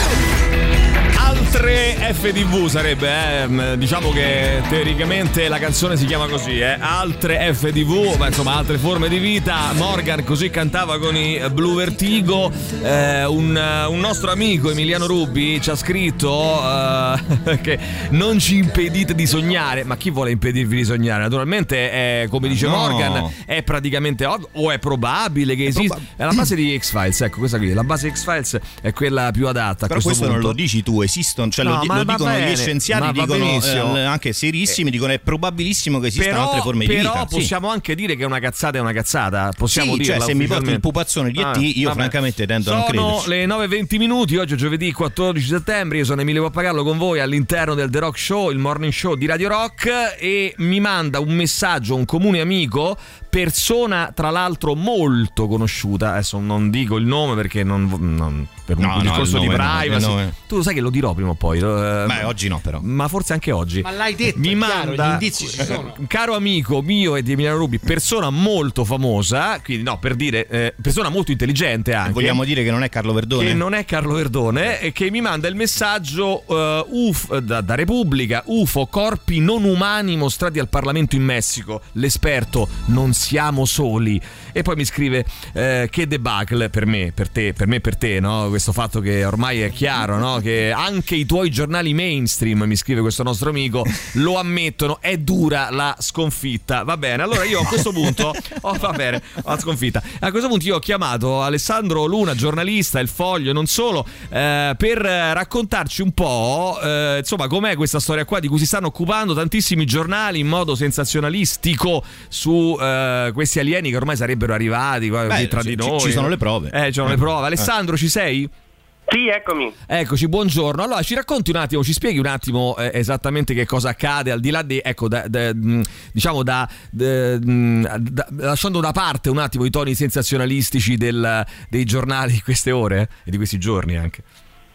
Altre F D V sarebbe, eh? Diciamo che teoricamente la canzone si chiama così, eh? Altre F D V, ma insomma altre forme di vita. Morgan così cantava con i Blue Vertigo. Eh, un, un nostro amico Emiliano Rubi ci ha scritto eh, che non ci impedite di sognare. Ma chi vuole impedirvi di sognare? Naturalmente è, come dice No. Morgan, è praticamente ovvio o è probabile che esista. probab- È la base di X-Files, ecco questa qui. La base X-Files è quella più adatta a Però questo, questo non punto. lo dici tu, esistono, cioè No, lo, di- ma lo va dicono bene, gli scienziati, ma va dicono benissimo. eh, anche serissimi, dicono è probabilissimo che esistano Però, altre forme di però vita. Sì. possiamo anche dire che una cazzata è una cazzata. Possiamo Sì, dirla cioè, se mi porti il ufficialmente. pupazzone di E T, io vabbè. francamente tendo a non Sono crederci. le nove e venti minuti, oggi è giovedì quattordici settembre, io sono Emilio Pappagallo con voi all'interno del The Rock Show, il morning show di Radio Rock, e mi manda un messaggio un comune amico, persona tra l'altro molto conosciuta, adesso non dico il nome perché non, non per un No, no, discorso il di nome no, privacy. il nome. Tu lo sai che lo dirò prima o poi. eh, Beh, oggi no però. Ma forse anche oggi. Ma l'hai detto, Mi è chiaro, manda gli indizi ci sono. un caro amico mio e di Emiliano Rubi, persona molto famosa, quindi no, per dire eh, persona molto intelligente anche. Vogliamo dire che non è Carlo Verdone? Che non è Carlo Verdone, e che mi manda il messaggio eh, U F, da, da Repubblica, U F O, corpi non umani mostrati al Parlamento in Messico. L'esperto, non siamo soli. E poi mi scrive eh, che debacle per me, per te, per me e per te, no? Questo fatto che ormai è chiaro, no? Che anche i tuoi giornali mainstream, mi scrive questo nostro amico, lo ammettono, è dura la sconfitta. Va bene, allora io a questo punto oh, va bene, la sconfitta. A questo punto io ho chiamato Alessandro Luna, giornalista, Il Foglio, non solo, eh, per raccontarci un po' eh, insomma com'è questa storia qua di cui si stanno occupando tantissimi giornali in modo sensazionalistico su eh, questi alieni che ormai sarebbero arrivati qua, Beh, tra ci- di ci- noi. ci sono le prove. Eh, ci sono le prove. Alessandro, ci sei? Sì, eccomi. Eccoci, buongiorno. Allora, ci racconti un attimo, ci spieghi un attimo eh, esattamente che cosa accade al di là di, ecco, da, da, mh, diciamo da, da, mh, da lasciando da parte un attimo i toni sensazionalistici del, dei giornali di queste ore e di questi giorni anche.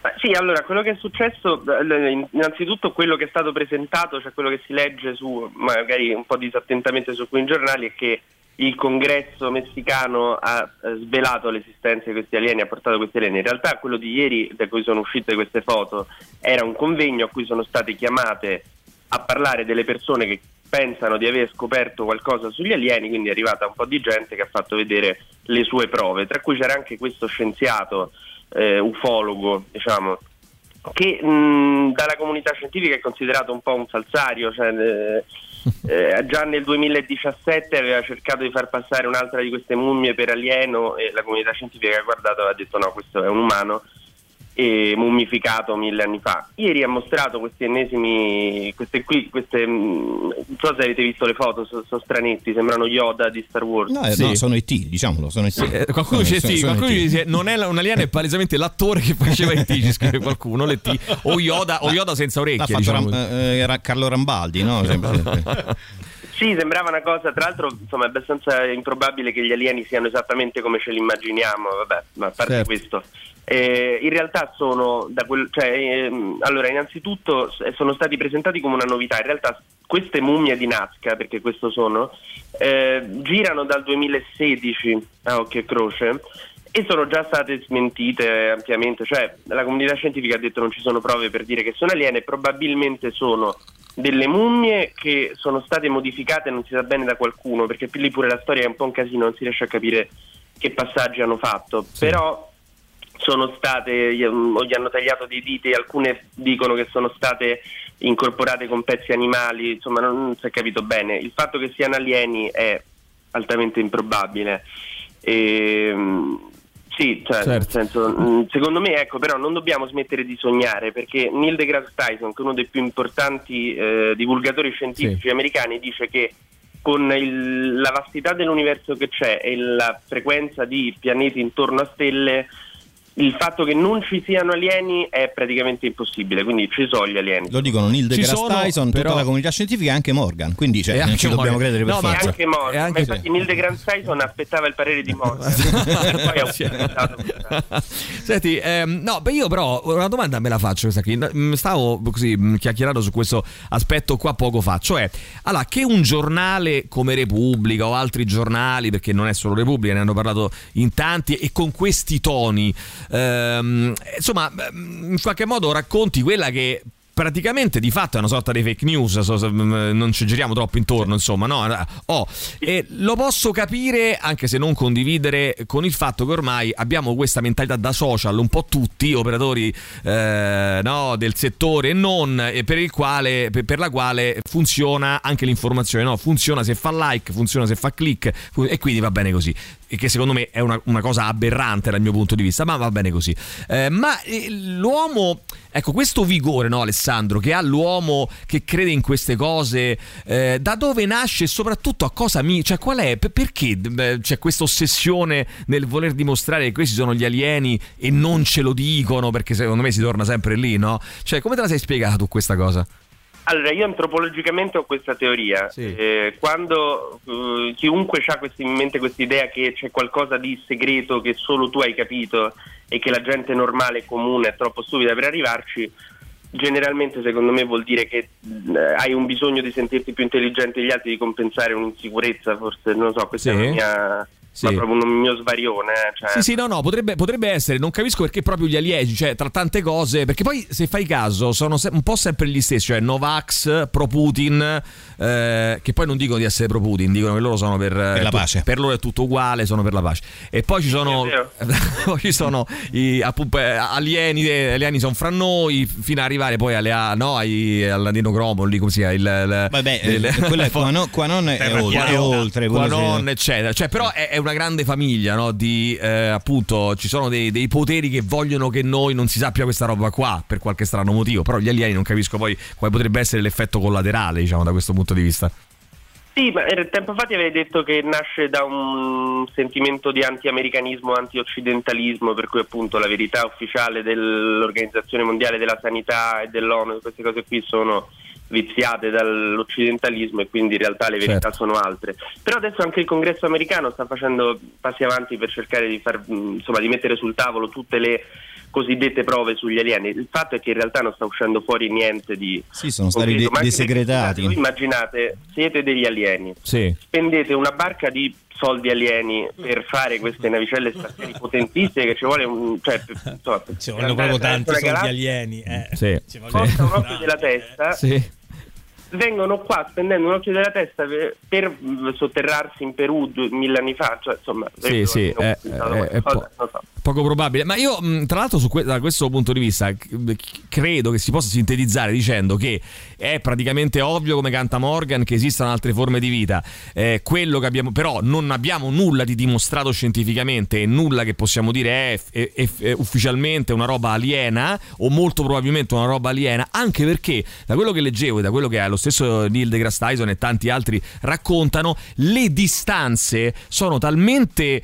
Sì, allora quello che è successo, innanzitutto quello che è stato presentato, cioè quello che si legge su, magari un po' disattentamente su alcuni giornali, è che il congresso messicano ha svelato l'esistenza di questi alieni, ha portato questi alieni. In realtà quello di ieri, da cui sono uscite queste foto, era un convegno a cui sono state chiamate a parlare delle persone che pensano di aver scoperto qualcosa sugli alieni, quindi è arrivata un po' di gente che ha fatto vedere le sue prove, tra cui c'era anche questo scienziato eh, ufologo, diciamo, che mh, dalla comunità scientifica è considerato un po' un falsario, cioè, eh, eh, già nel duemiladiciassette aveva cercato di far passare un'altra di queste mummie per alieno e la comunità scientifica ha guardato e ha detto no, questo è un umano e mummificato mille anni fa. Ieri ha mostrato questi ennesimi, queste qui, queste, non so se avete visto le foto, sono, sono stranetti, sembrano Yoda di Star Wars. No, eh, sì. no sono E T, diciamolo, sono E T. Sì, eh, qualcuno dice sì, qualcuno dice non è un alieno, è palesemente l'attore che faceva E T, ci scrive qualcuno, l'E T, o Yoda, o Yoda senza orecchie. L'ha fatto diciamo. Ram, eh, era Carlo Rambaldi, no? Sì, sembrava una cosa, tra l'altro insomma è abbastanza improbabile che gli alieni siano esattamente come ce li immaginiamo, vabbè, ma a parte certo. questo. Eh, in realtà sono da quel, cioè, eh, allora innanzitutto sono stati presentati come una novità. In realtà queste mummie di Nazca, perché questo sono, eh, girano dal duemilasedici a occhio e croce e sono già state smentite ampiamente, cioè la comunità scientifica ha detto non ci sono prove per dire che sono aliene, probabilmente sono delle mummie che sono state modificate non si sa bene da qualcuno, perché lì pure la storia è un po' un casino, non si riesce a capire che passaggi hanno fatto, sì. Però sono state, gli hanno tagliato dei diti, alcune dicono che sono state incorporate con pezzi animali, insomma non, non si è capito bene. Il fatto che siano alieni è altamente improbabile. E, sì, cioè, certo. Nel senso, secondo me, ecco, però non dobbiamo smettere di sognare, perché Neil deGrasse Tyson, che è uno dei più importanti eh, divulgatori scientifici sì. americani, dice che con il, la vastità dell'universo che c'è e la frequenza di pianeti intorno a stelle, il fatto che non ci siano alieni è praticamente impossibile, quindi ci sono gli alieni. Lo dicono Neil deGrasse Tyson, però... tutta la comunità scientifica e anche Morgan, quindi cioè, non ci dobbiamo credere per no, forza. E anche Morgan, e anche... ma infatti Neil deGrasse Tyson aspettava il parere di Morgan e poi ha utilizzato. Senti, ehm, no, beh, io però una domanda me la faccio questa qui. Stavo così chiacchierando su questo aspetto qua poco fa, cioè allora, che un giornale come Repubblica o altri giornali, perché non è solo Repubblica, ne hanno parlato in tanti e con questi toni, ehm, insomma, in qualche modo racconti quella che praticamente di fatto è una sorta di fake news, non ci giriamo troppo intorno, insomma, no? Oh, e lo posso capire, anche se non condividere, con il fatto che ormai abbiamo questa mentalità da social, un po' tutti operatori eh, no, del settore e non, e per il quale per, per la quale funziona anche l'informazione, no? Funziona se fa like, funziona se fa click, e quindi va bene così. E che secondo me è una, una cosa aberrante dal mio punto di vista, ma va bene così. Eh, ma eh, l'uomo, ecco, questo vigore, no, Alessandro, che ha l'uomo che crede in queste cose, eh, da dove nasce e soprattutto a cosa mi, cioè qual è, perché eh, c'è questa ossessione nel voler dimostrare che questi sono gli alieni e non ce lo dicono, perché secondo me si torna sempre lì, no? Cioè, come te la sei spiegata tu questa cosa? Allora, io antropologicamente ho questa teoria, sì. eh, quando uh, chiunque ha in mente questa idea che c'è qualcosa di segreto che solo tu hai capito e che la gente normale comune è troppo stupida per arrivarci, generalmente secondo me vuol dire che eh, hai un bisogno di sentirti più intelligente degli altri, di compensare un'insicurezza, forse, non lo so, questa sì. è la mia... Sì. Ma proprio un mio svarione, cioè. Sì, sì, no, no, potrebbe, potrebbe essere. Non capisco perché proprio gli alieni, cioè tra tante cose, perché poi se fai caso sono se- un po' sempre gli stessi, cioè Novax, pro Putin, eh, che poi non dicono di essere pro Putin, dicono che loro sono per, per la pace. Tu, per loro è tutto uguale, sono per la pace. E poi ci sono poi ci sono i appunto, alieni, gli alieni sono fra noi, fino ad arrivare poi alle, no, ai, all'adenocromo, lì come si chiama, il, il, vabbè, il, quello è Quanon, Quanon è, è oltre, è oltre Quanon, eccetera. Cioè, però è, è una grande famiglia, no? Di eh, appunto ci sono dei, dei poteri che vogliono che noi non si sappia questa roba qua per qualche strano motivo, però gli alieni non capisco poi quale potrebbe essere l'effetto collaterale, diciamo, da questo punto di vista. Sì, ma tempo fa ti avevi detto che nasce da un sentimento di anti-americanismo, anti-occidentalismo, per cui appunto la verità ufficiale dell'Organizzazione Mondiale della Sanità e dell'ONU, queste cose qui sono viziate dall'occidentalismo e quindi in realtà le verità certo. sono altre. Però adesso anche il Congresso americano sta facendo passi avanti per cercare di far, insomma, di mettere sul tavolo tutte le cosiddette prove sugli alieni. Il fatto è che in realtà non sta uscendo fuori niente di sì, sono stati de- desegretati. Voi immaginate, siete degli alieni, sì. spendete una barca di soldi alieni per fare queste navicelle spaziali potentissime che ci vuole un cioè, insomma, ci vogliono proprio tanti soldi galassia, alieni eh. sì. Ci costa un occhio della testa, sì. vengono qua spendendo un occhio della testa per, per sotterrarsi in Perù mille anni fa, cioè insomma sì, sì, è, è, è po- non so. poco probabile, ma io tra l'altro su que- da questo punto di vista credo che si possa sintetizzare dicendo che è praticamente ovvio, come canta Morgan, che esistano altre forme di vita, eh, quello che abbiamo, però non abbiamo nulla di dimostrato scientificamente e nulla che possiamo dire è, è, è, è ufficialmente una roba aliena o molto probabilmente una roba aliena, anche perché da quello che leggevo e da quello che lo stesso Neil deGrasse Tyson e tanti altri raccontano, le distanze sono talmente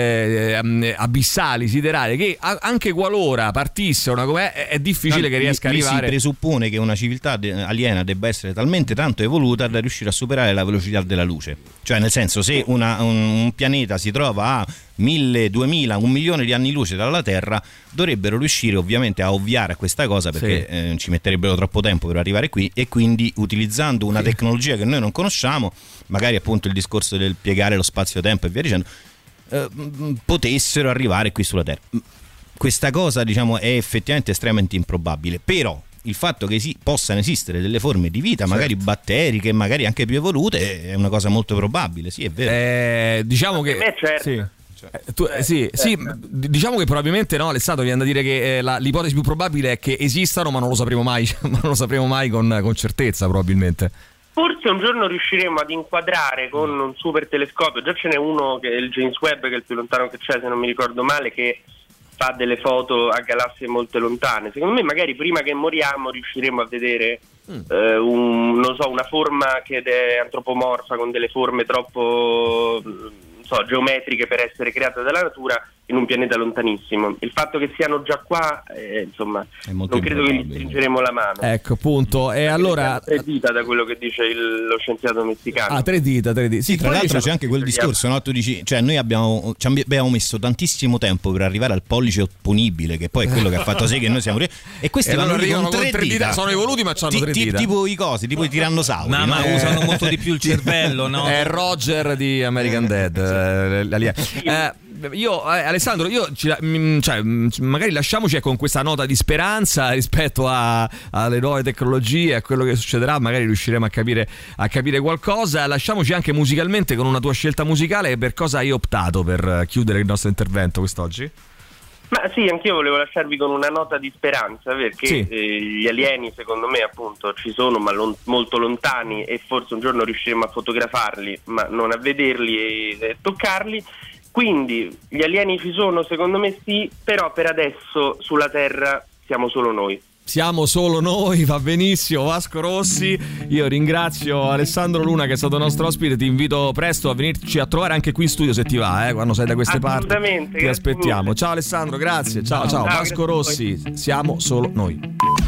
eh, abissali, siderali, che anche qualora partisse una com'è è difficile no, che riesca a arrivare. Si presuppone che una civiltà de- aliena debba essere talmente tanto evoluta da riuscire a superare la velocità della luce, cioè nel senso, se una, un, un pianeta si trova a mille, duemila, un milione di anni luce dalla Terra, dovrebbero riuscire ovviamente a ovviare a questa cosa, perché sì. eh, ci metterebbero troppo tempo per arrivare qui, e quindi utilizzando una sì. tecnologia che noi non conosciamo, magari appunto il discorso del piegare lo spazio-tempo e via dicendo, eh, potessero arrivare qui sulla Terra. Questa cosa, diciamo, è effettivamente estremamente improbabile, però il fatto che si possano esistere delle forme di vita, certo. magari batteriche, magari anche più evolute, è una cosa molto probabile, sì, è vero. Eh, diciamo che me certo. sì. Eh, tu, eh, sì, sì, diciamo che probabilmente no, Alessandro, viene da dire che eh, la, l'ipotesi più probabile è che esistano, ma non lo sapremo mai, ma non lo sapremo mai con, con certezza, probabilmente. Forse un giorno riusciremo ad inquadrare con un super telescopio, già ce n'è uno che è il James Webb, che è il più lontano che c'è, se non mi ricordo male, che fa delle foto a galassie molto lontane. Secondo me magari prima che moriamo riusciremo a vedere mm. eh, un, non so, una forma che è antropomorfa, con delle forme troppo so, geometriche per essere create dalla natura in un pianeta lontanissimo. Il fatto che siano già qua, eh, insomma, non credo che gli stringeremo la mano. Ecco, appunto. E allora tre dita, da quello che dice il, lo scienziato messicano. Ah, tre dita, tre dita. Sì, tra l'altro diciamo, c'è anche quel discorso, no? Tu dici, cioè noi abbiamo, ci abbiamo messo tantissimo tempo per arrivare al pollice opponibile, che poi è quello che ha fatto sì che noi siamo e questi e vanno arrivano con tre, tre dita. dita. Sono evoluti, ma c'hanno T- tre dita. Tipo i cosi, tipo i tirannosauri. No, ma no? usano molto di più il cervello, no? È Roger di American Dead. Eh, eh, io eh, Alessandro, io ci, cioè, magari lasciamoci con questa nota di speranza rispetto a, alle nuove tecnologie, a quello che succederà, magari riusciremo a capire, a capire qualcosa. Lasciamoci anche musicalmente con una tua scelta musicale. Per cosa hai optato per chiudere il nostro intervento quest'oggi? Ma sì, anch'io volevo lasciarvi con una nota di speranza, perché sì. eh, gli alieni secondo me appunto ci sono, ma lon- molto lontani, e forse un giorno riusciremo a fotografarli ma non a vederli e, e toccarli. Quindi gli alieni ci sono, secondo me sì, però per adesso sulla Terra siamo solo noi. Siamo solo noi, va benissimo. Vasco Rossi, io ringrazio Alessandro Luna che è stato nostro ospite, ti invito presto a venirci a trovare anche qui in studio se ti va, eh, quando sei da queste parti. Ti aspettiamo. Mille. Ciao Alessandro, grazie. Ciao, ciao. ciao. Vasco Rossi, siamo solo noi.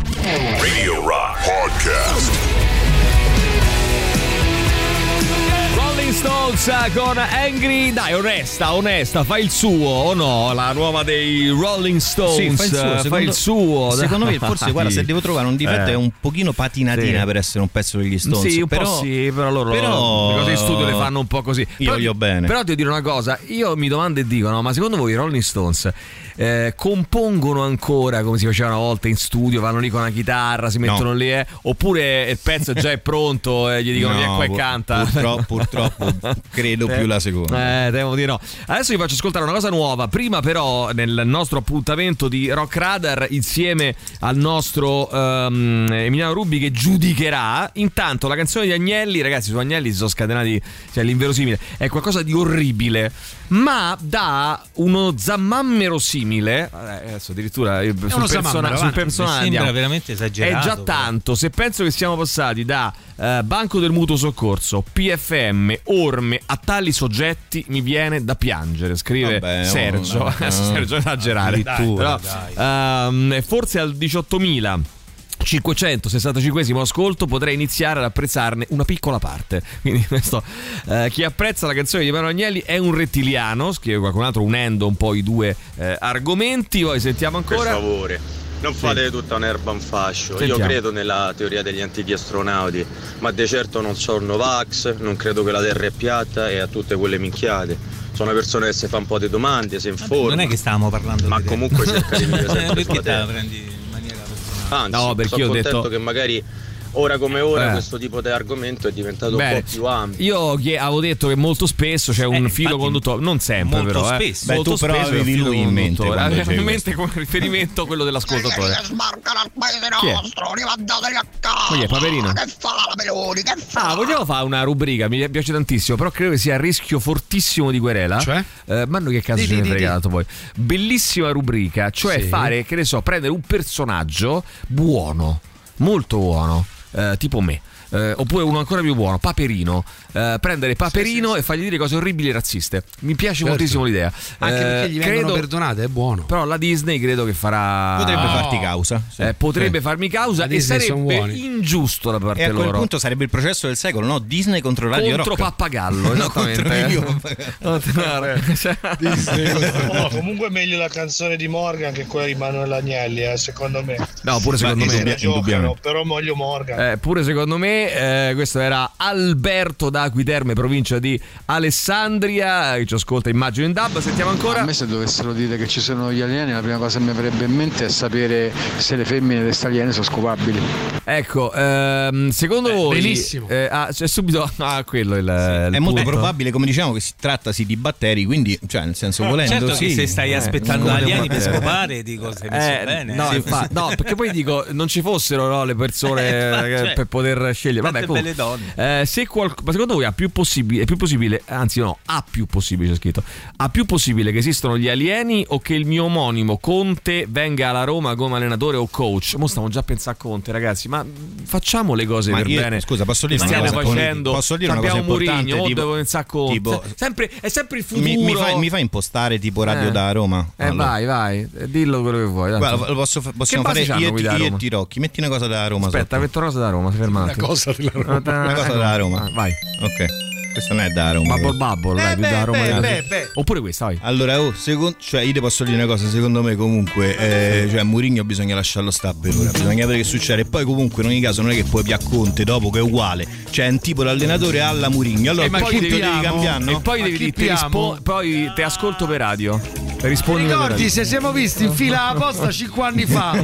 Radio Rock Podcast. Stones con Angry, dai, onesta, onesta, fa il suo o no? La nuova dei Rolling Stones, sì, fa il suo. Secondo, fa il suo. Secondo me, forse, guarda, se devo trovare un difetto, eh. è un pochino patinatina sì. per essere un pezzo degli Stones. Sì, un però, po' sì, però loro però, le cose in studio le fanno un po' così. Io però, voglio bene. Però devo dire una cosa, io mi domando e dico, no, ma secondo voi i Rolling Stones eh, compongono ancora come si faceva una volta in studio, vanno lì con una chitarra, si mettono no. lì, eh, oppure il pezzo già è pronto e gli dicono no, vieni qua e canta? Purtroppo, purtroppo credo più la seconda. Eh, devo dire no. Adesso vi faccio ascoltare una cosa nuova. Prima però nel nostro appuntamento di Rock Radar insieme al nostro um, Emiliano Rubi che giudicherà. Intanto la canzone di Agnelli, ragazzi, su Agnelli si sono scatenati, cioè l'inverosimile, è qualcosa di orribile, ma da uno zammammero simile, adesso addirittura sul, persona- sul personaggio sembra veramente esagerato. È già tanto, se penso che siamo passati da uh, Banco del Mutuo Soccorso, P F M, orme, a tali soggetti mi viene da piangere, scrive Vabbè, Sergio. Oh, no, no, Sergio esagerare. Dai, Però, dai. Um, forse al diciottomila cinquecentosessantacinquesimo ascolto potrei iniziare ad apprezzarne una piccola parte. Quindi questo, eh, chi apprezza la canzone di Manuel Agnelli è un rettiliano, scrive qualcun altro unendo un po' i due eh, argomenti. Poi sentiamo ancora. Per favore, non fate sì. tutta un'erba un fascio. Sentiamo. Io credo nella teoria degli antichi astronauti, ma di certo non sono Novax, non credo che la Terra è piatta e a tutte quelle minchiate. Sono una persona che si fa un po' di domande, si informa. Non è che stavamo parlando ma di comunque cerca di vivere sempre perché te la prendi in maniera personale? Anzi, no, perché sono io ho contento detto che magari ora come ora eh. questo tipo di argomento è diventato Bene. un po' più ampio. Io chi- avevo detto che molto spesso c'è un Eh, filo conduttore, non sempre molto però, spesso. eh. Beh, molto tu però spesso è un avevi filo lui in mente conduttore. quando Avevo in dicevi mente come riferimento quello dell'ascoltatore. Sbarca dal paese Chi è? nostro, rimandateli a casa. Chi è, Paperino? Che fa la Meloni? Che fa? Ah, vogliamo fare una rubrica, mi piace tantissimo, però credo che sia a rischio fortissimo di querela. Cioè? Eh, ma noi che cazzo Di, ce ne di, frega di. tanto poi. Bellissima rubrica, cioè Sì. fare, che ne so, prendere un personaggio buono, molto buono, eh, tipo me. Eh, oppure uno ancora più buono, Paperino, eh, prendere Paperino sì, sì, sì. e fargli dire cose orribili e razziste. Mi piace certo. moltissimo l'idea. Anche eh, perché gli vengono credo, perdonate, è buono. però la Disney credo che farà potrebbe no. farti causa sì. eh, potrebbe sì. farmi causa La e Disney son sarebbe buoni. ingiusto da parte e a quel loro. punto sarebbe il processo del secolo, no? Disney contro Radio contro Rock. Pappagallo, esattamente. No, comunque è meglio la canzone di Morgan che quella di Manuel Agnelli, eh, secondo me. No, pure secondo Ma me indubbi- giocano, indubbiamente. però meglio Morgan. Eh, pure secondo me, eh, questo era Alberto da Acquiterme, provincia di Alessandria, che ci ascolta immagino in dub. Sentiamo ancora. A me se dovessero dire che ci sono gli alieni, la prima cosa che mi verrebbe in mente è sapere se le femmine delle queste aliene sono scopabili. Ecco, ehm, secondo eh, voi benissimo. Eh, ah, c'è subito ah, quello il, Sì. il È molto punto. probabile, come diciamo, che si trattasi di batteri, quindi, cioè, nel senso, volendo Certo sì. che se stai Eh, aspettando come alieni per batteri. scopare dico sei messo Eh, bene. no, Sì. infa- no, perché poi dico non ci fossero no, le persone Eh, ma eh, cioè, per poter scegliere. Vabbè, tante comunque, belle donne. eh, se qual- ma secondo voi ha più possibile, è più possibile, anzi no, ha più possibile, c'è scritto, ha più possibile che esistano gli alieni o che il mio omonimo Conte venga alla Roma come allenatore o coach? Mo stiamo già a pensare a Conte, ragazzi, ma facciamo le cose Ma per io- bene. scusa, posso dire che una stiamo cosa? facendo? Posso dire una Abbiamo cosa importante, Mourinho, o tipo- devo pensare a Conte. tipo- sempre, è sempre il futuro. Mi, mi, fai, mi fai impostare tipo Radio Eh. da Roma? Eh, Allora. vai, vai, eh, dillo quello che vuoi. tanto. Guarda, lo posso, fa- possiamo Che fare basi c'hanno io, quelli da io Roma? e Tirocchi. Metti una cosa da Roma. Aspetta, sotto. metto una cosa da Roma, si ferma un Una attimo. cosa della Roma. Una cosa da Roma. Ah, vai. Ok. Questo non è da Roma. Bubble Bubble, dai, più da Roma. beh, di- beh, beh. Oppure questa, vai. Allora, oh, secon- cioè, io ti posso dire una cosa, secondo me comunque, eh, cioè Mourinho bisogna lasciarlo stare per ora, bisogna vedere che succede. E poi comunque in ogni caso non è che puoi più a Conte dopo che è uguale, cioè è un tipo d'allenatore alla Mourinho. Allora E poi poi devi devi- cambiare, no? E poi Ma devi chi dire, ti piamo? rispo- poi ti ascolto per radio. Rispondi per Ricordi radio. se siamo visti in fila alla posta cinque anni fa?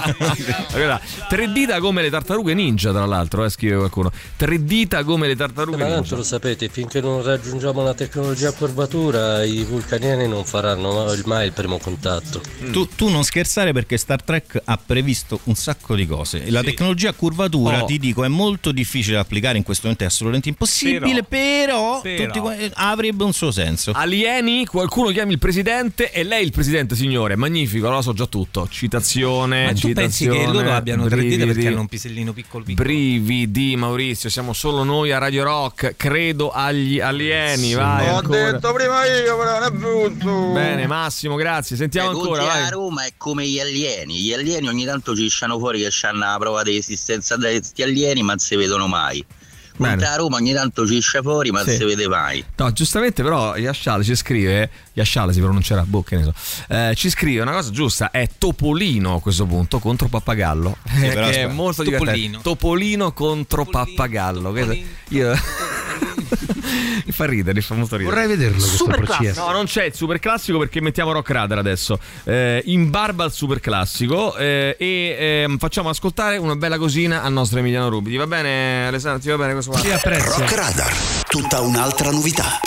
Guarda, tre dita come le tartarughe ninja, tra l'altro, eh, scrive qualcuno. Tre dita come le tartarughe Ma tanto ninja. lo sapete, finché non raggiungiamo la tecnologia a curvatura i vulcaniani non faranno mai il primo contatto. Tu, tu non scherzare perché Star Trek ha previsto un sacco di cose e la tecnologia a curvatura, Oh. ti dico, è molto difficile da applicare in questo momento, è assolutamente impossibile, però, Però. tutti qua- avrebbe un suo senso. Alieni, qualcuno chiami il presidente e lei il presidente, signore. Magnifico, allora so già tutto. Citazione, Ma tu pensi citazione, che loro abbiano tre dita brividi. perché hanno un pisellino piccolo piccolo? Brividi, Maurizio, siamo solo noi a Radio Rock. Credo agli alieni. Vai, Ho ancora. detto prima io, però non è brutto. Bene, Massimo, grazie. Sentiamo ancora. Conte Vai. a Roma è come gli alieni. Gli alieni ogni tanto ci sciano fuori che hanno la prova di esistenza di questi alieni, ma non si vedono mai. Conte Bene. a Roma ogni tanto ci scia fuori, ma non Sì. si vede mai. No, giustamente però Yasciale ci scrive, Yasciale si pronuncerà, boh, che ne so, eh, ci scrive una cosa giusta, è Topolino a questo punto contro Pappagallo, Sì, eh, però che è aspetta, molto Topolino. divertente. Topolino contro Pappagallo. Che- Io mi fa ridere, mi fa molto ridere. Vorrei vederlo questo processo. No, non c'è il super classico perché mettiamo Rock Radar adesso. Eh, in barba al super classico eh, e ehm, facciamo ascoltare una bella cosina al nostro Emiliano Rubi. Ti va bene, Alessandro? Ti va bene questo qua? Ti apprezzo. Rock Radar, tutta un'altra novità.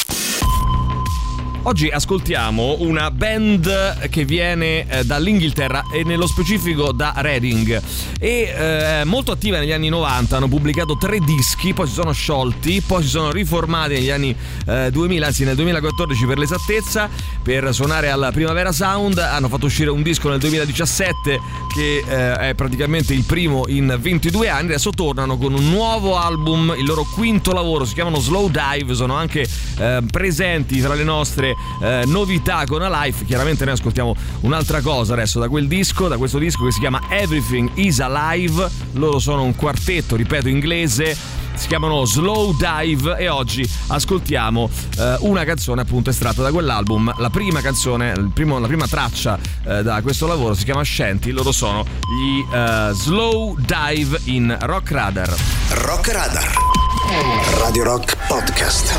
Oggi ascoltiamo una band che viene eh, dall'Inghilterra e nello specifico da Reading e eh, molto attiva negli anni novanta, hanno pubblicato tre dischi, poi si sono sciolti, poi si sono riformati negli anni eh, duemila, anzi nel duemilaquattordici per l'esattezza, per suonare alla Primavera Sound. Hanno fatto uscire un disco nel duemiladiciassette che eh, è praticamente il primo in ventidue anni. Adesso tornano con un nuovo album, il loro quinto lavoro, si chiamano Slow Dive, sono anche eh, presenti tra le nostre le eh, novità con Alive. Chiaramente noi ascoltiamo un'altra cosa adesso da quel disco, da questo disco che si chiama Everything is Alive. Loro sono un quartetto, ripeto, inglese, si chiamano Slow Dive e oggi ascoltiamo eh, una canzone appunto estratta da quell'album. La prima canzone, il primo, la prima traccia eh, da questo lavoro si chiama Shanty. Loro sono gli eh, Slow Dive in Rock Radar. Rock Radar, Radio Rock Podcast.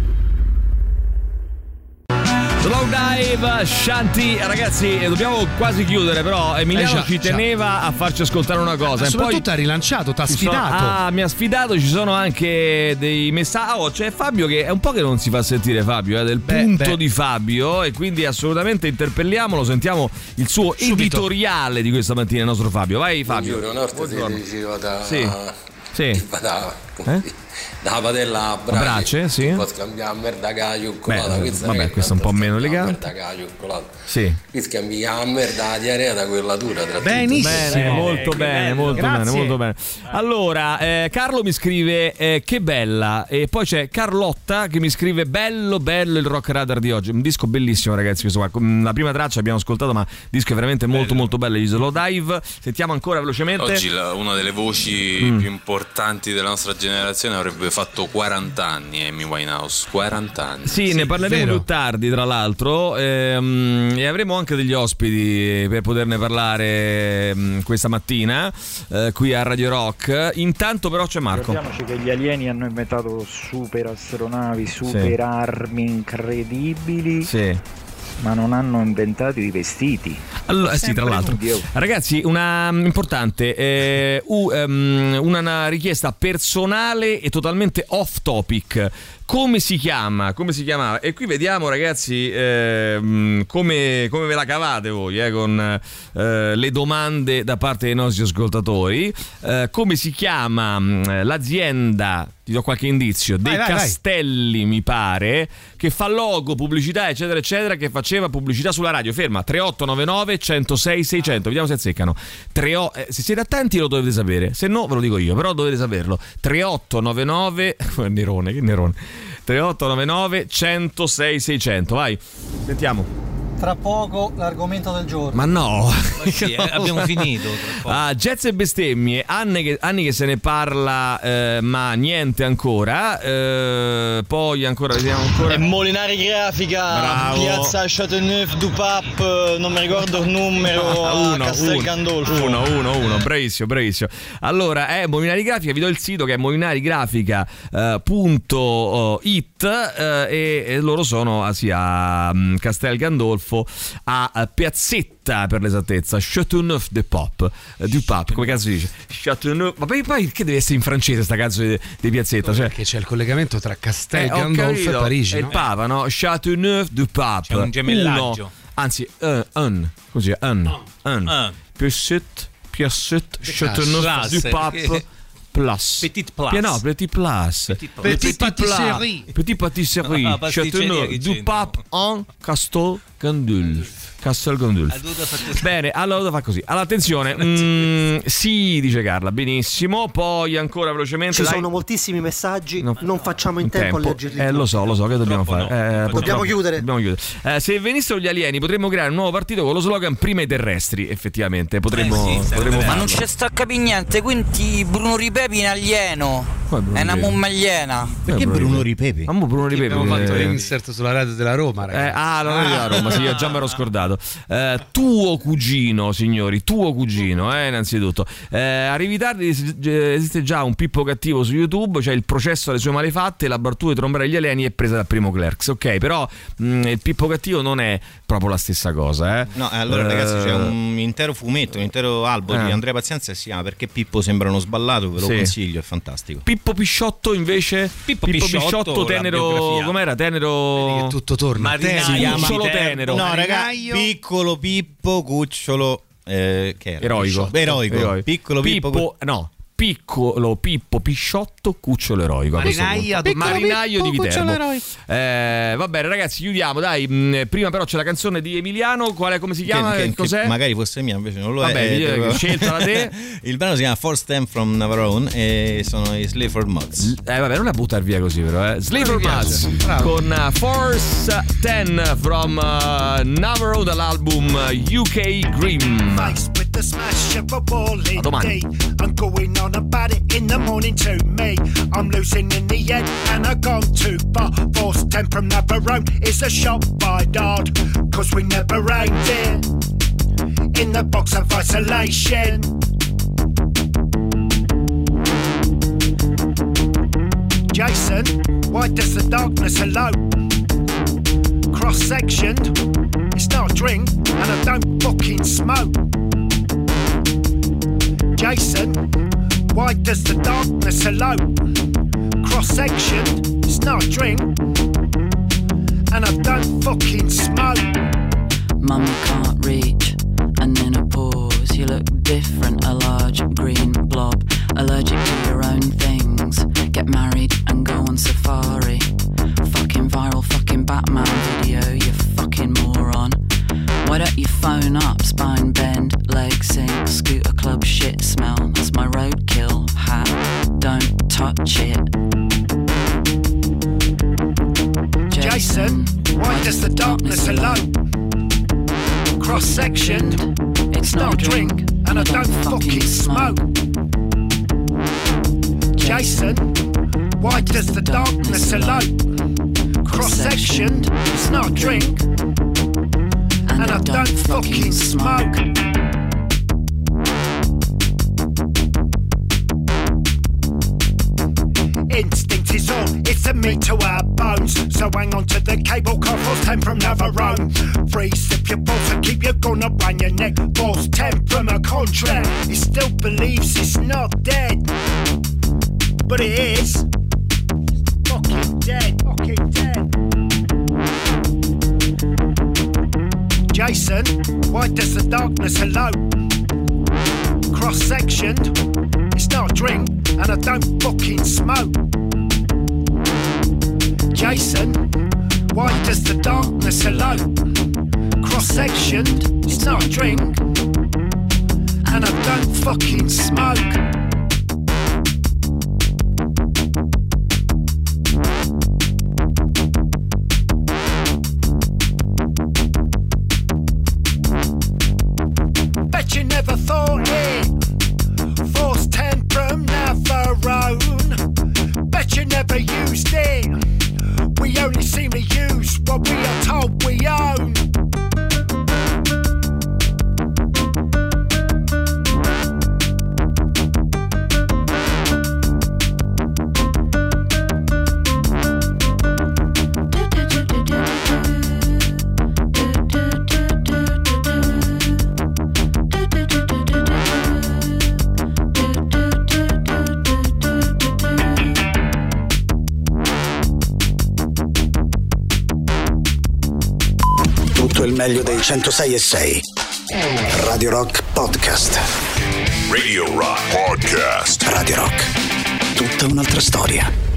Slow Dive, Shanty. Ragazzi, dobbiamo quasi chiudere, però Emiliano eh già, ci teneva già. a farci ascoltare una cosa. Ma e soprattutto poi ha rilanciato, ti ha sfidato. Sono, ah, mi ha sfidato, ci sono anche dei messaggi. Oh, c'è Fabio che è un po' che non si fa sentire, Fabio, è del beh, punto beh. di Fabio, e quindi assolutamente interpelliamolo, sentiamo il suo Subito. editoriale di questa mattina, il nostro Fabio. Vai Fabio. Buongiorno, Buongiorno. Diceva da... Sì. Sì. Da, eh? da padella a brace, brace sì. Può scambiare merda con la cioccolata. Beh, vabbè, questo è un po' meno elegante. Merda con la cioccolata. Sì. Qui scambi la merda la diarrea da quella dura. Tra benissimo, bene, molto eh, bene, bello. molto Grazie. bene, molto bene. Allora, eh, Carlo mi scrive eh, che bella, e poi c'è Carlotta che mi scrive bello bello il Rock Radar di oggi. Un disco bellissimo, ragazzi, questo qua. La prima traccia abbiamo ascoltato, ma il disco è veramente bello. molto molto bello, gli Slow Dive. Sentiamo ancora velocemente. Oggi la, una delle voci mm. più importanti della nostra generazione avrebbe fatto quaranta anni, Amy Winehouse. quaranta anni. Sì, sì, ne parleremo vero. più tardi, tra l'altro, ehm, e avremo anche degli ospiti per poterne parlare ehm, questa mattina eh, qui a Radio Rock. Intanto però c'è Marco. Ricordiamoci che gli alieni hanno inventato super astronavi, super sì. armi incredibili. Sì. Ma non hanno inventato i vestiti. Allora, sì, tra l'altro, ragazzi, una importante, eh, uh, um, una richiesta personale e totalmente off topic. Come si chiama? Come si chiamava? E qui vediamo, ragazzi, eh, come, come ve la cavate voi eh, con eh, le domande da parte dei nostri ascoltatori. Eh, come si chiama mh, l'azienda? Ti do qualche indizio. Dei vai, vai, Castelli, vai. mi pare, che fa logo, pubblicità, eccetera, eccetera, che faceva pubblicità sulla radio. Ferma, tre otto nove nove uno zero sei sei zero zero. Vediamo se azzeccano. tre, eh, se siete attenti lo dovete sapere. Se no, ve lo dico io, però dovete saperlo. tre otto nove nove Nerone, che Nerone. tre otto nove nove uno zero sei sei zero zero. Vai, sentiamo. Tra poco l'argomento del giorno. Ma no, ma sì, eh, abbiamo finito. Ah, jazz e bestemmie, anni che, anni che se ne parla, eh, ma niente ancora. Eh, poi ancora vediamo ancora. E Molinari Grafica, bravo. Piazza Châteauneuf du Pape, non mi ricordo il numero, a uno, Castel Gandolfo. Uno, uno, uno, bravissimo, bravissimo. Allora, eh, Molinari Grafica, vi do il sito che è molinarigrafica punto it eh, e, e loro sono ah, sì, a um, Castel Gandolfo, a Piazzetta per l'esattezza, Châteauneuf du Pape, du Pape, come cazzo si dice? Châteauneuf, ma poi, poi che deve essere in francese sta cazzo di, di Piazzetta? Cioè, perché c'è il collegamento tra Castel Gandolfo e Parigi, è no? il Papa, no? Châteauneuf du Pape, c'è un gemellaggio. Uno, anzi, un, un, così, un, un, Piazzetta, Piazzetta, Châteauneuf du Pape. Plus. Petit Plus. No, Petit Plus. Petit, Petit, Petit Patisserie. Petit Patisserie. Ah, Châteauneuf du Pape en Castel Gandolfo. Castel Gandolfo. Bene, allora fa così. Allora, attenzione. Mm, sì, dice Carla, benissimo. Poi ancora velocemente. Ci dai. sono moltissimi messaggi, no. non facciamo in, in tempo, tempo a leggerli. Eh, lo so, lo so, che dobbiamo Purtroppo fare? No. Eh, dobbiamo chiudere. Dobbiamo chiudere. Eh, se venissero gli alieni, potremmo creare un nuovo partito con lo slogan Prima i terrestri. Effettivamente, potremmo, eh sì, potremmo Ma farlo. non ci sta a capire niente, quindi Bruno Ripepi in alieno. È una mumma aliena. Perché Bruno Ripepi? Ma Bruno Ripepi. Abbiamo fatto eh, l'insert sulla radio della Roma, ragazzi. Eh, ah, la radio della Roma, sì, io già mi ero scordato. Eh, tuo cugino, signori, tuo cugino, eh, innanzitutto. Eh, arrivi tardi, esiste già un Pippo Cattivo su YouTube, c'è il processo alle sue malefatte, la battuta di trombare gli alieni è presa dal primo Clerks, ok, però mh, il Pippo Cattivo non è proprio la stessa cosa, eh. No, allora eh, ragazzi c'è un intero fumetto, un intero albo eh. di Andrea Pazienza che si chiama Perché Pippo sembra uno sballato, ve lo sì. consiglio, è fantastico. Pippo Pisciotto invece, Pippo, Pippo Pisciotto, Pisciotto tenero, com'era? Tenero, che tutto torna. Marinaio, cucciolo tenero. No, ragazzi, piccolo Pippo, cucciolo eh, che era? Eroico. Eroico. Eroico. Eroico. Piccolo Pippo, Pippo no. piccolo Pippo Pisciotto Cucciolo Eroico. Marinaia, Marinaio di Viterbo. Eroico. Eh, va bene ragazzi, chiudiamo dai. Mh, prima però c'è la canzone di Emiliano. Qual è, come si chiama? Che, che, Cos'è? Che magari fosse mia, invece non lo Vabbè, è. Vabbè, scelta da te. Il brano si chiama Four Stamp from Navarone e sono i Sleaford Mods. Eh vabbè, non la buttar via così però, eh. Sleaford Mods con uh, Force ten from uh, Navarone dall'album U K Grim. The smash of a ball in domani. D. I'm going on about it in the morning to me. I'm losing in the end and I've gone too far. Force ten from Navarone is a shot by Dodd. Cause we never aimed it in the box of isolation. Jason, why does the darkness elope? Cross-sectioned, it's not a drink and I don't fucking smoke. Jason, why does the darkness elope? Cross-sectioned, it's not a drink and I don't fucking smoke. Mum can't reach, and in a pause you look different, a large green blob, allergic to your own things. Get married and go on safari. Fucking viral fucking Batman video, you fucking moron. Why don't you phone up, spine bend, leg sink, scooter club shit smell. That's my roadkill hat, don't touch it. Jason, why does the darkness elope? Cross-sectioned, it's not a drink and I don't fucking smoke. Jason, why does the darkness elope? Cross-sectioned, it's not a drink and I don't fucking smoke. Instinct is all, it's a meat to our bones. So hang on to the cable car, Force ten from Navarone. Freeze if your balls and keep your gun up around your neck. Force ten from a contract, it still believes it's not dead. But it is. Fucking dead, fucking dead. Jason, why does the darkness elope? Cross-sectioned, it's not a drink and I don't fucking smoke. Jason, why does the darkness elope? Cross-sectioned, it's not a drink and I don't fucking smoke. Bet you never thought it. Force ten from Navarone. Bet you never used it. We only seem to use what we are told we own. Il meglio dei centosei e sei. Radio Rock Podcast. Radio Rock Podcast. Radio Rock. Tutta un'altra storia.